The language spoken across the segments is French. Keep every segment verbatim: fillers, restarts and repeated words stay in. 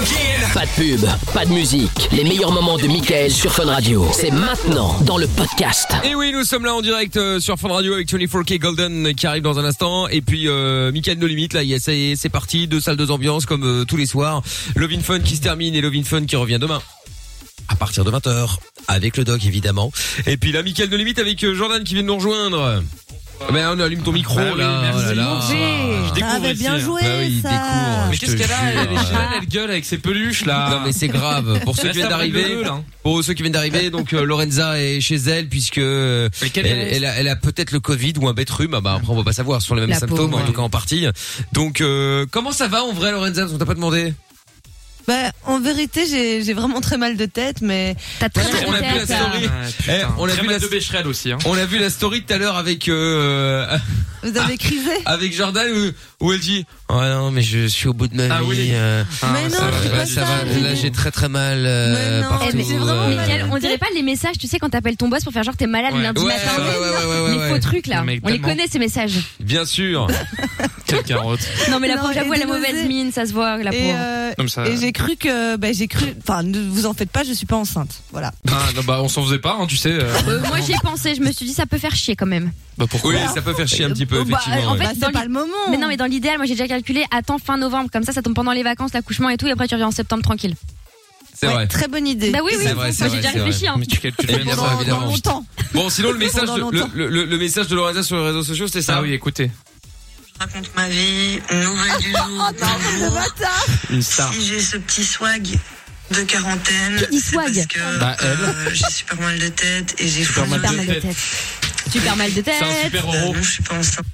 Pas de pub, pas de musique. Les meilleurs moments de Mickaël sur Fun Radio. C'est maintenant dans le podcast. Et oui, nous sommes là en direct euh, sur Fun Radio avec vingt-quatre K Golden qui arrive dans un instant. Et puis euh, Mickaël No Limit, là, y a, ça y est, c'est parti. Deux salles, deux ambiances comme euh, tous les soirs. Love in Fun qui se termine et Love in Fun qui revient demain. À partir de vingt heures. Avec le doc évidemment. Et puis là, Mickaël No Limit avec euh, Jordan qui vient de nous rejoindre. Ben on allume ton micro bah oui, là, merci. oh là, là. Je découvre Ah, bah, bien ici. joué, Bah oui, ça. découvre. Mais je qu'est-ce te qu'elle a jure. Elle est chez elle, elle gueule avec ses peluches là. Non mais c'est grave. Pour ceux Là, qui viennent ça brûle d'arriver, le bleu, là. pour ceux qui viennent d'arriver, donc euh, Lorenza est chez elle puisque euh, elle, elle a, elle a peut-être le Covid ou un bête rhume. Ah bah après on va pas savoir, ce sont les mêmes La symptômes pauvre, en tout cas en partie. Donc euh, comment ça va en vrai Lorenza? Parce qu'on t'a pas demandé. Bah, en vérité, j'ai, j'ai vraiment très mal de tête, mais T'as très On mal a de vu la tête. story. Ah, putain. Eh, on a Très vu mal la de Becherel aussi. Hein. On a vu la story tout à l'heure avec euh, vous avez crisé. avec Jordan où, où elle dit oh non mais je suis au bout de ma Ah vie. oui. euh, Ah, Mais ça non, va, c'est là, pas ça ça, va, j'ai là dit. j'ai très très mal euh, Mais non, partout. Eh, mais c'est vraiment euh, mal. Mickaël, on dirait pas les messages, tu sais, quand t'appelles ton boss pour faire genre t'es malade Ouais. lundi Ouais, matin. ouais, ouais, ouais, ouais, les ouais, faux ouais. trucs là. Mais On les tellement. connaît ces messages. Bien sûr. Quelle carotte. Non mais la Non, pauvre, et j'avoue, elle a des mauvaise nausées. mine, ça se voit, la Et, pauvre. euh, Comme ça. et j'ai cru que, bah, j'ai cru, enfin, ne vous en faites pas, je suis pas enceinte. Voilà. Ah, non, bah on s'en faisait pas, hein, tu sais. euh. Euh, moi j'y ai pensé, je me suis dit ça peut faire chier quand même. Bah pourquoi Oui, ça peut faire chier un petit peu Oh, bah, effectivement. en ouais. fait, Dans c'est les- pas le moment. Mais non mais dans l'idéal, moi j'ai déjà calculé, attends fin novembre, comme ça ça tombe pendant les vacances, l'accouchement et tout, et après tu reviens en septembre tranquille. C'est Ouais, vrai. Très bonne idée. Bah oui oui, C'est vrai, c'est moi vrai, j'ai déjà c'est vrai. réfléchi hein. Mais tu calcules Et bien Évidemment, pendant, ça. évidemment. dans longtemps. Bon, sinon le message, Pendant de, le, longtemps. le, le, le message de Lorenza sur les réseaux sociaux, c'était ça. Ah oui, écoutez. Je raconte ma vie, nouvelle du jour. Le bâtard. Une star. Si j'ai ce petit swag de quarantaine, Qui dit c'est swag parce que Bah, elle. euh, j'ai super mal de tête et j'ai Super fou mal Super de mal de tête. tête. Super mal de tête. C'est un super Euh, euro. non, je suis pas enceinte.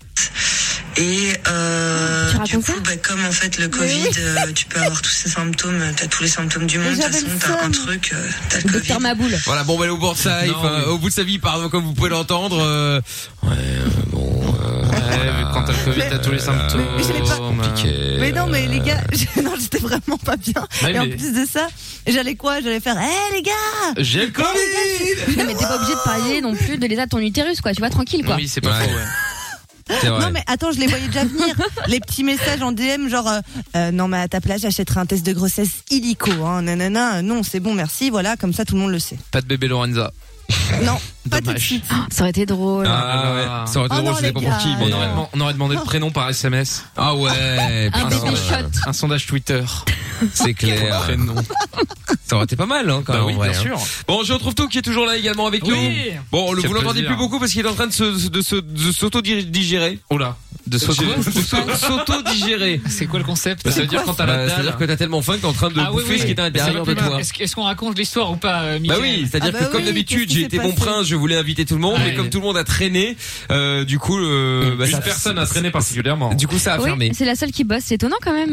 Et euh, Tu racontes du coup, ça bah, comme en fait le Covid, euh, tu peux avoir tous ces symptômes, t'as tous les symptômes du monde. De toute j'avais façon, le t'as un seum. truc, euh, t'as le Covid. Docteur Maboule. Voilà, bon, bah, elle est au bord de ça, Non, enfin, oui. au bout de sa vie, pardon, comme vous pouvez l'entendre. Euh, ouais, euh, bon. Euh, Ouais, quand t'as le Covid, t'as tous les symptômes. Mais je l'ai pas compliqué. Mais non, mais les gars, je- non, j'étais vraiment pas bien. Ouais, Et en mais- plus de ça, j'allais quoi? J'allais faire, hé les gars! J'ai le Covid. Non mais t'es pas obligé de parler non plus de l'état de ton utérus quoi, tu vois, tranquille quoi. Oui, c'est pas Ouais. faux, ouais. C'est vrai. Non mais attends, je les voyais déjà venir. Les petits messages en D M genre euh, euh, non mais à ta place j'achèterai un test de grossesse illico hein, nanana, non c'est bon merci, voilà, comme ça tout le monde le sait. Pas de bébé Lorenza. Non, pas tout de Dommage. suite. Ah, ça aurait été drôle. Ah ouais, ça aurait été Oh drôle, non, je sais les pas pour gars. qui, On mais. aurait, euh, deman- on aurait demandé le prénom par S M S. Ah ouais, Un putain, bébé ça- shot. Un sondage Twitter. c'est clair. Prénom. Ça aurait été pas mal, hein, quand Bah même. oui, en vrai, bien hein. sûr. Bon, je retrouve tout qui est toujours là également avec Oui. nous. Bon, le, Quel vous l'entendez plaisir. plus beaucoup parce qu'il est en train de se, de se, de s'auto-digérer. Oh là. De sauter. S'auto-digérer. C'est quoi le concept? Bah, ça veut dire quand t'as la Bah, dalle. c'est-à-dire que t'as tellement faim que t'es en train de Ah oui, bouffer oui. ce qui est à Mais ça l'intérieur va de plus mal. toi. Est-ce, est-ce qu'on raconte l'histoire ou pas, euh, Bah Mickaël? oui, c'est-à-dire Ah bah que comme oui, d'habitude, qu'est-ce qui j'ai s'est été bon passé prince, je voulais inviter tout le monde, mais Ouais. comme tout le monde a traîné, euh, du coup, euh, bah, Une ça- personne a traîné particulièrement. Du coup, ça a Oui, fermé. c'est la seule qui bosse, c'est étonnant quand même. Non,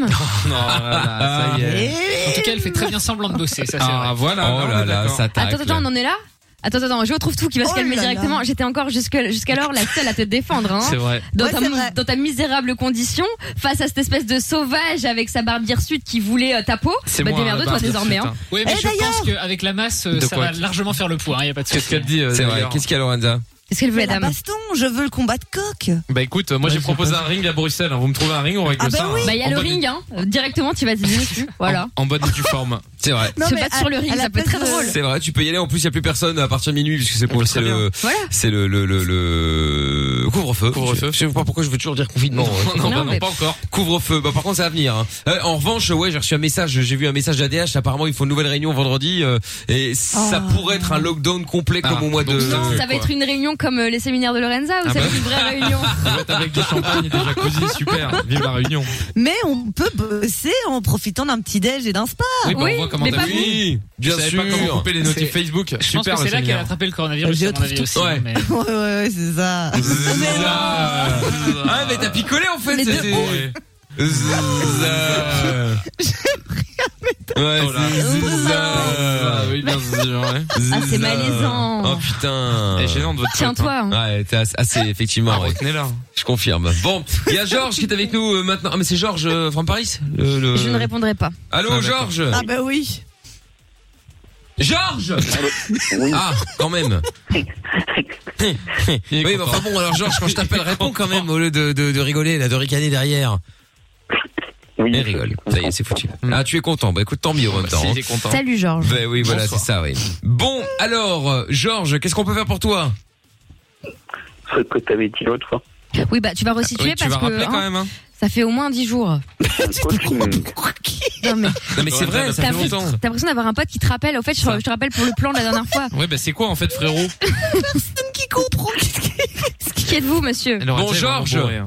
voilà, ça y est. En tout cas, elle fait très bien semblant de bosser, ça c'est Ah, vrai. voilà. Oh non, là mais là, d'accord. ça tacle. Attends, attends, on en est là? Attends, attends, je retrouve tout qui va se Oh calmer là là. directement. J'étais encore jusque, jusqu'alors la seule à te défendre, hein. C'est vrai. Dans, Ouais, ta, c'est vrai. dans ta misérable condition, face à cette espèce de sauvage avec sa barbe hirsute qui voulait euh, ta peau, C'est bah moi, démerde-toi la barbe désormais. hirsute, Hein. Oui, mais Eh, je d'ailleurs pense qu'avec la masse, euh, De ça quoi va largement faire le poids, hein, y a pas de Qu'est-ce souci. qu'elle dit euh, C'est vrai. d'ailleurs Qu'est-ce qu'il y a, Lorenza? Qu'est-ce qu'elle voulait, La dame? baston, je veux le combat de coq. Bah écoute, moi j'ai Ouais, proposé c'est un ring à Bruxelles. hein. Vous me trouvez un ring, on règle Ah bah ça. oui. hein. Bah il y a En le bonne- ring, hein. Euh, Directement tu vas te dire dessus. Voilà. En, en bonne et due forme. C'est vrai. Non, Se mais battre à- sur le ring, à la ça peut être très place de- drôle. C'est vrai, tu peux y aller. En plus, il y a plus personne à partir de minuit puisque c'est pour Oui, c'est très le, Voilà. c'est le, le, le, le couvre-feu. Couvre-feu. Je sais pas pourquoi je veux toujours dire confinement. hein. Non, Non, bah non, mais- pas encore. Couvre-feu. Bah, par contre, ça va venir. Hein. Euh, en revanche, ouais, j'ai reçu un message. J'ai vu un message d'A D H. Apparemment, il faut une nouvelle réunion vendredi. euh, et ça Oh. pourrait être un lockdown complet comme Ah, au mois de. donc ça, Non, Euh, ça va quoi. être une réunion comme euh, les séminaires de Lorenza ou Ah ça va bah. être une vraie réunion? On va être avec du champagne et des jacuzzi, super. Vive la réunion. Mais on peut bosser en profitant d'un petit déj et d'un spa. Oui, bah Oui, on voit comment mais t'as pas vu. Oui, Je bien savais sûr. pas comment couper les notifs C'est- Facebook. Je pense Super que le c'est là qu'elle a séminaire. attrapé le coronavirus, Je à mon trouve avis tout- aussi. Ouais. hein, mais- Ouais, ouais, ouais, c'est ça. Zza. Ah, mais t'as picolé en fait. Mais de c'était- Ouais. Zza. Ouais, Oh là. c'est Zza. Ah oui, bien sûr. ouais. Ah, c'est Zza. malaisant. Oh putain. Elle est gênante votre faute, Tiens-toi. hein. Hein. Ouais, t'es assez, assez effectivement. Ah, ouais. retenez-la. Je confirme. Bon, il y a Georges qui est avec nous euh, maintenant. Ah mais c'est Georges euh, from Paris. Le, le- Je ne répondrai pas. Allô, Ah, d'accord. Georges. Ah bah oui. Georges. Ah, quand même. Il est Oui, mais content. enfin bon, alors Georges, quand je t'appelle, réponds quand même au lieu de, de, de rigoler, là, de ricaner derrière. Oui. Il rigole. Ça y est, c'est foutu. Ah, tu es content. Bah écoute, tant mieux en même temps. Si, hein. il est content. Salut Georges. Ben oui, voilà, Bonsoir. c'est ça, oui. Bon, alors, euh, Georges, qu'est-ce qu'on peut faire pour toi? Ce que t'avais dit l'autre fois. Oui, bah tu vas resituer Oui, tu parce vas que rappeler hein, quand même, hein. ça fait au moins dix jours. Un coaching. Non mais Non mais c'est vrai, ça t'as fait longtemps. t'as l'impression d'avoir un pote qui te rappelle. Au fait, je, je te rappelle pour le plan de la dernière fois. Ouais, bah c'est quoi en fait, frérot? Qui comprend qu'est-ce qui- Qui êtes-vous, monsieur? Lorenza Bon, est vraiment Georges. bourré, hein.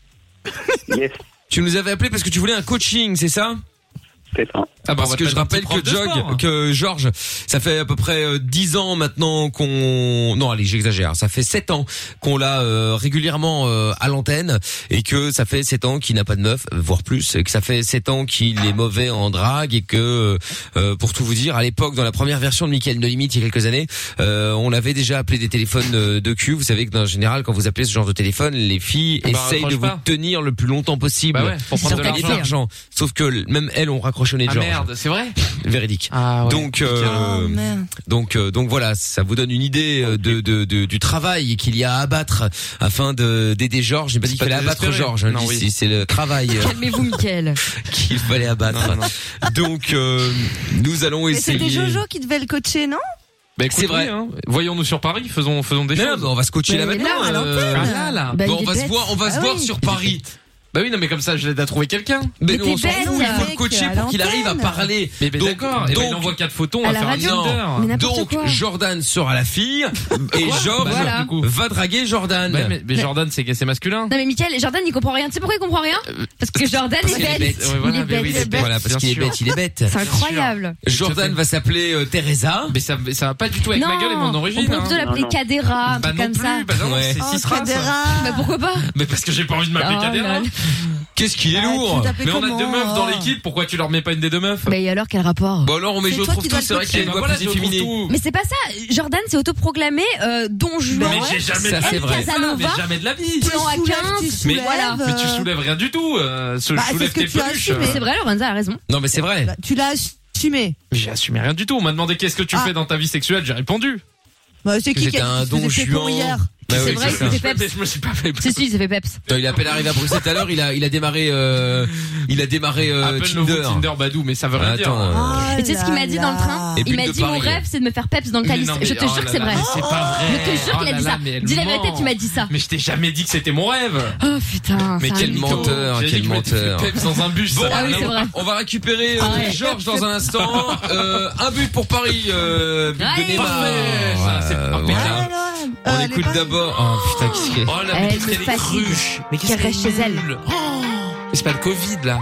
Yes, Tu nous avais appelé parce que tu voulais un coaching, c'est ça? c'est ça. Ah bah, on Parce va que te je mettre un rappelle petit prof que de Jog, sport. que Georges, ça fait à peu près euh, dix ans maintenant qu'on, non allez j'exagère, ça fait sept ans qu'on l'a euh, régulièrement euh, à l'antenne et que ça fait sept ans qu'il n'a pas de meuf, voire plus, et que ça fait sept ans qu'il est mauvais en drague et que euh, pour tout vous dire, à l'époque dans la première version de Mickaël No Limit il y a quelques années, euh, on avait déjà appelé des téléphones euh, de cul. Vous savez que en général quand vous appelez ce genre de téléphone, les filles Bah, essayent de raccroche vous pas. tenir le plus longtemps possible Bah ouais, pour prendre pour de gagner de l'argent. l'argent. Sauf que même elles ont raccroché au nez de Ah Georges. merde, c'est vrai? Véridique. Ah ouais. Donc, euh, Oh, merde. donc, euh, donc voilà, ça vous donne une idée euh, de, de, de du travail qu'il y a à abattre afin de d'aider Georges. J'ai pas dit qu'il pas fallait abattre désespéré. Georges. Hein, Non, je dis, oui. c'est c'est le travail euh, Calmez-vous, Mickaël. qu'il fallait abattre. Non, non. Donc, euh, nous allons Mais essayer. c'était Jojo qui devait le coacher, non? Bah, écoute, C'est vrai. oui, hein. Voyons-nous sur Paris, faisons, faisons des Non, choses. non, mais on va se coacher Mais là il est maintenant. là, à euh, l'antenne. Ah là, là. Bah, bon, il on est va se bête. voir, on va se Ah voir oui. sur Paris. Bah oui, non, mais comme ça, je l'aide à trouver quelqu'un. Mais Mais nous, on t'es s'en bête, fout, il faut le mec, coacher à pour qu'il arrive à l'antenne. parler. Mais, mais Donc- d'accord. Et ben, il donc- envoie quatre photos, on À va la faire un radio. Tinder. Mais n'importe Donc quoi. Jordan sera la fille et Georges Voilà. du coup. va draguer Jordan. Ouais, mais, mais Jordan, c'est c'est masculin. Non mais Mickaël, Jordan il comprend rien. Tu sais pourquoi il comprend rien? Parce que Jordan parce est qu'il est bête. bête. Ouais, voilà, Il est mais bête. oui, il est bête. Voilà, parce bien qu'il est sûr. bête, il est bête. C'est incroyable. Jordan va s'appeler euh, Teresa. Mais ça, mais ça va pas du tout avec ma gueule et mon on origine. pourrait plutôt hein. l'appeler Non, non. Cadera, un Bah truc non comme plus, ça. bah non, Ouais. c'est Oh, Cisra, ça. Cadera. Bah pourquoi pas? Mais parce que j'ai pas envie de m'appeler Oh, Cadera. lol. Qu'est-ce qu'il est Ah, lourd. tu t'appelles Mais on a comment, deux meufs dans oh l'équipe, pourquoi tu leur mets pas une des deux meufs? Mais et alors quel rapport? Bon alors on met C'est je toi trouve qui tout, dois c'est le vrai qu'il y a une Bah voix voilà, plus je trouve efféminée. tout. Mais c'est pas ça. Jordan s'est autoproclamé euh, Don Juan. Mais j'ai jamais Ça, de c'est la vrai. vie, ça, Casanova. mais jamais de la vie. Plan à Tu soulèves, quinze. tu Mais soulèves, voilà. Mais tu euh, soulèves rien du tout. Euh, ce Bah, je soulève c'est ce tes que tu as peluches. assumé. C'est vrai, Lorenza a raison. Non mais c'est vrai. Bah, tu l'as assumé. Mais j'ai assumé rien du tout. On m'a demandé qu'est-ce que tu Ah. fais dans ta vie sexuelle, j'ai répondu. Bah, c'est qui qui J'étais a un dit que tu don faisais pour juan. hier? Bah C'est oui, vrai c'est que ça. c'était peps. Je me suis pas fait. Si, si, il s'est fait peps. Attends, il a à peine arrivé à Bruxelles tout à l'heure, il a il a démarré euh, il a démarré euh, Appelle nouveau Tinder. Tinder Badou, mais ça veut rien dire. Attends, euh, Oh Et tu sais ce qu'il m'a dit là dans le train? là. Et Il Bulle m'a de dit mon Paris. rêve c'est de me faire peps dans le Mais calice. non, mais- Je te oh jure là que c'est là, vrai. mais c'est pas vrai. Je te jure Oh qu'il a là dit là, ça. mais elle Dis la ment. vérité, tu m'as dit ça. Mais je t'ai jamais dit que c'était mon rêve. Oh putain. Mais c'est un quel mytho. menteur, J'ai dit quel que je m'étais fait menteur. peps dans un bus. Bon, ça a Ah oui, rien c'est à vrai. on va récupérer euh, Ah ouais. Georges dans un instant. Euh, un but pour Paris, euh, but Ouais. de Neymar. Parfait, ça, c'est Euh, impeccable. voilà. Ah, ouais, On euh, écoute les pas- d'abord. Oh putain, qu'est-ce qu'il y a. Oh là, Elle mais qu'est-ce me qu'elle est fatigue. cruche. Mais qu'est-ce Qu'elle reste qu'elle est chez elle. nulle. Oh, mais c'est pas le Covid, là.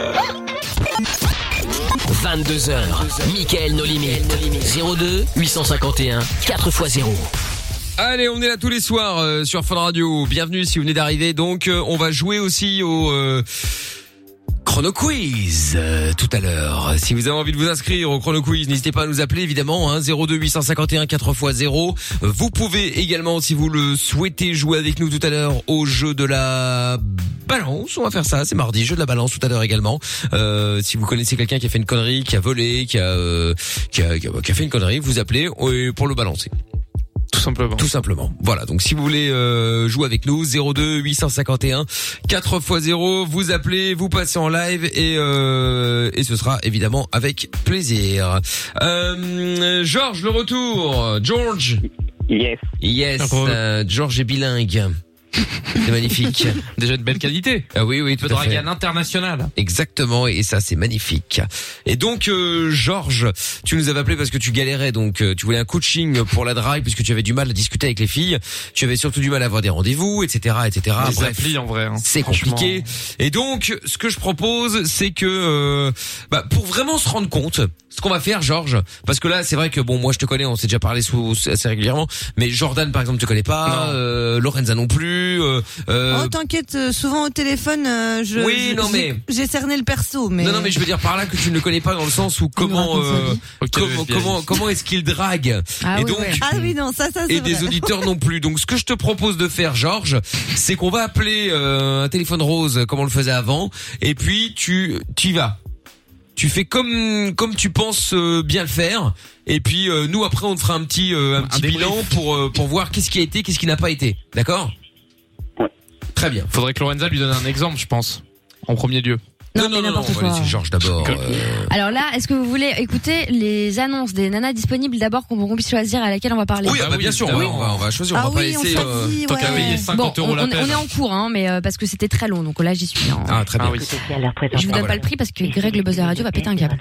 vingt-deux heures. Mickaël No Limit. zéro deux huit cent cinquante et un quatre fois zéro. Allez, on est là tous les soirs euh, sur Fun Radio. Bienvenue si vous venez d'arriver. Donc, euh, on va jouer aussi au euh, Chrono Quiz euh, tout à l'heure. Si vous avez envie de vous inscrire au Chrono Quiz, n'hésitez pas à nous appeler évidemment. Hein, zéro deux huit cent cinquante et un quatre fois zéro. Vous pouvez également, si vous le souhaitez, jouer avec nous tout à l'heure au jeu de la balance. On va faire ça. C'est mardi, jeu de la balance tout à l'heure également. Euh, si vous connaissez quelqu'un qui a fait une connerie, qui a volé, qui a euh, qui a, qui a, qui a fait une connerie, vous appelez euh, pour le balancer. Tout simplement. Tout simplement. Voilà. Donc si vous voulez euh, jouer avec nous, zéro deux huit cent cinquante et un quatre fois zéro, vous appelez, vous passez en live et euh, et ce sera évidemment avec plaisir. Euh, Georges, le retour. George. Yes. Yes. Euh, Georges est bilingue. C'est magnifique. Déjà de belle qualité. Ah oui, oui, Tu tout peux à draguer fait. à l'international. Exactement, et ça c'est magnifique. Et donc euh, Georges, tu nous avais appelé parce que tu galérais, donc euh, tu voulais un coaching pour la drague puisque tu avais du mal à discuter avec les filles, tu avais surtout du mal à avoir des rendez-vous, et cetera, et cetera. Les Bref, applis, en vrai. hein. c'est Franchement. compliqué. Et donc, ce que je propose, c'est que, euh, bah, pour vraiment se rendre compte, ce qu'on va faire, Georges, parce que là, c'est vrai que bon, moi, je te connais, on s'est déjà parlé sous, assez régulièrement, mais Jordan, par exemple, te connais pas, Non. euh, Lorenza non plus. Euh, euh, Oh, t'inquiète, euh, souvent au téléphone, euh, je, Oui, je- non, j'ai- mais- j'ai cerné le perso, mais. Non, non, mais je veux dire par là que tu ne le connais pas dans le sens où comment, raconte sa euh, vie. Ok, comment, le F B I. comment, comment est-ce qu'il drague Ah et oui, donc. ouais. Ah oui, non, ça, ça, c'est Et des vrai. auditeurs non plus. Donc ce que je te propose de faire, Georges, c'est qu'on va appeler euh, un téléphone rose comme on le faisait avant, et puis tu tu y vas. Tu fais comme comme tu penses euh, bien le faire, et puis euh, nous après on te fera un petit euh, un petit débrief. bilan pour euh, pour voir qu'est-ce qui a été, qu'est-ce qui n'a pas été. D'accord ? Ouais. Très bien. Faudrait que Lorenza lui donne un exemple, je pense. En premier lieu. Non, Non, mais non, non, n'importe on va quoi. laisser Georges d'abord. euh. Alors là, est-ce que vous voulez écouter les annonces des nanas disponibles d'abord qu'on qu'on puisse choisir à laquelle on va parler? Oui, ah bah, bien sûr, on va, oui. on va, on va choisir, Ah on va oui, pas on laisser, euh, choisit, tant qu'à ouais. payer Bon, cinquante on, euros on, la on peine. est en cours, hein, mais euh, parce que c'était très long, donc là j'y suis. Hein. Ah, très bien. Ah oui. Je vous donne Ah, pas le prix parce que Greg, le boss de la radio, va péter un câble.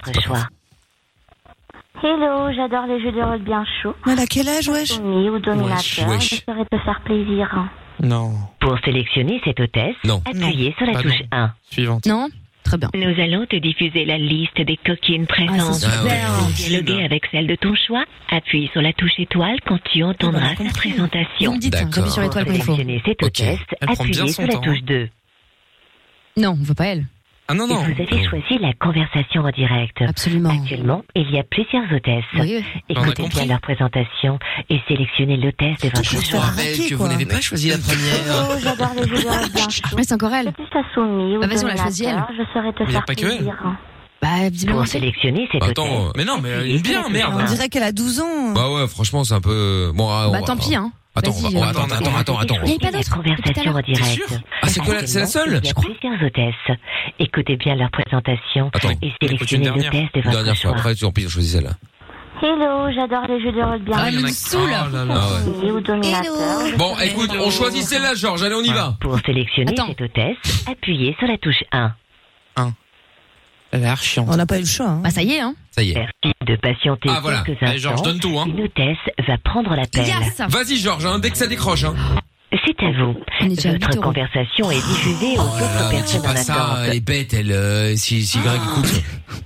Hello, j'adore les jeux de rôle bien chauds. Elle a quel âge, wesh? Soumis ou dominateur, Wesh, wesh. je saurais te faire plaisir. Non. Pour sélectionner cette hôtesse, Non. appuyez sur la Pas touche non. un. Suivante. Non? Très bien. Nous allons te diffuser la liste des coquines présentes. c'est super. Ah ouais. Dialoguer avec celle de ton choix, appuie sur la touche étoile quand tu entendras sa Vous présentation. me dites, hein, D'accord. j'appuie sur Pour l'étoile quand il faut. sélectionner cette Ok. hôtesse, Elle prend bien appuyez son sur la temps, touche hein. deux. Non, on veut pas elle. Ah non, Et non. vous avez choisi la conversation en direct. Absolument. Actuellement, il y a plusieurs hôtesses. Oui, oui. On a Écoutez compris. bien leur présentation et sélectionnez l'hôtesse de votre Je Je suis vous choix. rappelle arnaqué, que vous quoi. n'avez pas choisi la première. Oh, j'adore les jeux de rôle bien chauds. Mais c'est encore elle. Depuis ta soumis ou Bah, vas-y, on l'a choisi, dominateur, je saurais te Mais y a faire pas que elle. plaisir. Bah, visiblement, Pour c'est. sélectionner cette Attends, hôtesse, euh, Mais non, mais elle appuyez est bien, sur la merde. touche On dirait qu'elle a douze ans. Bah ouais, franchement, c'est un peu... Bon, ah, on Bah, va- tant pis, hein. Attends, on va, Vas-y, on va- euh, attends, attends, attends, attends. Il y avait pas La d'autre conversation en T'es direct. sûr Ah, c'est quoi la- c'est la seule, Il y je a crois. plusieurs hôtesses. Écoutez bien leur présentation Attends, et écoute une sélectionnez dernière. l'hôtesse de Une dernière votre fois, choix. après, tu en pis, choisis celle-là. Hello, j'adore les jeux de rôle bien Ah, il y elle en a- nous saoule. Oh là là. Ah ouais. soumis ou dominateur. je Bon, saurais écoute, te- on choisit celle-là, Georges. Allez, on y va. Pour sélectionner Attends. cette hôtesse, appuyez sur la touche un. Elle a l'air chiante. On n'a pas eu le choix. Hein. Bah, ça y est, hein. Ça y est. Merci de patienter Ah, voilà. quelques Allez, Georges, instants. donne tout, hein. Une hôtesse va prendre l'appel. Yes! Vas-y, Georges, hein, dès que ça décroche. Hein. C'est à vous. On est déjà à huit Votre euros. conversation est diffusée aux Oh là autres là, mais dis personnes en pas ça, attente. elle est bête, elle, euh, si, si Greg écoute.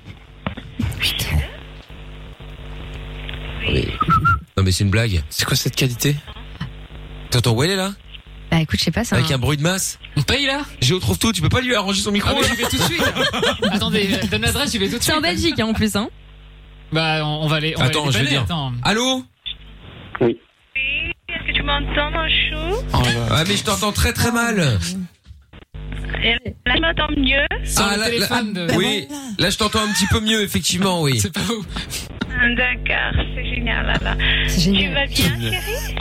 Oui. Non mais c'est une blague. C'est quoi cette qualité? T'entends où elle est là? Bah, écoute, je sais pas, ça. Avec un bruit de masse. On paye là? Géo trouve tout, tu peux pas lui arranger son micro Ah, mais là j'y vais tout de suite. Attendez, euh, donne l'adresse, j'y vais tout de C'est suite. en Belgique, hein, en plus, hein. Bah, on, on va aller. On va Attends, aller je vais dépanner, dire. attends. Allô? Est-ce que tu m'entends, mon chou? Oh là là. Ah mais je t'entends très très mal. Et là, tu m'entends mieux? Sur Ah, le là, téléphone là- de. Oui, là je t'entends un petit peu mieux effectivement, oui. C'est pas vous. D'accord, c'est génial, là, là. C'est Tu génial. vas bien, chérie?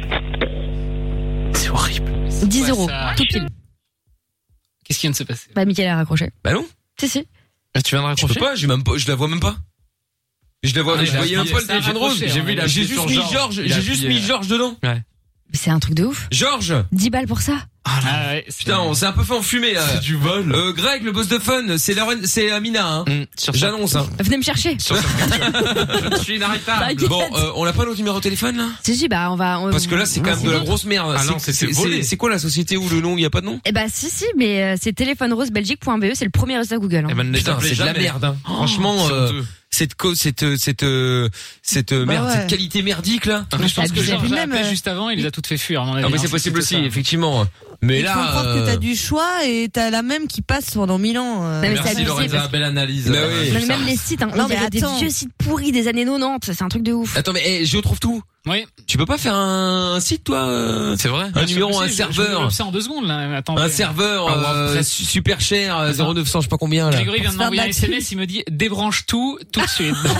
C'est horrible. dix Ouais, euros. ça- Tout pile. Qu'est-ce qui vient de se passer? Bah, Mickaël a raccroché. Bah non, Si, si. Ah, tu viens de je peux raccrocher? pas, j'ai même pas, je la vois même pas. Je la vois, Ah, je il a voyais même appuyé, pas le ça a téléphone rose. raccroché, J'ai hein, vu, il a j'ai appuyé juste sur mis Georges. Georges, Il a j'ai juste appuyé. mis Georges dedans. C'est un truc de ouf. Georges. dix balles pour ça. Ah là. Ah ouais, c'est- Putain, on s'est un peu fait enfumer là. C'est du vol. Euh, Greg, le boss de fun, c'est Lauren, c'est Amina, hein. Hum, sur sa- J'annonce, hein. Venez me chercher. Sur sa voiture. Je suis inarrêtable. T'inquiète. Bon, euh, on n'a pas notre numéro de téléphone là? Si, si, bah, on va. on- Parce que là, c'est quand même de la grosse merde. Ah non, C'est- c'est- c'est c'est volé. c'est quoi la société où le nom, il y a pas de nom? Eh bah, si, si, mais euh, c'est téléphone rose belgique point b e, c'est le premier résultat Google. Hein. Eh ben, ne les Putain, appelez c'est de la jamais. merde, hein. Franchement, C'est euh, honteux. cette co- cette euh, cette euh, cette euh, merde, ouais. cette qualité merdique là. Je pense que abusé. Georges a Même, appelé euh, juste avant, il les a toutes fait fuir, à mon avis. Ah mais hein, c'est possible plutôt aussi, ça. effectivement. Mais Il faut là, croire que euh, t'as du choix et t'as la même qui passe pendant mille ans. euh. Non, mais c'est Merci abusé Lorenza, parce que- belle analyse. Bah Euh, oui. Non, mais putain. même les sites, hein. Non, On dirait mais des attends. vieux sites pourris des années quatre-vingt-dix. C'est un truc de ouf. attends, mais eh, je trouve tout. Oui. Tu peux pas faire un, un site toi euh, C'est vrai. Un numéro, Bien sûr un que si, je- je serveur. développe ça en deux secondes, là. Attendez. Un serveur Un euh, WordPress. su- super cher, euh, zéro neuf cents, je sais pas combien là. Grégory vient de Pour se m'envoyer un faire de la S M S, il me dit débranche tout, tout de suite. Donc,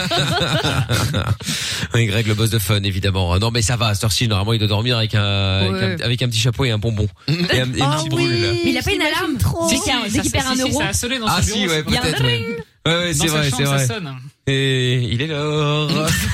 euh, Oui, Greg, le boss de fun, évidemment. Non, mais ça va, à cette heure-ci, normalement, il doit dormir avec un, avec, Ouais. un avec un petit chapeau et un bonbon. Et un, et un Ah petit oui, brûle. Mais il a pas une j'imagine alarme. trop. Si, si, dès ça- qu'il perd si, un si, euro. ça a sonné dans Ah son si, bureau, ouais, Il y a un peut-être, ouais. Ouais, ouais, Dans c'est sa vrai, chambre, c'est ça vrai. sonne. Et il est l'or.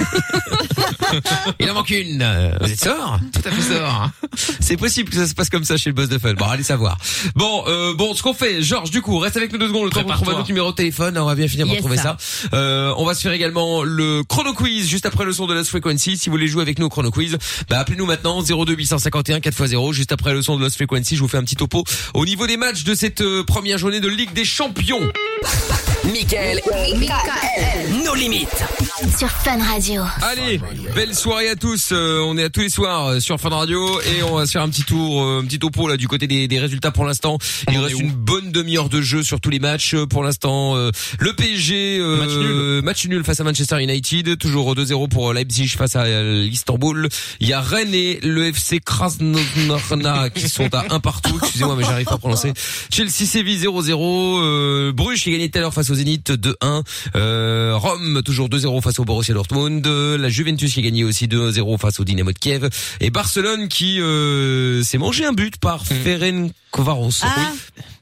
Il en manque une. Vous êtes sort? Tout à fait sort. C'est possible que ça se passe comme ça chez le boss de fun. Bon, allez savoir. Bon, euh, bon, ce qu'on fait, Georges, du coup, reste avec nous deux secondes, le temps qu'on trouve un autre numéro de téléphone. On va bien finir par Yes, trouver ça. ça. Euh, on va se faire également le chrono quiz juste après le son de Lost Frequency. Si vous voulez jouer avec nous au chrono quiz, bah, appelez-nous maintenant, zéro deux huit cent cinquante et un quatre fois zéro. Juste après le son de Lost Frequency, je vous fais un petit topo au niveau des matchs de cette euh, première journée de Ligue des Champions. Mickaël, nos limites. Sur Fun Radio. Allez, belle soirée à tous. Euh, on est à tous les soirs euh, sur Fun Radio et on va se faire un petit tour, euh, un petit topo là du côté des, des résultats pour l'instant. Il On reste est où une bonne demi-heure de jeu sur tous les matchs euh, pour l'instant. Euh, le P S G euh, Match nul. match nul face à Manchester United, toujours deux zéro pour Leipzig face à euh, l'Istanbul. Il y a Rennes et le F C Krasnodar qui sont à un partout. Excusez-moi, mais j'arrive pas à prononcer. Chelsea Séville zéro zéro. Euh, Bruges qui a gagné tout à l'heure face au Zénith deux un. Euh, Rome toujours deux zéro face au Borussia Dortmund. La Juventus qui a gagné aussi deux zéro face au Dynamo de Kiev. Et Barcelone qui euh, s'est mangé un but par Ferencvaros. Ah. Oui.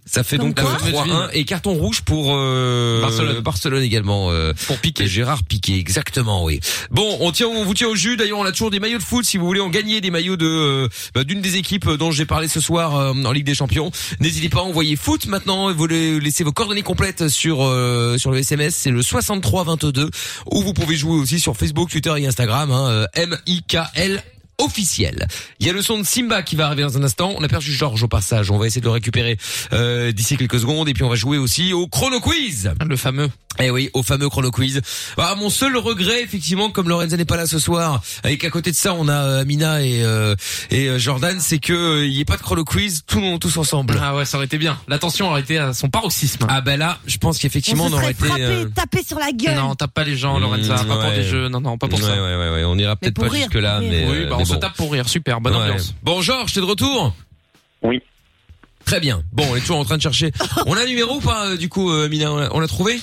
Ça fait Comme donc quoi euh, trois un et carton rouge pour euh, Barcelone. Barcelone également euh, Pour Piqué. Gérard Piqué, exactement, oui. Bon, on tient, on vous tient au jus. D'ailleurs, on a toujours des maillots de foot si vous voulez en gagner des maillots de euh, bah, d'une des équipes dont j'ai parlé ce soir euh, en Ligue des Champions. N'hésitez pas à envoyer foot maintenant. Vous laissez vos coordonnées complètes sur euh, sur le S M S, c'est le soixante-trois vingt-deux. Ou vous pouvez jouer aussi sur Facebook, Twitter et Instagram. Hein, euh, M I K L officiel. Il y a le son de Simba qui va arriver dans un instant. On a perdu Georges au passage. On va essayer de le récupérer euh, d'ici quelques secondes. Et puis on va jouer aussi au chrono quiz. Le fameux. Eh oui, au fameux chrono quiz. Bah, mon seul regret, effectivement, comme Lorenza n'est pas là ce soir, et qu'à côté de ça, on a euh, Amina et euh, et euh, Jordan, c'est que euh, il y ait pas de chrono quiz, tous tous ensemble. Ah ouais, ça aurait été bien. L'attention aurait été à son paroxysme. Ah ben là, je pense qu'effectivement, on, on, se aurait serait été. frappé, euh, tapé sur la gueule. Non, on tape pas les gens, Lorenza. Mmh, pas pour ouais. des jeux. Non, non, pas pour ouais, ça. Ouais, ouais, ouais. On ira peut-être pour pas rire, jusque là, pour rire. mais. Oui, euh, bah mais on se bon. tape pour rire. Super, bonne Ouais. ambiance. Bon, Georges, t'es de retour? Oui. Très bien. Bon, on est toujours en train de chercher. On a un numéro ou pas, euh, du coup, euh, Amina? On l'a- On l'a trouvé?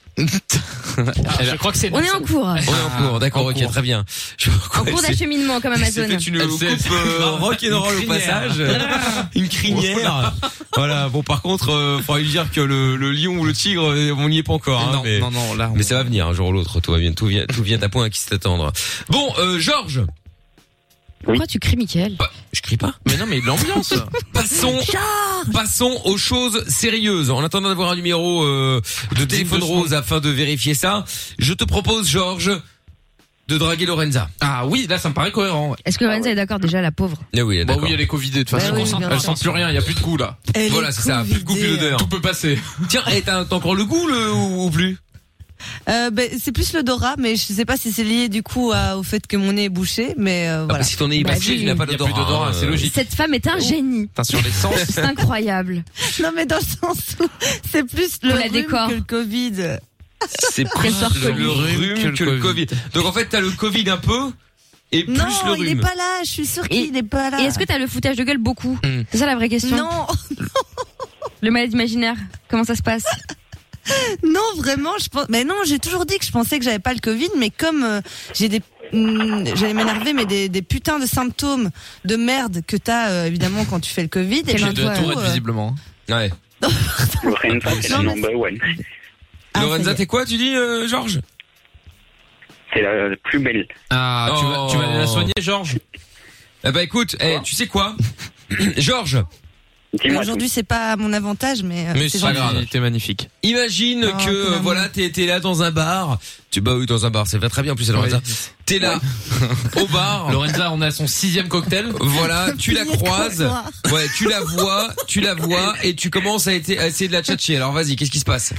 Je crois que c'est. On est en cours. On est en cours, d'accord, en ok, cours. très bien. Je... En cours d'acheminement comme Amazon. C'était une Elle coupe sait- euh, rock'n'roll au Une passage, une crinière. Voilà. Bon, par contre, euh, faudrait lui dire que le, le lion ou le tigre, euh, on n'y est pas encore. Hein, non, mais, non, non, là. on- mais ça va venir un jour ou l'autre. Tout va bien, tout vient, tout vient à point à qui s'attendre. Bon, euh, Georges. Pourquoi tu cries, Mickaël? Bah, je crie pas. Mais non, mais l'ambiance. Passons, passons aux choses sérieuses. En attendant d'avoir un numéro euh, de téléphone rose afin de vérifier ça, je te propose, Georges, de draguer Lorenza. Ah oui, là, ça me paraît cohérent. ouais. Est-ce que Lorenza est d'accord déjà, la pauvre? Eh oui, Bah d'accord. oui, elle est covidée de toute façon. Bah oui, bien Elle sûr. sent plus rien, il y a plus de goût là. Elle Voilà, est c'est ça. Plus de goût, plus covidée. d'odeur. Tout peut passer. Tiens, et t'as t'as encore le goût, le, ou, ou plus? Euh, ben, c'est plus l'odorat, mais je sais pas si c'est lié du coup à, au fait que mon nez est bouché, mais euh, Ah, voilà. parce que ton nez est Bah bouché, oui. tu n'as pas Il y a d'odorat. plus d'odorat, hein, c'est euh, logique. Cette femme est un génie. T'as sur les sens. C'est incroyable. Non, mais dans le sens où c'est plus le Pour la rhume décor. que le Covid. C'est plus sort le Covid. rhume que le Covid. Donc en fait, t'as le Covid un peu, et plus Non, le il est rhume. pas là. Je suis sûre Et- qu'il est pas là. Et est-ce que t'as le foutage de gueule beaucoup? Hmm. C'est ça la vraie question. Non, Le malade imaginaire, comment ça se passe? non, vraiment, je pense. Mais non, j'ai toujours dit que je pensais que j'avais pas le Covid, mais comme euh, j'ai des, hum, j'allais m'énerver, mais des, des putains de symptômes de merde que t'as euh, évidemment quand tu fais le Covid. Quel et J'ai puis, de la du coup, tourette euh, visiblement. Ouais. Lorenza, c'est la Non, mais- number one. ah, ça y Lorenza, est. t'es quoi, tu dis, euh, Georges? C'est la plus belle. Ah, tu vas, tu vas aller la Oh. soigner, Georges? Eh ben écoute, eh, tu sais quoi? Georges, Dis-moi tout. Aujourd'hui, c'est pas à mon avantage, mais, euh, Mais c'est c'est pas gentil. grave, t'es magnifique. imagine Oh, que quel euh, amour. voilà, t'es t'es là dans un bar. Tu bah oui, dans un bar, c'est va très bien en plus, Lorenza. T'es là au bar. Lorenza, on est à son sixième cocktail. Voilà, tu la Pilier de croises. comptoir. Ouais, tu la vois, tu la vois et tu commences à, été- à essayer de la tchatcher. Alors vas-y, qu'est-ce qui se passe?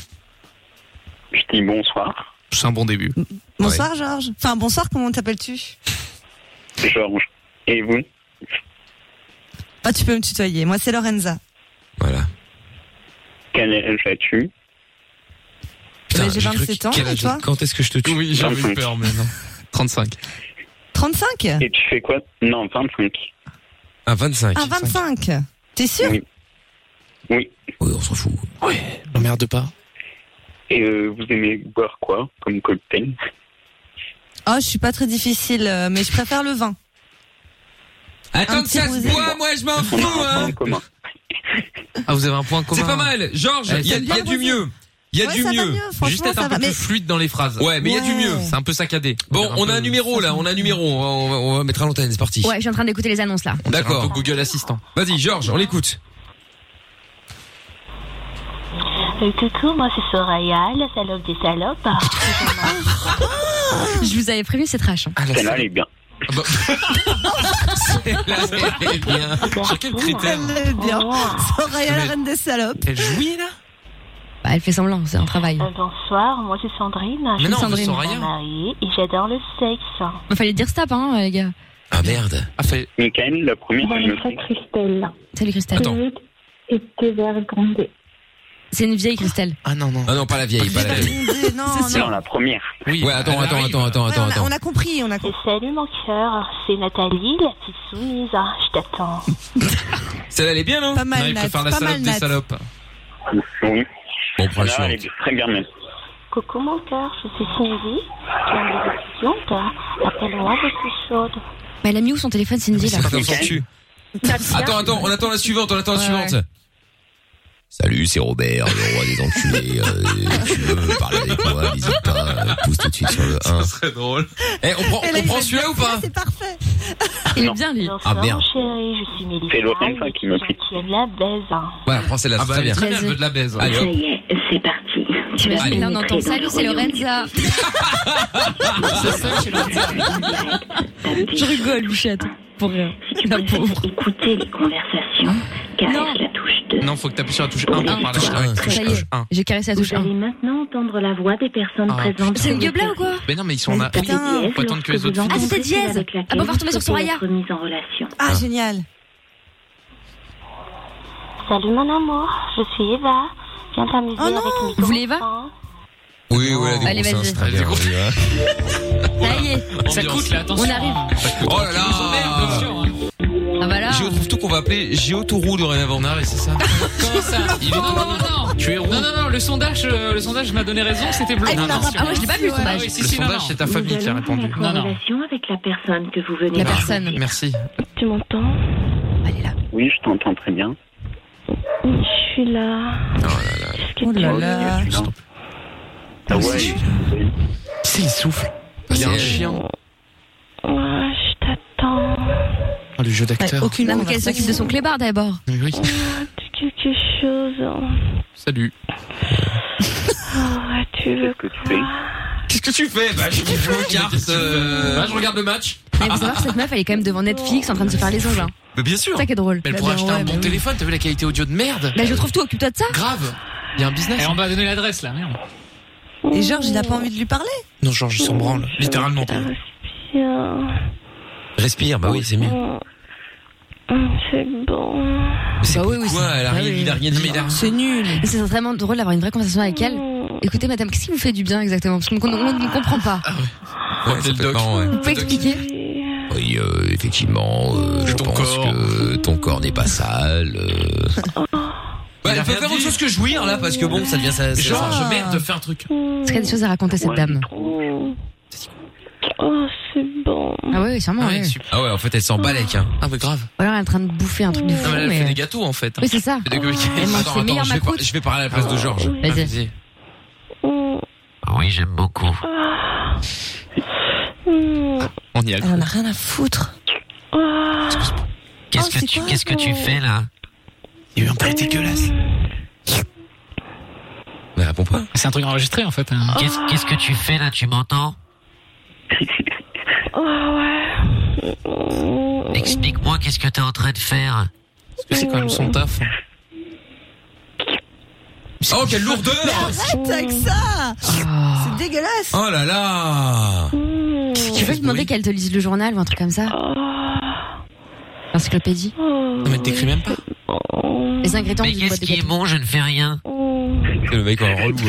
Je dis bonsoir, C'est un bon début. Bonsoir, Georges. Enfin, bonsoir, comment t'appelles-tu? Georges. Et vous? Ah, tu peux me tutoyer. Moi, c'est Lorenza. Voilà. Quel âge as-tu? Bah, j'ai j'ai cru vingt-sept ans, quel et âge- toi? Quand est-ce que je te tue? Oui, j'ai eu vingt-cinq. peur, mais non. trente-cinq. trente-cinq? Et tu fais quoi? Non, vingt-cinq. Ah, vingt-cinq. Ah, vingt-cinq. T'es sûr? Oui. Oui. Oui, on s'en fout. Ouais, l'emmerde pas. Et euh, vous aimez boire quoi comme cocktail? Oh, je suis pas très difficile, euh, mais je préfère le vin. Attends Un que petit ça se rosé. boit, moi je m'en On a fous, un point hein. en commun. Ah, vous avez un point commun. C'est pas mal. Georges, Ouais, il y a, c'est il y a pas du rosé. mieux. Il y a Ouais, du ça va mieux. mieux, franchement, Juste être ça un va. peu Mais plus fluide dans les phrases. Ouais, mais il y a du Ouais. mieux. C'est un peu saccadé. Bon, Un on peu- a un numéro là, on a un numéro. On va, on va mettre à l'antenne, c'est parti. Ouais, je suis en train d'écouter les annonces là. Un peu D'accord. Google Assistant. Vas-y, Georges, on l'écoute. Euh, coucou, moi c'est Soraya, la salope des salopes. Je vous avais prévenu, c'est trash. hein. Ah, la Celle-là, salle. elle est bien. Ah bah, Là, c'est bien. sur quel critère? Elle est bien. Oh. Soraya, la Mais- reine des salopes. Elle jouit, là? Bah, elle fait semblant, c'est un travail. Euh, bonsoir, moi c'est Sandrine. Mais Je non, suis on veut Sandrine. Soraya. mariée et j'adore le sexe. Il fallait dire stop, hein, les gars. Ah merde. Ah, fait. Michael, la première, elle me Bonjour fait. Christelle. Salut Christelle. Attends. Et Evergrande. C'est une vieille Christelle. Ah non, non. Ah non, pas la vieille, pas la vieille. Non, C'est non. Non, la première. Oui. Ouais, attends, elle attends, arrive. attends, attends, Ouais, attends, on, a, attends. on a compris, on a Et compris. salut mon cœur, c'est Nathalie, la petite soumise. Je t'attends. Celle-là, elle est bien, non? Pas Non, mal, il Nat. préfère la Pas salope mal, des Nat. salopes. Oui. Bon, prends le Celle-là, elle short. est très bien même. Coucou mon cœur, je suis Cindy. Je viens des étudiantes. Appelle-moi, je suis chaude. Mais elle a mis où son téléphone, Cindy, là? Attends, on s'en tue. Attends, attends, on attend la suivante, on attend la Ouais, suivante. ouais. Salut, c'est Robert, le roi des enculés. Euh, tu veux parler avec moi, n'hésite pas, euh, pousse tout de suite sur le un. Ça serait drôle. Eh, on prend, on prend celui-là ou pas? C'est parfait. Il est bien, lui. Ah merde. Chérie, je suis Mélissa. C'est Lorenza qui me prie. Qui aime la baise. Ouais, prends celle-là, Ah c'est bah, très bien. très bien, elle veut de la baise. Allez, Ça hop. y est, c'est parti. T'imagines, là, on entend salut, c'est Lorenza. C'est ça que je le dis. Je rigole, Luchette. Pour rien. Si tu peux écouter les conversations, caresse la touche deux. Non, faut que t'appuies sur la touche un pour parler direct. Ça y est, j'ai caressé la touche Vous allez un. maintenant entendre la voix des personnes Ah, présentes. C'est une gueule ou quoi? Mais non, mais ils sont en a. Mais putain. Faut attendre que les autres Ah, finissent. c'était dièse. Ah, bon, on va retomber sur Soraya. Remise en relation. Ah, génial. Salut mon amour, je suis Eva. Viens t'amuser Oh non. avec mes Vous voulez Eva? copains. Oui, ouais, des Allez, gros seins, vas-y. c'est très bien. Allez, on y va. Ça y est. Ça coûte là, attention. On arrive. hein. Oh là là. Attention, hein. Ah, voilà. Géo trouve tout qu'on va appeler Géo Tourou dorénavant. Non, mais c'est ça. Comment ça? Il est Non, non, trop- non, non. Tu es roux. Non, non, non, le sondage, euh, le sondage m'a donné raison, c'était bleu. Ah, il Non, l'a non, rappelé. Ah, moi, je l'ai pas vu, le Ah sondage. oui, si, Le si, non, sondage, non. c'est ta famille Nous qui a allons répondu. faire la Non, non. corrélation avec la personne que vous venez La de personne. choisir. Merci. Tu m'entends? Elle est là. Oui, je t'entends très bien. Je suis là. Qu'est-ce que Oh tu là veux? là. Ah ouais. C'est il souffle. Il y a un chien. Ouais, je t'attends. Oh, le jeu d'acteur. Aucune Non, mais qu'elle s'occupe de son clébard d'abord. Oui, oui. Dis quelque chose. Salut. Oh, ouais, tu veux Qu'est-ce que tu fais? Qu'est-ce que tu fais? Bah, je joue aux cartes. euh, Bah, je regarde le match. Mais faut savoir que cette meuf, elle est quand même devant Netflix en train de se faire les ongles. Hein. Mais bien sûr. C'est ça qui est drôle. Mais elle Bah, pourrait bien, acheter ouais, un bah bon oui. téléphone. T'as vu la qualité audio de merde? Bah, je trouve tout, occupe-toi de ça. Grave. Il y a un business. Et on va donner l'adresse là, merde. Et Georges, il a pas envie de lui parler? Non, Georges, il s'en branle. Littéralement. bien? Respire, bah oui, c'est mieux. C'est bon. C'est Bah oui, oui, quoi? c'est- Elle a bah rien, oui. il a rien dit. Mais il a- C'est nul. Mais c'est vraiment drôle d'avoir une vraie conversation avec elle. Écoutez, madame, qu'est-ce qui vous fait du bien exactement? Parce qu'on on- on ne comprend pas. Ouais, ça peut être marrant, ouais. Vous pouvez expliquer? Oui, euh, effectivement, euh, je Ton pense corps. que ton corps n'est pas sale. Euh... Bah, Il a elle peut rien faire dit. autre chose que jouir là, parce que bon, ça devient ça. ça- Georges, ça- merde, fais un truc. Est-ce qu'il y a des choses à raconter, cette dame? Oh, c'est bon. Ah oui, sûrement, Ah oui. ouais, super. Ah ouais, en fait, elle s'en balèque. Hein. Ah, mais grave. Ou alors elle est en train de bouffer un truc de fou, Non, mais elle mais... fait des gâteaux en fait. Oui, c'est ça. Elle fait des cupcakes. Elle mange Attends, ses attends, meilleures je vais, par- macroutes. je vais parler à la place de Georges. Vas-y. Vas-y. Ah oui, j'aime beaucoup. On y a Elle en a rien à foutre. Qu'est-ce Oh, que c'est tu, quoi qu'est-ce que tu fais là? Il y a eu un bruit dégueulasse. Mais réponds pas. C'est un truc enregistré en fait. hein. Qu'est-ce, qu'est-ce que tu fais là? Tu m'entends? Oh, ouais. Explique-moi, qu'est-ce que t'es en train de faire? Parce que c'est quand même son taf. Oh, quelle lourdeur! Arrête avec ça! C'est dégueulasse! Oh là là! Tu veux lui demander qu'elle te lise le journal ou un truc comme ça? L'encyclopédie? Non, mais t'écris même pas. Les ingrédients Mais d'une qu'est-ce boîte de qui est gâteaux. bon? Je ne fais rien. Le mec en relou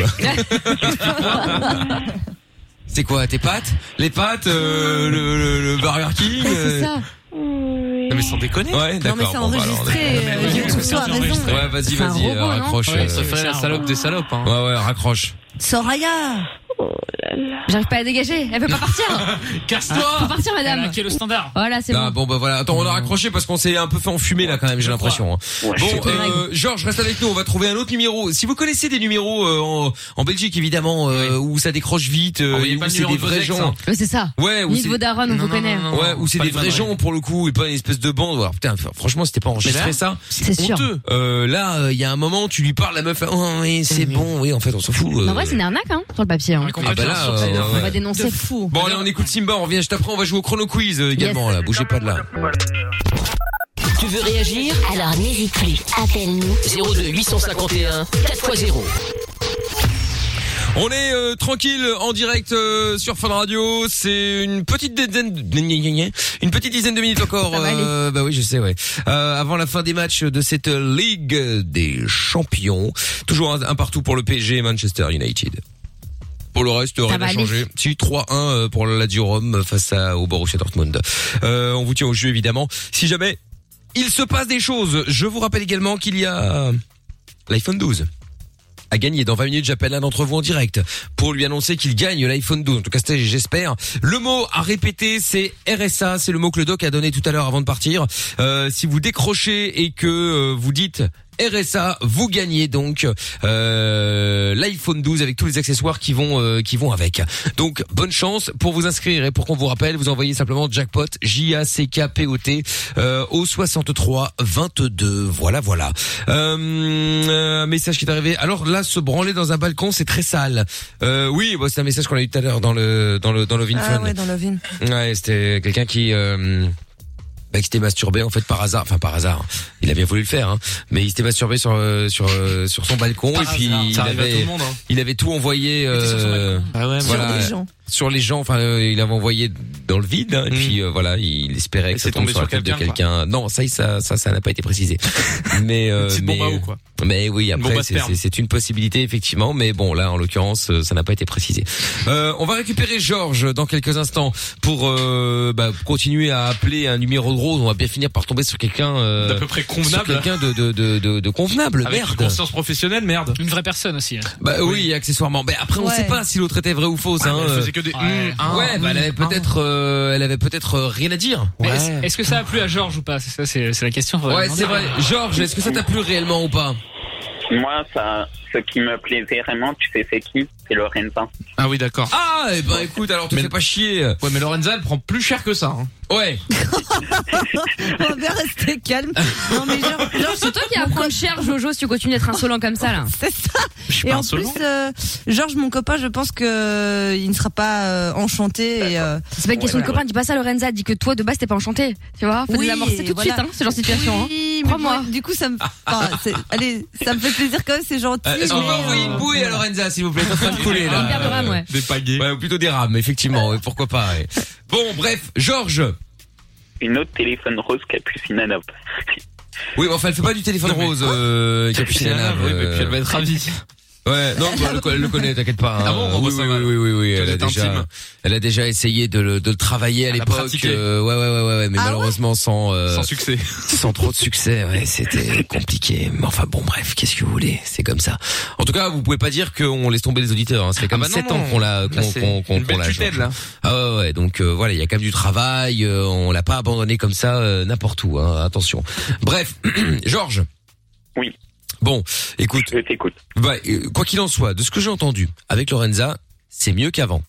là. C'est quoi, tes pâtes? Les pâtes, euh, le, le, le Burger King? Ouais, euh, c'est ça. Non, mais sans déconner. Ouais, Non, d'accord. mais c'est bon, bah, alors, enregistré. d'accord. euh, oui, Dieu oui, que c'est ce soit, enregistré. raison. Ouais, vas-y, C'est un vas-y, robot, euh, non raccroche. Ouais, euh, ça ferait la salope des salopes. Hein. Ouais, ouais, raccroche. Soraya! J'arrive pas à dégager. Elle veut pas partir. Casse-toi. Faut partir, Elle a madame. hacké le standard. Voilà, c'est Ah, bon. bon, bah voilà. Attends, on a raccroché parce qu'on s'est un peu fait enfumer là quand même, j'ai l'impression. hein. Ouais, Bon, c'est euh, Georges, reste avec nous. On va trouver un autre numéro. Si vous connaissez des numéros euh, en, en Belgique, évidemment, euh, où ça décroche vite, euh, Envoyez et pas où le c'est numéro des de vos vrais ex, gens. hein. Euh, Oui, c'est ça. Ouais, où Ni de c'est vos darons, on Non, vous non, connaît. non, non. ouais, où c'est Pas des les vrais conneries. gens pour le coup et pas une espèce de bande. Alors, putain, franchement, c'était pas enregistré Mais là, ça. C'est sûr. Honteux. Euh, là, il y a un moment, tu lui parles, la meuf, oh, oui, c'est Mhm. bon, oui, en fait, on s'en fout. Mais euh. En vrai, c'est une arnaque, hein, sur le papier. Hein. Ah bah là, euh, On ouais. va dénoncer. De fou. Bon, allez, on écoute Simba, on revient juste après, on va jouer au chrono quiz euh, également, Yes. là, bougez pas de là. Tu veux réagir? Alors n'hésite plus, appelle-nous. zéro deux huit cent cinquante et un quatre fois zéro. On est euh, tranquille en direct euh, sur Fun Radio. C'est une petite dizaine, de... une petite dizaine de minutes encore. Ça va aller. Euh, bah oui, je sais, ouais. Euh, avant la fin des matchs de cette Ligue des Champions, toujours un, un partout pour le P S G et Manchester United. Pour le reste, rien va n'a aller. changé. Si trois un pour la Lazio Rome face à, au Borussia Dortmund. Euh, on vous tient au jeu évidemment. Si jamais il se passe des choses, je vous rappelle également qu'il y a l'iPhone douze à gagner. Dans vingt minutes, j'appelle un d'entre vous en direct pour lui annoncer qu'il gagne l'iPhone douze. En tout cas, c'était, j'espère. Le mot à répéter, c'est R S A. C'est le mot que le doc a donné tout à l'heure avant de partir. Euh, si vous décrochez et que euh, vous dites R S A, vous gagnez donc euh, l'iPhone douze avec tous les accessoires qui vont euh, qui vont avec. Donc bonne chance pour vous inscrire et pour qu'on vous rappelle, vous envoyez simplement jackpot J A C K P O T euh, au soixante-trois vingt-deux. Voilà voilà. Euh, un message qui est arrivé. Alors là, se branler dans un balcon, c'est très sale. Euh, oui, bon, c'est un message qu'on a eu tout à l'heure dans le dans le dans Lovin Fun. Ah ouais, dans Lovin. Ouais, c'était quelqu'un qui euh, bah, qui s'était masturbé en fait par hasard, enfin par hasard. Il a bien voulu le faire, hein, mais il s'était masturbé sur euh, sur euh, sur son balcon par et puis hasard. il avait tout, le monde, hein. il avait tout envoyé euh, ah ouais, voilà, sur les gens. Sur les gens, enfin, euh, il avait envoyé dans le vide, hein, et mmh. puis euh, voilà, il espérait et que ça tombe sur la tête de quelqu'un. Non, ça, ça, ça, ça n'a pas été précisé. mais, euh, c'est mais, bombe à eau, quoi. Mais oui, après, c'est, c'est, c'est une possibilité effectivement, mais bon, là, en l'occurrence, ça n'a pas été précisé. Euh, on va récupérer Georges dans quelques instants pour euh, bah, continuer à appeler un numéro de rose. On va bien finir par tomber sur quelqu'un euh, d'à peu près convenable, sur quelqu'un de de de de, de convenable. Avec merde. Une conscience professionnelle, merde. Une vraie personne aussi. Hein. Bah oui, oui, accessoirement. Mais après, on ouais. sait pas si l'autre était vrai ou fausse. Ouais, hein. Elle faisait que des. Ouais, mmh, ouais bah, elle avait peut-être, euh, elle avait peut-être euh, rien à dire. Ouais. Ouais. Est-ce, est-ce que ça a plu à Georges ou pas? C'est ça, c'est, c'est la question. Ouais, c'est vrai. Georges, est-ce que ça t'a plu réellement ou pas? Moi, ça, ce qui me plaisait vraiment, tu sais c'est qui? C'est Lorenza. Ah oui, d'accord. Ah, et ben écoute, alors tu mais fais pas chier. Ouais, mais Lorenza, elle prend plus cher que ça. Hein. Ouais. On va bien rester calme. Non mais genre, genre c'est toi qui vas prendre cher, Jojo, si tu continues d'être insolent comme ça là. C'est ça. Je suis et pas en insolent. plus, euh, Georges, mon copain, je pense que euh, il ne sera pas euh, enchanté. Et, euh, c'est pas une question ouais, de copain. Dis pas ça, Lorenza. Dis que toi de base t'es pas enchanté. Tu vois, faut oui, désamorcer tout de voilà. suite, hein, ce genre de situation. Oui, hein. Crois-moi. Du coup, ça me, enfin, c'est, allez, ça me fait plaisir quand même. C'est gentil. Euh, est-ce qu'on va envoyer une bouée à Lorenza, s'il vous plaît? T'es en train de couler là. Une paire de rames, ouais. Des pagaies. Ouais, ou plutôt des rames, effectivement. Ouais, pourquoi pas. Ouais. Bon, bref, Georges. Une autre téléphone rose Capucine Anna. Oui, mais enfin, elle fait pas du téléphone rose, euh, Capucine Anna. Oui, mais puis elle va être ravie. Ouais, non, bah, elle, elle le connaît, t'inquiète pas. Hein. Ah bon, oui, bah, oui, ça oui, oui, oui, oui, elle a est déjà, intime. elle a déjà essayé de le, de le travailler à Elle a l'époque. pratiqué. Euh, ouais, ouais, ouais, ouais, ouais, mais Ah malheureusement sans, euh, Sans succès. sans trop de succès. Ouais, c'était compliqué. Mais enfin, bon, bref, qu'est-ce que vous voulez, c'est comme ça. En tout cas, vous pouvez pas dire qu'on laisse tomber les auditeurs. Hein. Ça fait comme Ah bah sept non, ans qu'on l'a, qu'on, là, c'est qu'on, qu'on, une qu'on belle l'a. tutelle, là. Ah ouais, ouais. Donc euh, voilà, il y a quand même du travail. Euh, on l'a pas abandonné comme ça euh, n'importe où. Hein. Attention. Bref, Georges. Oui. Bon, écoute. Je t'écoute. Bah, euh, quoi qu'il en soit, de ce que j'ai entendu avec Lorenza, c'est mieux qu'avant.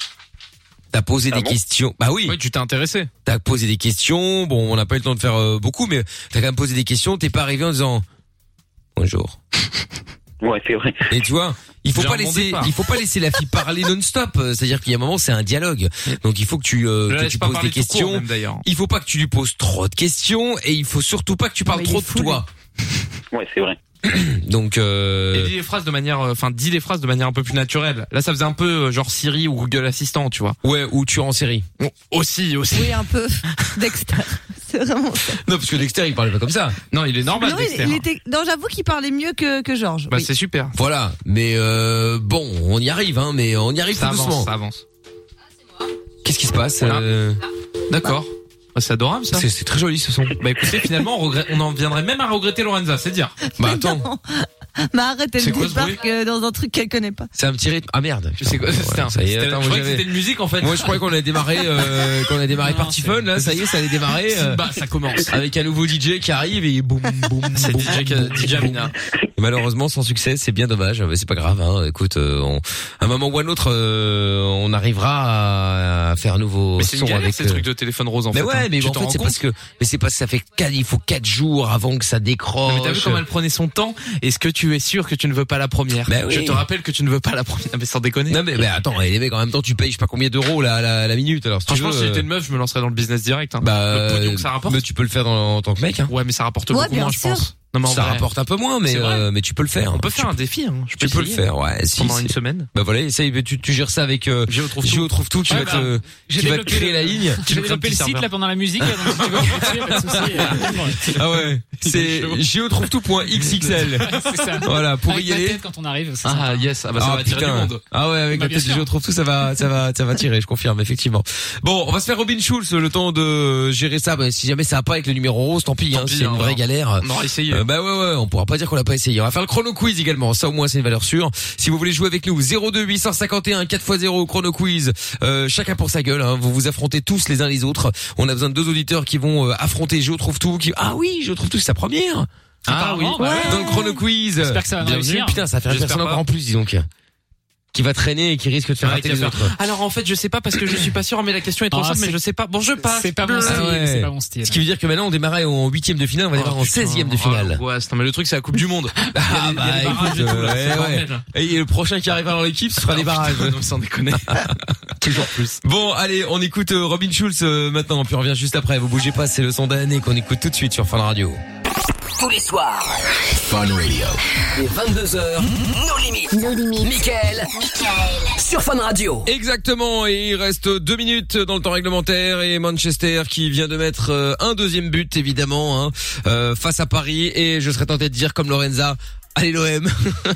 T'as posé Ah des bon questions. Bah oui. Oui, tu t'es intéressé. T'as posé des questions. Bon, on n'a pas eu le temps de faire euh, beaucoup, mais t'as quand même posé des questions. T'es pas arrivé en disant bonjour. Ouais, c'est vrai. Et tu vois, il faut J'ai pas un bon laisser, départ. il faut pas laisser la fille parler non-stop. C'est-à-dire qu'il y a un moment, c'est un dialogue. Donc il faut que tu, euh, Je la que laisse tu pas poses parler des tout court, questions. même, d'ailleurs. Il faut pas que tu lui poses trop de questions et il faut surtout pas que tu parles Mais il trop est de fou, toi. Ouais, c'est vrai. Donc euh... Et dis les phrases de manière, enfin, dis les phrases de manière un peu plus naturelle. Là, ça faisait un peu euh, genre Siri ou Google Assistant, tu vois. ouais, ou tu es en série. Bon, aussi, aussi. oui, un peu. Dexter. C'est vraiment ça. Non, parce que Dexter, il parlait pas comme ça. Non, il est normal, non, il, Dexter. il était, non, j'avoue qu'il parlait mieux que, que Georges. Bah, oui. c'est super. Voilà, mais euh, bon, on y arrive, hein, mais on y arrive Ça tout avance, doucement. ça avance. Qu'est-ce qui se passe Voilà. euh... D'accord. Bah, c'est adorable, ça. c'est, c'est très joli ce son. Bah, écoutez, finalement, on, regrette, on en viendrait même à regretter Lorenza, c'est dire. Bah attends, Non. Mais arrête, elle C'est quoi, ce débarque euh, dans un truc qu'elle connaît pas. c'est un petit rythme. Ah merde. Je sais quoi, Putain, c'était un, ça y est, c'était- attends, je moi, croyais que j'avais- c'était une musique, en fait. Moi je croyais qu'on a démarré, euh, qu'on a démarré Non, Party c'est- Fun là. Ça y est, ça allait démarrer. euh, Bah, ça commence. avec un nouveau D J qui arrive et boum boum. C'est boum, D J, boum, D J boum. Amina. Malheureusement sans succès, c'est bien dommage, mais c'est pas grave. Hein. Écoute, euh, on, à un moment ou à un autre, euh, on arrivera à faire un nouveau Mais c'est une son galère, avec. ces euh, trucs de téléphone rose, en mais fait. ouais, hein. mais Tu bon, en t'en fait rends c'est compte parce que, mais c'est parce que ça fait quatre, il faut quatre jours avant que ça décroche. Mais t'as vu comment elle prenait son temps? Est-ce que tu es sûr que tu ne veux pas la première? Ben oui. Je te rappelle que tu ne veux pas la première. Mais sans déconner. Non mais, mais attends, les mecs en même temps tu payes je sais pas combien d'euros la, la, la minute alors si tu Franchement, veux, si j'étais euh, une meuf, je me lancerais dans le business direct. Hein. bah, Le pognon que ça rapporte. mais tu peux le faire dans, en tant que mec. Hein. Ouais, mais ça rapporte Ouais, beaucoup bien moins, je sûr. pense. Non, mais en Ça vrai, rapporte un peu moins, mais C'est vrai. euh, mais tu peux le faire. on peut faire un défi. Hein. Je Tu peux le essayer. faire, ouais. Si, Pendant c'est- une semaine. Bah voilà, essaye, mais tu, tu gères ça avec euh, Géo trouve Géo tout. trouve tout, qui Ouais, va bah, te, j'ai qui va te développé créer le- la ligne. J'ai développé le site là pendant la musique, là, donc si tu veux, je vais dessus, pas de soucis. Ah ouais, c'est géo trouve tout point X X L. C'est ça. Voilà, pour Avec y ma aller. tête quand on arrive, c'est Ah, sympa. yes. Ah, bah, ça Ah va tirer du putain. monde. Ah ouais, avec Bah, la bien tête de sûr. Géo trouve tout, ça va, ça va, ça va tirer, je confirme, effectivement. Bon, on va se faire Robin Schulz le temps de gérer ça. Bah, si jamais ça va pas avec le numéro rose, tant pis, Tant hein, pis, c'est hein, une vraie on- galère. On aura essayé. Euh, bah ouais ouais, on pourra pas dire qu'on l'a pas essayé. On va faire le chrono quiz également. Ça au moins c'est une valeur sûre. Si vous voulez jouer avec nous, zéro deux huit cent cinquante et un quatre fois zéro chrono quiz. Euh, chacun pour sa gueule. Hein. Vous vous affrontez tous les uns les autres. On a besoin de deux auditeurs qui vont euh, affronter Je trouve tout. Qui... Ah oui, Je trouve tout, c'est sa première. Ah oui, ouais. dans le chrono quiz. J'espère que ça va Bienvenue. réussir. Putain, ça va faire une J'espère personne pas. encore en plus, dis donc. Qui va traîner et qui risque de faire Ouais, rater qui les va autres. faire- Alors en fait, je sais pas parce que je suis pas sûr, mais la question est trop Ah, simple, mais c'est- je sais pas. Bon, je passe. C'est pas mon style, Ah ouais. c'est pas mon style. Ce qui veut dire que maintenant on démarrait en huitième de finale, on va démarrer en seizième de finale. Ouais, non mais le truc c'est la Coupe du Monde. Ah bah écoute, ouais, ouais. Et le prochain qui arrivera dans l'équipe, ce sera des barrages. Non, sans déconner. Toujours plus. Bon, allez, on écoute euh, Robin Schulz euh, maintenant, puis on revient juste après. Vous bougez pas, c'est le son d'année qu'on écoute tout de suite sur Fun Radio. Tous les soirs. Fun Radio. Et vingt-deux heures. Nos limites. Nos limites. Mickaël. Sur Fun Radio. Exactement, et il reste deux minutes dans le temps réglementaire et Manchester qui vient de mettre euh, un deuxième but évidemment hein, euh, face à Paris et je serais tenté de dire comme Lorenza, allez l'O M.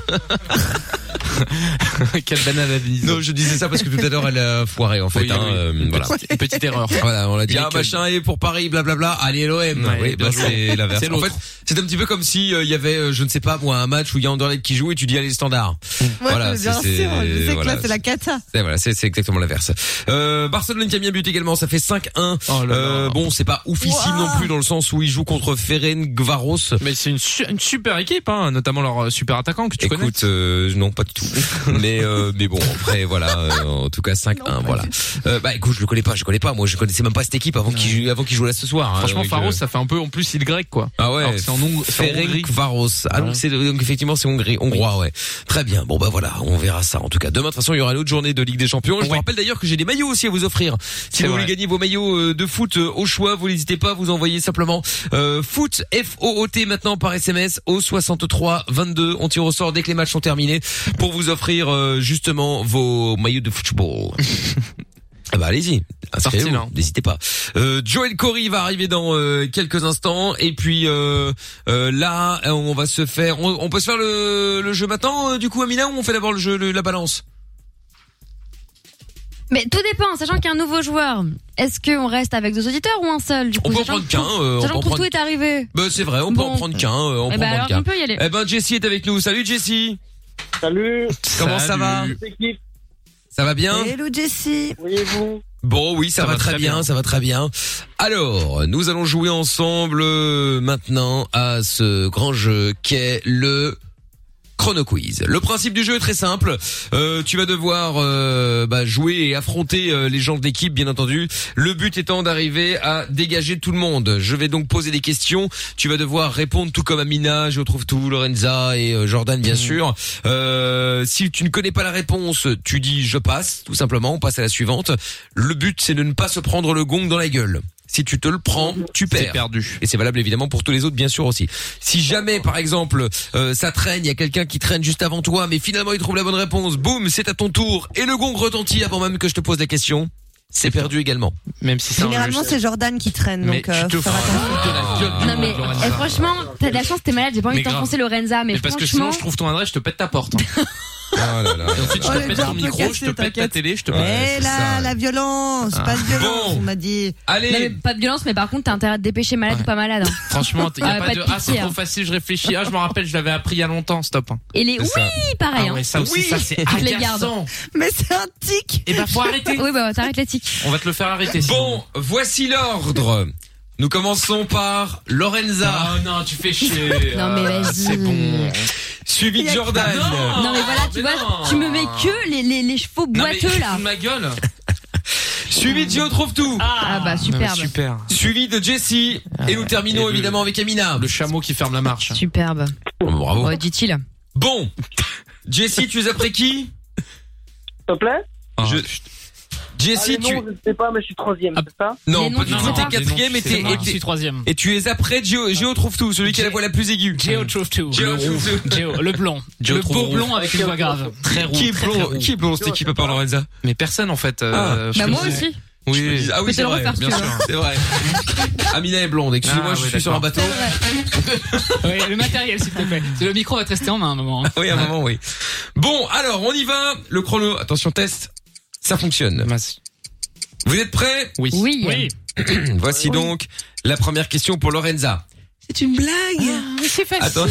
Quelle banane à bise. Non, je disais ça parce que tout à l'heure elle a foiré en fait. Oui, hein, oui. euh, Une voilà. petite, une petite erreur. Voilà, on l'a dit, Et ah que- machin et pour Paris, blablabla, allez l'O M. Ouais, oui, bien bah, joué. c'est l'inverse. C'est En l'autre. fait, c'est un petit peu comme si il y avait, euh, je ne sais pas moi, un match où il y a Anderlecht qui joue et tu dis allez Standard. Ouais, Voilà, bien c'est- sûr, je sais voilà, que là c'est la cata. C'est voilà, c'est c'est exactement l'inverse. Euh, Barcelone qui a mis un but également, ça fait cinq un. Oh là là. Euh, bon, c'est pas oufissime Wow. non plus dans le sens où ils jouent contre Ferencvaros. Mais c'est une, su- une super équipe, hein, notamment leur euh, super attaquant que tu connais. Écoute, euh, non, pas du tout. mais euh, mais bon, après voilà, euh, en tout cas cinq un, voilà. Euh, bah écoute, je le connais pas, je connais pas. Moi, je connaissais même pas cette équipe avant qu'il joue, avant qu'il joue là ce soir. hein, Franchement, donc, Pharos, euh, ça fait un peu en plus il grec quoi. Ah ouais, Alors que c'est en, Hong- c'est en Hongrie. Ferencvaros. Ah donc c'est donc effectivement c'est Hongrie, hongrois, ouais. Très bien. Bon bah voilà, on verra ça. En tout cas, demain de toute façon, il y aura une autre journée de Ligue des Champions. Je vous Ouais. rappelle d'ailleurs que j'ai des maillots aussi à vous offrir. Si C'est vous vrai. voulez gagner vos maillots euh, de foot euh, au choix, vous n'hésitez pas, vous envoyez simplement euh, foot F O O T maintenant par S M S au soixante-trois vingt-deux. On tire au sort dès que les matchs sont terminés pour vous offrir euh, justement vos maillots de football. Ah bah allez-y, inscrivez-vous, Sortez-le, hein. n'hésitez pas. Euh, Joel Corey va arriver dans euh, quelques instants et puis euh, euh, là on va se faire, on, on peut se faire le, le jeu maintenant euh, du coup Amina ou on fait d'abord le jeu le- la balance? Mais tout dépend, sachant qu'il y a un nouveau joueur. Est-ce qu'on reste avec deux auditeurs ou un seul du coup On peut en sachant prendre que qu'un, tout- euh, on Sachant peut en que tout prendre- est arrivé. Bah c'est vrai, on peut Bon. en prendre qu'un, euh, on Eh peut ben en alors, prendre qu'un. on peut y aller. Eh ben Jessie est avec nous. Salut Jessie. Salut. Comment ça va? L'équipe. Ça va bien? Hello Jessie. Oui, et vous? Bon, oui, ça, va, très bien, ça va très bien. Alors, nous allons jouer ensemble euh, maintenant à ce grand jeu qu'est le Chrono Quiz. Le principe du jeu est très simple. Euh, tu vas devoir euh, bah, jouer et affronter euh, les gens de l'équipe, bien entendu. Le but étant d'arriver à dégager tout le monde. Je vais donc poser des questions. Tu vas devoir répondre tout comme Amina, je retrouve tout, Lorenza et euh, Jordan, bien sûr. Euh, si tu ne connais pas la réponse, tu dis je passe, tout simplement. On passe à la suivante. Le but, c'est de ne pas se prendre le gong dans la gueule. Si tu te le prends, tu perds. C'est perdu. Et c'est valable évidemment pour tous les autres, bien sûr aussi. Si jamais, par exemple, euh, ça traîne, il y a quelqu'un qui traîne juste avant toi, mais finalement il trouve la bonne réponse, boum, c'est à ton tour, et le gong retentit avant même que je te pose la question, c'est perdu également. Même si c'est Généralement c'est Jordan qui traîne, Mais donc tu euh, te faut faire fous attention. de la gueule du Non mais Lorenza. eh, franchement, t'as de la chance, t'es malade, j'ai pas envie Mais de t'enfoncer grave. Lorenza, mais, Mais parce que franchement. sinon je trouve ton adresse, je te pète ta porte. hein. Oh là là. Et ensuite je Oh, te les pète gens ton un peu micro, je te cassés, pète ta t'inquiète. télé, je te Eh pète. là, la violence, pas de violence, on m'a dit. Allez. Non, mais pas de violence, mais par contre t'as intérêt à te dépêcher malade ou pas malade. hein. Franchement, il y a Ah, pas, pas de de ah c'est pitié, trop hein. facile, je réfléchis. Ah je me rappelle, je l'avais appris il y a longtemps, stop. hein. Et les oui, ça. pareil. Ah hein. ouais, ça aussi, Oui. ça c'est Je les garde. agaçant. Mais c'est un tic. Et bah faut arrêter. Oui bah t'arrêtes les tics. On va te le faire arrêter. Bon, voici l'ordre. Nous commençons par Lorenza. Oh non, tu fais chier. Non, mais Ah, vas-y. c'est bon. Suivi de Jordan. Non. Non mais voilà, tu mais vois, non. tu me mets que les, les, les chevaux Non, mais tu boiteux te là. fous de ma gueule. Suivi de Gio trouve tout. Ah bah superbe. Super. Suivi de Jessie. Et nous terminons Et le- évidemment avec Amina. Le chameau qui ferme la marche. Superbe. Oh, bravo. Oh, dit-il. Bon. Jessie, tu es après qui? S'il te plaît? Je... Jessie, Allez, tu... non, je ne sais pas, mais je suis troisième, c'est ça? Non, Les noms, pas du tu tout. sais T'es pas. quatrième et C'est t'es, moi et qui t'es- suis troisième. et tu es après Gio, Gio trouve tout, celui qui a la voix la plus aiguë. Géo trouve tout. Gio Le trouve tout. Géo, le blond. Géo Le trouve beau roux. blond avec une voix grave. Très roux. Qui est très, très blond, roux. qui est blond cette équipe à part Lorenza? Mais personne en fait. euh, je Bah te moi dis. aussi. Oui. Ah oui, Peux te c'est le vrai, refaire, bien tu sûr, vois. c'est vrai. Amina est blonde, excusez-moi, Ah, je ouais, suis sur un d'accord. bateau. Oui, le matériel, s'il te plaît. Le micro va te rester en main à un moment. hein. Oui, à un moment, oui. Bon, alors, on y va. Le chrono, attention, test. Ça fonctionne. Vous êtes prêts? Oui. Oui. Oui. Voici donc la première question pour Lorenza. C'est une blague. Mais c'est facile. Attends.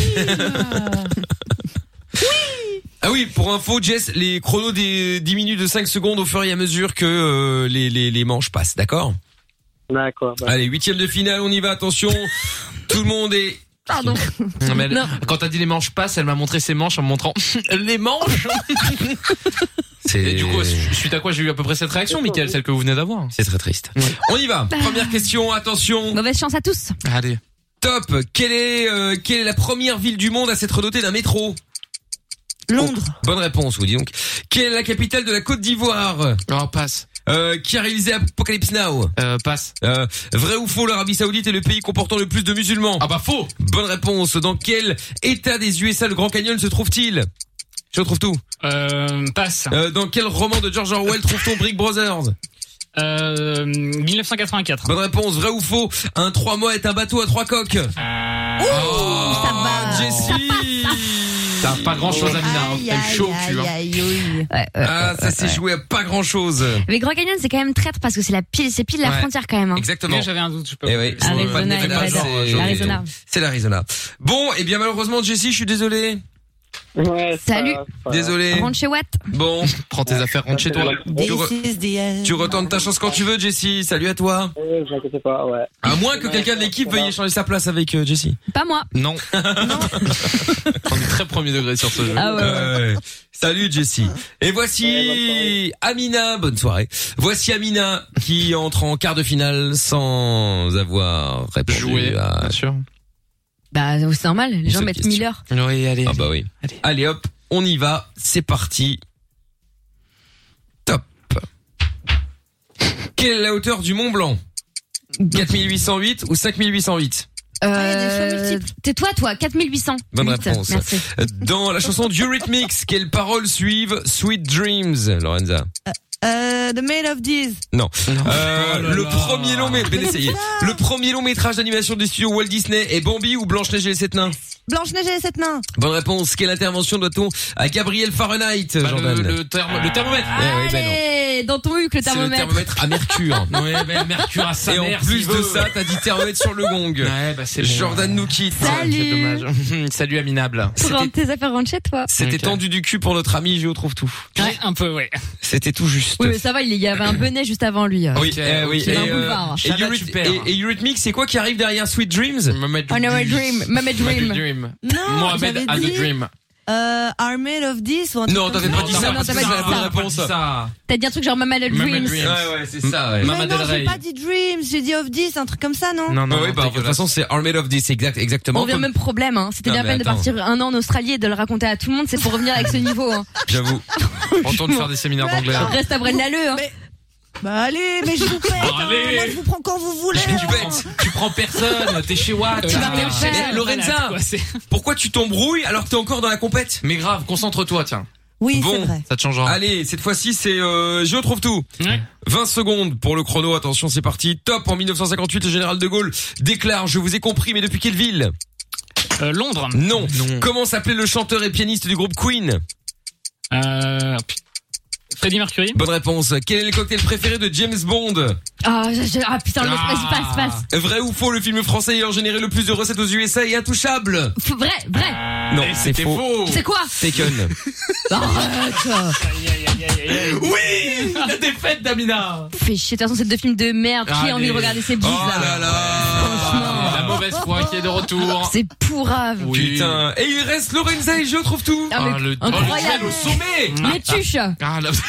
Ah oui, pour info, Jess, les chronos des diminuent de cinq secondes au fur et à mesure que euh, les, les, les manches passent, d'accord? D'accord. bah. Allez, huitième de finale, on y va, attention. Tout le monde est Pardon. Non, mais elle- Non. quand t'as dit les manches passent, elle m'a montré ses manches en me montrant les manches. C'est... Et du coup, suite à quoi j'ai eu à peu près cette réaction, Mickaël, celle que vous venez d'avoir. C'est très triste. On y va. Première question, attention. Mauvaise chance à tous. Allez. Top. Quelle est, euh, quelle est la première ville du monde à s'être dotée d'un métro? Londres. Oh, bonne réponse, vous dis donc. Quelle est la capitale de la Côte d'Ivoire? Oh, passe. Euh, qui a réalisé Apocalypse Now? Euh, passe. Euh, vrai ou faux, l'Arabie Saoudite est le pays comportant le plus de musulmans? Ah bah faux. Bonne réponse. Dans quel état des U S A le Grand Canyon se trouve-t-il? Je trouve tout. Euh, passe. Euh, dans quel roman de George Orwell trouve-t-on Brick Brothers? Euh, mille neuf cent quatre-vingt-quatre. Bonne réponse. Vrai ou faux, un trois mâts est un bateau à trois coques? Euh... Oh, ça va. Jessie. T'as pas grand chose, Amina. Hein. T'as eu chaud, tu vois. Ouais, ouais, Ah, ça ouais, s'est ouais. joué à pas grand chose. Mais Grand Canyon, c'est quand même traître parce que c'est la pile, c'est pile la Ouais. frontière quand même. Hein. Exactement. Mais j'avais un doute, je peux Eh pas. oui, c'est Arizona, pas le Nevada, Nevada. c'est- L'Arizona. C'est l'Arizona. Bon, et bien malheureusement, Jessie, je suis désolé. Ouais, Salut. Désolé. Rentre chez Watt. Bon, Prends tes affaires, rentre chez toi. tu, This re- is the end. tu retentes ta chance quand tu veux, Jessie. Salut à toi. Ouais, vous inquiétez pas, ouais. À moins que quelqu'un de l'équipe veuille échanger sa place avec euh, Jessie. Pas moi. Non. On est très premier degré sur ce jeu. Ah ouais. Euh, salut Jessie. Et voici Amina, bonne soirée. Voici Amina qui entre en quart de finale sans avoir répondu Jouer, à... bien sûr. Bah c'est normal, les gens seule mettent question. mille heures. Oui, allez. Ah bah oui. Allez. Allez hop, on y va, c'est parti. Top. Quelle est la hauteur du Mont Blanc? quatre mille huit cent huit ou cinq mille huit cent huit? il y a des choix Euh, multiples. Tais-toi toi, quatre mille huit cents. Bonne Huit. réponse. Merci. Dans la chanson d'Eurythmics, quelles paroles suivent Sweet Dreams, Lorenza? Euh, The Maid of These. Non. Euh, Oh là le là. premier long métrage, ben essayez. Le premier long métrage d'animation des studios Walt Disney est Bambi ou Blanche-Neige et les sept nains? Blanche-Neige et les sept nains. Bonne réponse. Quelle intervention doit-on à Gabriel Fahrenheit, Bah, Jordan? le, le, thermo- le thermomètre. Eh oui, ben non. Allez, dans ton huc le C'est le thermomètre. thermomètre à mercure. Ouais, ben Mercure à sa Et en mère. plus s'il de veut. ça, t'as dit thermomètre sur le gong. Ouais, bah c'est bon. Jordan nous quitte. Salut. C'est dommage. Salut Aminable. Pour rendre tes affaires rentre chez toi. C'était Ok. tendu du cul pour notre ami Géo trouve tout. Ouais, un peu, ouais. C'était tout juste. Oui mais ça va, il y avait un bonnet juste avant lui. Oui, Ok, eh oui. ok. Et, Un euh, boulevard. et, Shada, Euryth- tu perds. et, et Eurythmics, c'est quoi qui arrive derrière Sweet Dreams? Mohamed Oh no, my dream, Mama dream. Dream. Non, Mohamed j'avais has a dit, dream. euh, Armade of This ou un truc Non, comme t'avais ça. pas dit non, ça non, parce t'as que pas c'est dit la ça. bonne réponse. ça. T'as dit un truc genre Mama Mama dreams. Dreams. Ouais, ouais, c'est ça, ouais. Mais Mama non, Del j'ai Rey. pas dit Dreams, j'ai dit of This, un truc comme ça, non? Non, non, Ah oui, non, bah, de toute dégueulasse. façon, c'est Armade of This, exact, exactement. On vient comme- même problème, hein. C'était Ah, bien mais peine de attends. partir un an en Australie et de le raconter à tout le monde, c'est pour revenir avec ce niveau, hein. J'avoue. Entendre faire des séminaires d'anglais. hein. Reste à Braine-l'Alleud, hein. Mais- Bah allez, mais je vous pète, hein. Allez. Moi je vous prends quand vous voulez. Tu hein. bêtes. Tu prends personne, t'es chez Watt. Tu vas rien Ah, faire. Eh, Lorenza, Voilà, quoi, c'est- pourquoi tu t'embrouilles alors que t'es encore dans la compète? Mais grave, concentre-toi, tiens. Oui, Bon. c'est vrai. Ça te changera. Allez, cette fois-ci, c'est euh, je trouve tout. Ouais. vingt secondes pour le chrono. Attention, c'est parti. Top. En mille neuf cent cinquante-huit, le général de Gaulle déclare: je vous ai compris, mais depuis quelle ville? Euh, Londres. Non. Non. Comment s'appelait le chanteur et pianiste du groupe Queen? Euh, Freddie Mercury. Bonne réponse. Quel est le cocktail préféré de James Bond? Ah, je- je- ah putain, le Ah. vas-y, passe, passe. Vrai ou faux, le film français ayant généré le plus de recettes aux U S A est intouchable? F- Vrai, vrai. Non, Et c'est c'était faux. faux. C'est quoi? Taken. Arrête. Oui, la défaite d'Amina. Fais chier, de toute façon, c'est deux films de merde. Qui Allez. a envie de regarder ces bises Oh là là. Franchement. La mauvaise foi qui est de retour. C'est pourrave. Oui. Putain. Et il reste Lorenza et je trouve tout. Ah, mais Ah, le- incroyable. oh, le duel au sommet. Les tuches. Ah, la...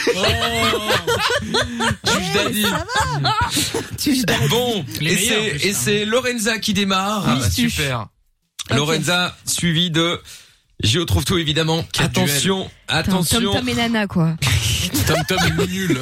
Juge Daddy. Tu Bon, Les et meilleurs, en c'est plus, et hein. c'est Lorenza qui démarre. Ah, bah, super. Lorenza suivi de Géo trouve tout évidemment. Quel Attention, Tom attention, Tom et Nana, quoi. Tom Tom est nul.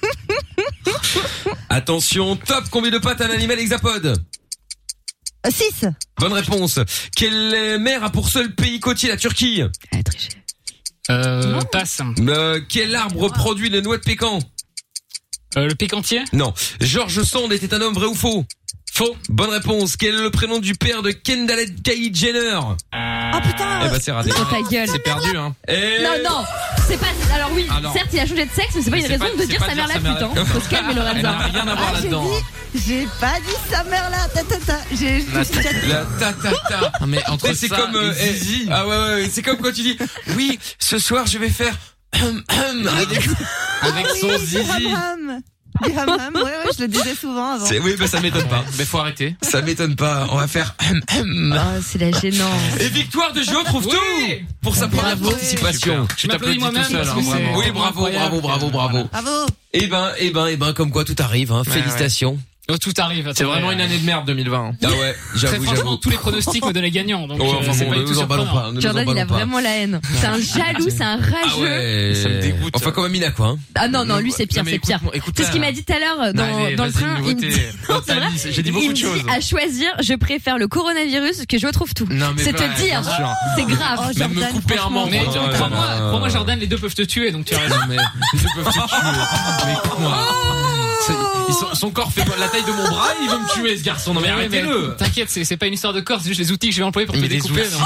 attention. Top. Combien de pattes a un animal hexapode? six. Bonne réponse. Quelle mer a pour seul pays côtier la Turquie? Elle a triché. Euh, passe. Euh, Quel arbre produit les noix de pécan? Euh, le pécantier. Non. George Sand était un homme, vrai ou faux? Faux. Bonne réponse. Quel est le prénom du père de Kendall Kylie Jenner? Oh putain. Eh ben c'est raté. Oh ta gueule. C'est perdu, hein. Et... Non, non, c'est pas. Alors oui, Alors. certes, il a changé de sexe, mais c'est pas Mais une c'est raison pas- de c'est dire pas sa dire mère sa la mère pute. la- Hein. Faut se calmer, Elle n'a Lorenza. rien à voir Ah, j'ai là-dedans. dit, j'ai pas dit sa mère là. Ta ta ta. J'ai. La, La ta ta ta. Ah, mais entre Mais c'est ça comme euh, et eh, Zizi. ah ouais, ouais ouais, c'est comme quand tu dis oui ce soir je vais faire hum, hum, avec, Avec Ah son oui, zizi. du hammam. Du hammam, ouais, ouais, je le disais souvent avant. C'est, oui, bah ça m'étonne pas. Mais faut arrêter. Ça m'étonne pas. On va faire. Oh, c'est la gênance. Et victoire de Géo trouve tout pour sa première Bravo. participation. Je t'applaudis moi-même. seul, parce hein, que c'est- vraiment. Oui, bravo, bravo, bravo, bravo. Bravo. Eh ben, eh ben, eh ben, comme quoi tout arrive, hein. Ouais, Félicitations. Oh, tout arrive. C'est attendez, vraiment euh, une année de merde deux mille vingt. Ah ouais, Très j'avoue, franchement, j'avoue. tous les pronostics me donnaient gagnant. Donc, Oh, euh, enfin c'est bon, pas ne du tout nous emballons surprenant. pas. ne nous Jordan, il a emballons pas. vraiment la haine. C'est un jaloux, c'est un Ah rageux. ouais. Ça me dégoûte. Enfin, comme Amina, quoi. Hein. Ah non, non, lui c'est pire, Non, mais c'est pire. écoute-moi, écoute C'est ce qu'il là. m'a dit tout à l'heure dans, Allez, dans le vas-y, train. une Il me nouveauté. dit, Dans non, ta c'est vrai. liste, j'ai dit beaucoup Il me de choses. dit à choisir, je préfère le coronavirus que je retrouve tout. Non, mais C'est bah, te dire, bien sûr. c'est grave. Oh, Même me Jordan, couper un franchement. membre. Mais Oh là crois-moi, là. crois-moi, Jordan, les deux peuvent te tuer, donc tu as raison. Non, mais ils peuvent te tuer. Mais écoute-moi. C'est- ils sont- Son corps fait la taille de mon bras, il veut me tuer ce garçon. Non mais Ouais, mais arrêtez-le. T'inquiète, c'est c'est pas une histoire de corps, c'est juste les outils que je vais employer pour te Mais des découper. outils. donc.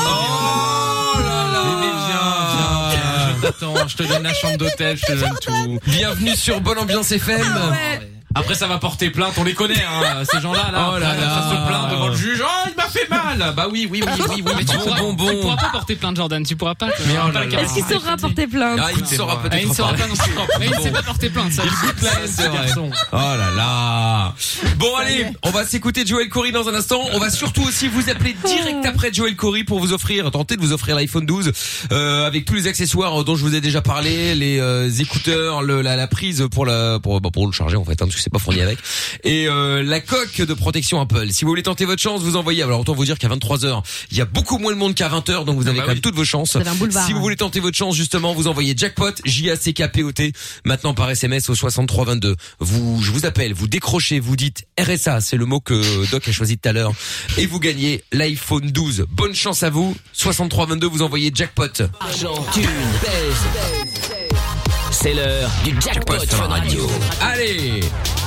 Oh là là. Mais viens, viens, viens, je t'attends, je te donne la chambre d'hôtel, je te donne tout. Bienvenue sur Bonne Ambiance F M. Après ça va porter plainte, on les connaît hein, ces gens-là là. Oh là Après, là. ça se plaint devant le juge. Oh, il m'a fait mal. Bah oui, oui, oui, oui, oui. Mais tu Bon, pourras, bon, bon. tu pourras pas porter plainte, Jordan, tu pourras pas. Mais oh pas là la là. Est-ce qu'il capacité. saura porter plainte? Ah, il saura Ah, il ne peut-être saura pas. pas non plus. Mais il ne sait pas porter plainte, ça. C'est vrai. Oh là là. Bon allez, on va s'écouter Joël Corry dans un instant. On va surtout aussi vous appeler direct après Joël Corry pour vous offrir, tenter de vous offrir l'iPhone douze euh, avec tous les accessoires dont je vous ai déjà parlé, les euh, écouteurs, le, la, la prise pour la pour bah, pour le charger en fait, hein, parce que c'est pas fourni avec, et euh, la coque de protection Apple. Si vous voulez tenter votre chance, vous envoyez. Alors autant vous dire qu'à vingt-trois heures, il y a beaucoup moins de monde qu'à vingt heures, donc vous avez bah quand même oui. toutes vos chances. Vous avez un boulevard, Si vous hein. voulez tenter votre chance, justement, vous envoyez jackpot, J A C K P O T, maintenant par S M S au soixante-trois vingt-deux. Vous, je vous appelle, vous décrochez, vous dites R S A, c'est le mot que Doc a choisi tout à l'heure, et vous gagnez l'iPhone douze. Bonne chance à vous. soixante-trois vingt-deux, vous envoyez jackpot. Argent, thune, pèse. C'est l'heure du jackpot Fun Radio. Allez!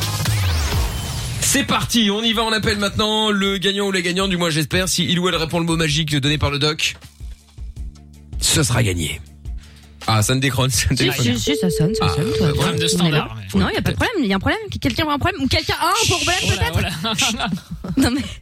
C'est parti, on y va, on appelle maintenant le gagnant ou la gagnante, du moins j'espère. Si il ou elle répond le mot magique donné par le doc, ce sera gagné. Ah, ça ne décroche, ça ne Si, décroche. si, si, ça sonne, ça Ah, sonne. bah, toi. Problème de standard. On est là. Non, il y a pas de problème. Il y a un problème. Quelqu'un a un problème ou quelqu'un a un problème Voilà, peut-être. voilà. Non mais.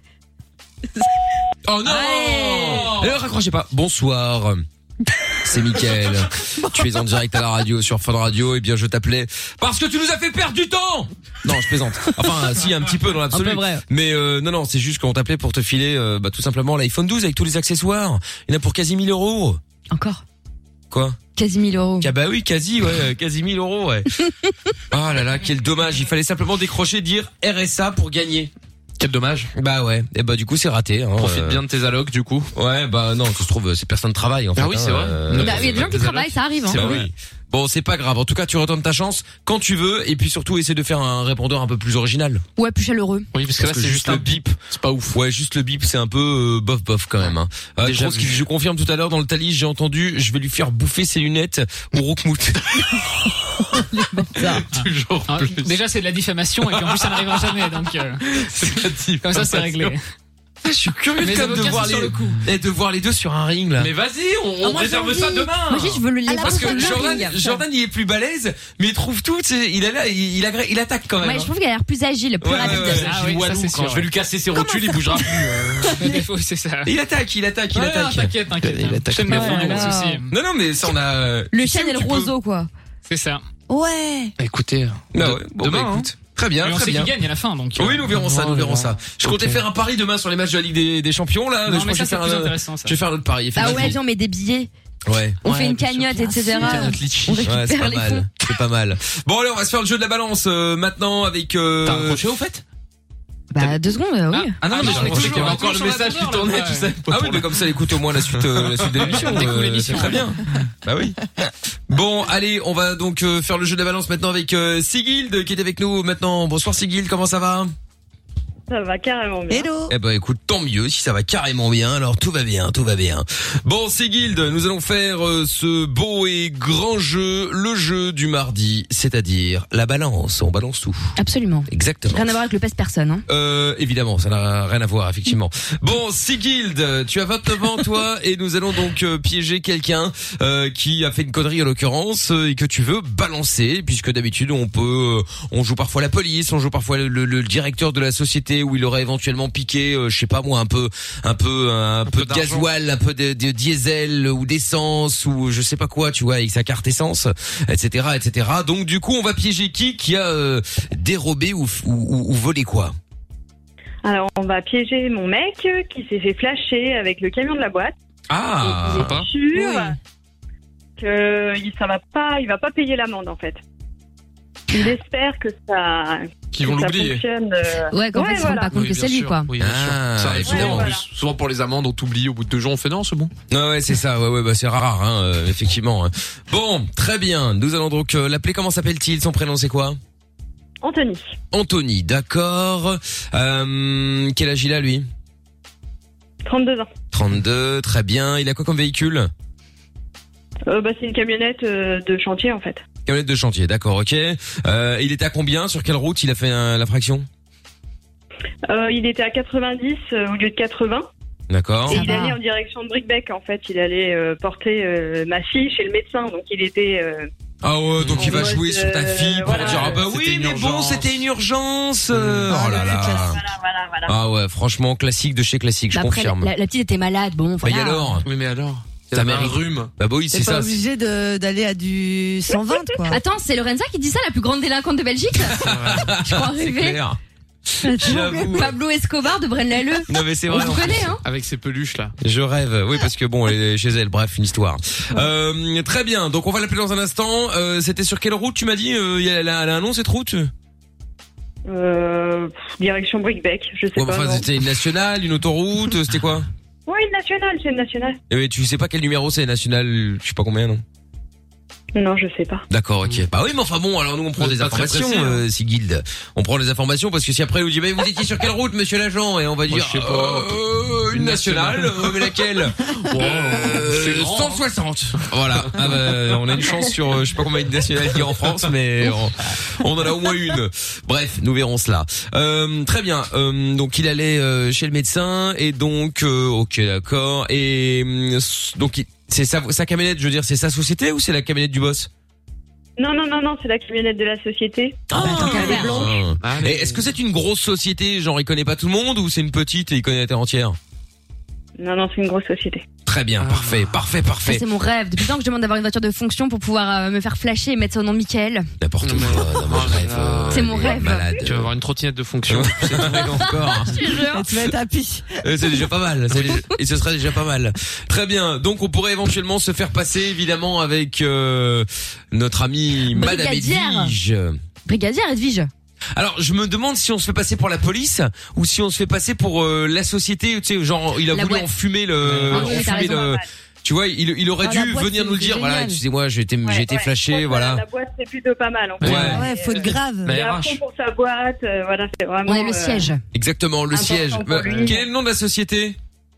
Oh non! Allez. Ne raccrochez pas. Bonsoir. C'est Mickaël. Tu es en direct à la radio sur Fun Radio. Eh bien, je t'appelais parce que tu nous as fait perdre du temps. Non, je plaisante. Enfin, si, un petit peu dans l'absolu. Un peu vrai. Mais euh, non, non, c'est juste qu'on t'appelait pour te filer, euh, bah, tout simplement l'iPhone douze avec tous les accessoires. Il y en a pour quasi mille euros. Encore. Quoi? Quasi mille euros. Ah bah oui, quasi, ouais, quasi mille euros, ouais. Oh là là, quel dommage. Il fallait simplement décrocher, dire R S A pour gagner. Quel dommage. Bah ouais, et bah du coup c'est raté. Hein, Profite euh... bien de tes allocs du coup. Ouais, bah non, ça se trouve c'est personne ne travaille en fait. Ah oui, c'est hein, vrai. euh, Bah, il y a des gens qui travaillent, ça arrive. Hein. C'est vrai. Bon, c'est pas grave. En tout cas, tu retentes ta chance quand tu veux, et puis surtout essaie de faire un répondeur un peu plus original. Ouais, plus chaleureux. Oui, parce que là c'est juste le un bip. C'est pas ouf. Ouais, juste le bip, c'est un peu euh, bof bof quand même. Hein. Euh, Déjà Grosse vu. kiff, je confirme tout à l'heure dans le Thalys, j'ai entendu, je vais lui faire bouffer ses lunettes au Roukmout. Toujours Ah, plus. Déjà, c'est de la diffamation et puis en plus, ça n'arrivera jamais. Donc, euh, comme ça, c'est réglé. Je suis curieux Mes quand même de avocats voir sont les sur le coup. et de voir les deux sur un ring là. Mais vas-y, on, Ah, on moi, réserve j'ai ça envie. demain. Moi, je veux le les Parce que voir sur le Jordan, ring. Jordan, il est plus balèze, mais il trouve tout. tu sais, Il est là, il, il, agré- il attaque quand même. Ouais, hein. je trouve qu'elle a l'air plus agile, plus Ouais, rapide. ouais, ouais. Ah Gilles oui, ça, Walou, c'est quand sûr, je vais lui casser ses rotules, il bougera plus. euh. Mais des fois, c'est ça. Il attaque, il attaque, il Ouais, attaque. non, T'inquiète, t'inquiète. Il hein. attaque. Je t'aime bien, Oh Fondou, là pas de là. souci. Non, non, mais ça on a. Le tu sais chêne où et le tu peux- roseau, quoi. C'est ça. Ouais. Écoutez, Bah ouais, bon, demain, bah, hein. écoute. Très bien, Mais on très sait bien. qui gagne à la fin, donc. Oui, nous verrons ça, nous Oh là verrons là. ça. Je comptais Ok. faire un pari demain sur les matchs de la Ligue des, des Champions, là. Non, je mais crois que ça, je vais c'est faire plus un- intéressant, ça. Je vais faire notre pari. Ah effectivement. ouais, viens, on met des billets. Ouais. On Ouais, fait une bien sûr. cagnotte, et cetera. Cagnotte litchi. On Ouais, c'est récupère pas les fonds. mal. C'est pas mal. Bon, allez, on va se faire le jeu de la balance, euh, maintenant avec, euh... T'as accroché au fait? Bah, deux secondes, euh, oui. Ah non, Ah mais non, je mais pensais toujours, qu'il y avait on est encore le toujours sur la message qui tournure, tournait, là, tu ouais. sais. Ah oui, mais comme ça, elle écoute au moins la suite, euh, la suite de l'émission. On découle euh, l'émission. C'est très bien. Bah oui. Bon, allez, on va donc euh, faire le jeu de la balance maintenant avec euh, Sigild qui est avec nous maintenant. Bonsoir Sigild, comment ça va? Ça va carrément bien. Hello. Eh ben écoute, tant mieux si ça va carrément bien. Alors tout va bien, tout va bien. Bon, Sigild, nous allons faire euh, ce beau et grand jeu, le jeu du mardi, c'est-à-dire la balance. On balance tout. Absolument. Exactement. Rien à voir avec le pèse-personne, hein. Euh, évidemment, ça n'a rien à voir, effectivement. Bon, Sigild, tu as vingt-neuf ans, toi, et nous allons donc euh, piéger quelqu'un euh, qui a fait une connerie, en l'occurrence, euh, et que tu veux balancer, puisque d'habitude, on peut, euh, on joue parfois la police, on joue parfois le, le- le directeur de la société société où il aurait éventuellement piqué, euh, je sais pas moi, un peu, un peu, un, un peu, peu de gasoil, un peu de, de diesel ou d'essence ou je sais pas quoi, tu vois, avec sa carte essence, et cetera, et cetera. Donc du coup, on va piéger qui qui a euh, dérobé ou, ou, ou volé quoi? Alors, on va piéger mon mec qui s'est fait flasher avec le camion de la boîte. Ah, il est sûr oui. que il, ça va pas, il va pas payer l'amende en fait. Il espère que ça, Qu'ils vont que ça l'oublier. fonctionne. Euh... Ouais, qu'en ouais, fait, ils se rendent voilà. pas compte Oui, que bien c'est lui, sûr. quoi. Oui, bien Ah, sûr. Ça arrive ouais, souvent, en voilà. plus. Souvent pour les amendes, on t'oublie au bout de deux jours, on fait non, c'est bon. Ouais, ouais, c'est ça. Ouais, ouais, bah c'est rare, hein, euh, effectivement. hein. Bon, très bien. Nous allons donc euh, l'appeler. Comment s'appelle-t-il? Son prénom, c'est quoi? Anthony. Anthony, d'accord. Euh, quel âge il a lui? trente-deux ans. trente-deux, très bien. Il a quoi comme véhicule? Euh, bah, c'est une camionnette euh, de chantier en fait. Camionnette de chantier, d'accord, ok. Euh, il était à combien? Sur quelle route il a fait euh, l'infraction? Euh, il était à quatre-vingt-dix euh, au lieu de quatre-vingts. D'accord. Et il allait en direction de Brickbeck en fait. Il allait euh, porter euh, ma fille chez le médecin. Donc il était... Euh, Ah ouais, donc il va mode, jouer sur ta fille pour voilà, dire ah bah c'était oui une mais bon urgence. c'était une urgence. euh, oh là là. Voilà, voilà, voilà. Ah ouais, franchement classique de chez classique, je Bah après, confirme. la, la petite était malade, bon, Bah voilà. y alors. Oui, mais alors? Ça Ça met un mérite. rhume. Bah, bah oui, c'est T'es pas ça. obligé de- d'aller à du cent vingt, quoi. Attends, c'est Lorenza qui dit ça, la plus grande délinquante de Belgique? Je crois C'est rêver. clair. J'avoue. Pablo Escobar de Braine-l'Alleud. Non mais c'est On vrai. vous en connaît, plus. hein? Avec ses peluches, là. Je rêve, oui parce que bon, elle est chez elle, bref, une histoire. Euh, très bien, donc on va l'appeler dans un instant. Euh, c'était sur quelle route tu m'as dit? euh, Elle a, elle a un nom cette route? Euh, direction Brickbeck, je sais Ouais, pas. enfin non. c'était une nationale, une autoroute, c'était quoi? Ouais, une nationale, c'est une nationale. Eh, tu sais pas quel numéro c'est, nationale, je sais pas combien, non? Non, je sais pas. D'accord, ok. Bah oui, mais enfin bon, alors nous on prend Vous des êtes pas très informations, précis, hein. euh, Sigilde. On prend des informations parce que si après il nous dit, mais vous étiez sur quelle route, monsieur l'agent? Et on va Moi, dire, je sais pas. euh, une nationale, euh, mais laquelle? Euh, c'est grand, cent soixante. Voilà. Ah bah, on a une chance sur, euh, je sais pas combien de nationales il y a en France, mais on, on en a au moins une. Bref, nous verrons cela. Euh, très bien. Euh, donc il allait euh, chez le médecin et donc, euh, ok, d'accord. Et euh, donc il- c'est sa, sa camionnette, je veux dire, c'est sa société ou c'est la camionnette du boss? Non, non, non, non, c'est la camionnette de la société. Ah, bah, tant qu'à faire. blanche. Ah. Et est-ce que c'est une grosse société, genre il connaît pas tout le monde, ou c'est une petite et il connaît la terre entière? Non, non, c'est une grosse société. Très bien, parfait, parfait, Ça, parfait. c'est mon rêve. Depuis le temps que je demande d'avoir une voiture de fonction pour pouvoir euh, me faire flasher et mettre son nom Mickaël. N'importe Non, mais- quoi, non, mais je rêve, euh, C'est mon rêve. Malade. Tu vas avoir une trottinette de fonction. C'est tout encore. Je te jure. Et tu vas être happy. Euh, C'est déjà pas mal. c'est déjà- Et ce serait déjà pas mal. Très bien. Donc on pourrait éventuellement se faire passer évidemment avec euh, notre amie Madame Brigadière. Edwige. Brigadière Edwige. Alors je me demande si on se fait passer pour la police ou si on se fait passer pour euh, la société. Tu sais, genre il a La voulu boîte. enfumer le, Ah oui, t'as enfumer raison. le. Tu vois, il, il aurait Ah, dû la boîte, venir c'est- nous le c'est dire. Voilà, génial. excusez-moi, j'ai été, j'ai été Ouais, flashé, je pense que voilà. La boîte, c'est plutôt pas mal, en fait. Ouais. Ouais, faute grave. Mais Il est à R H. fond pour sa boîte, euh, voilà, c'est vraiment... On est le euh, siège. Exactement, le Important siège. pour Euh, lui. Quel est le nom de la société?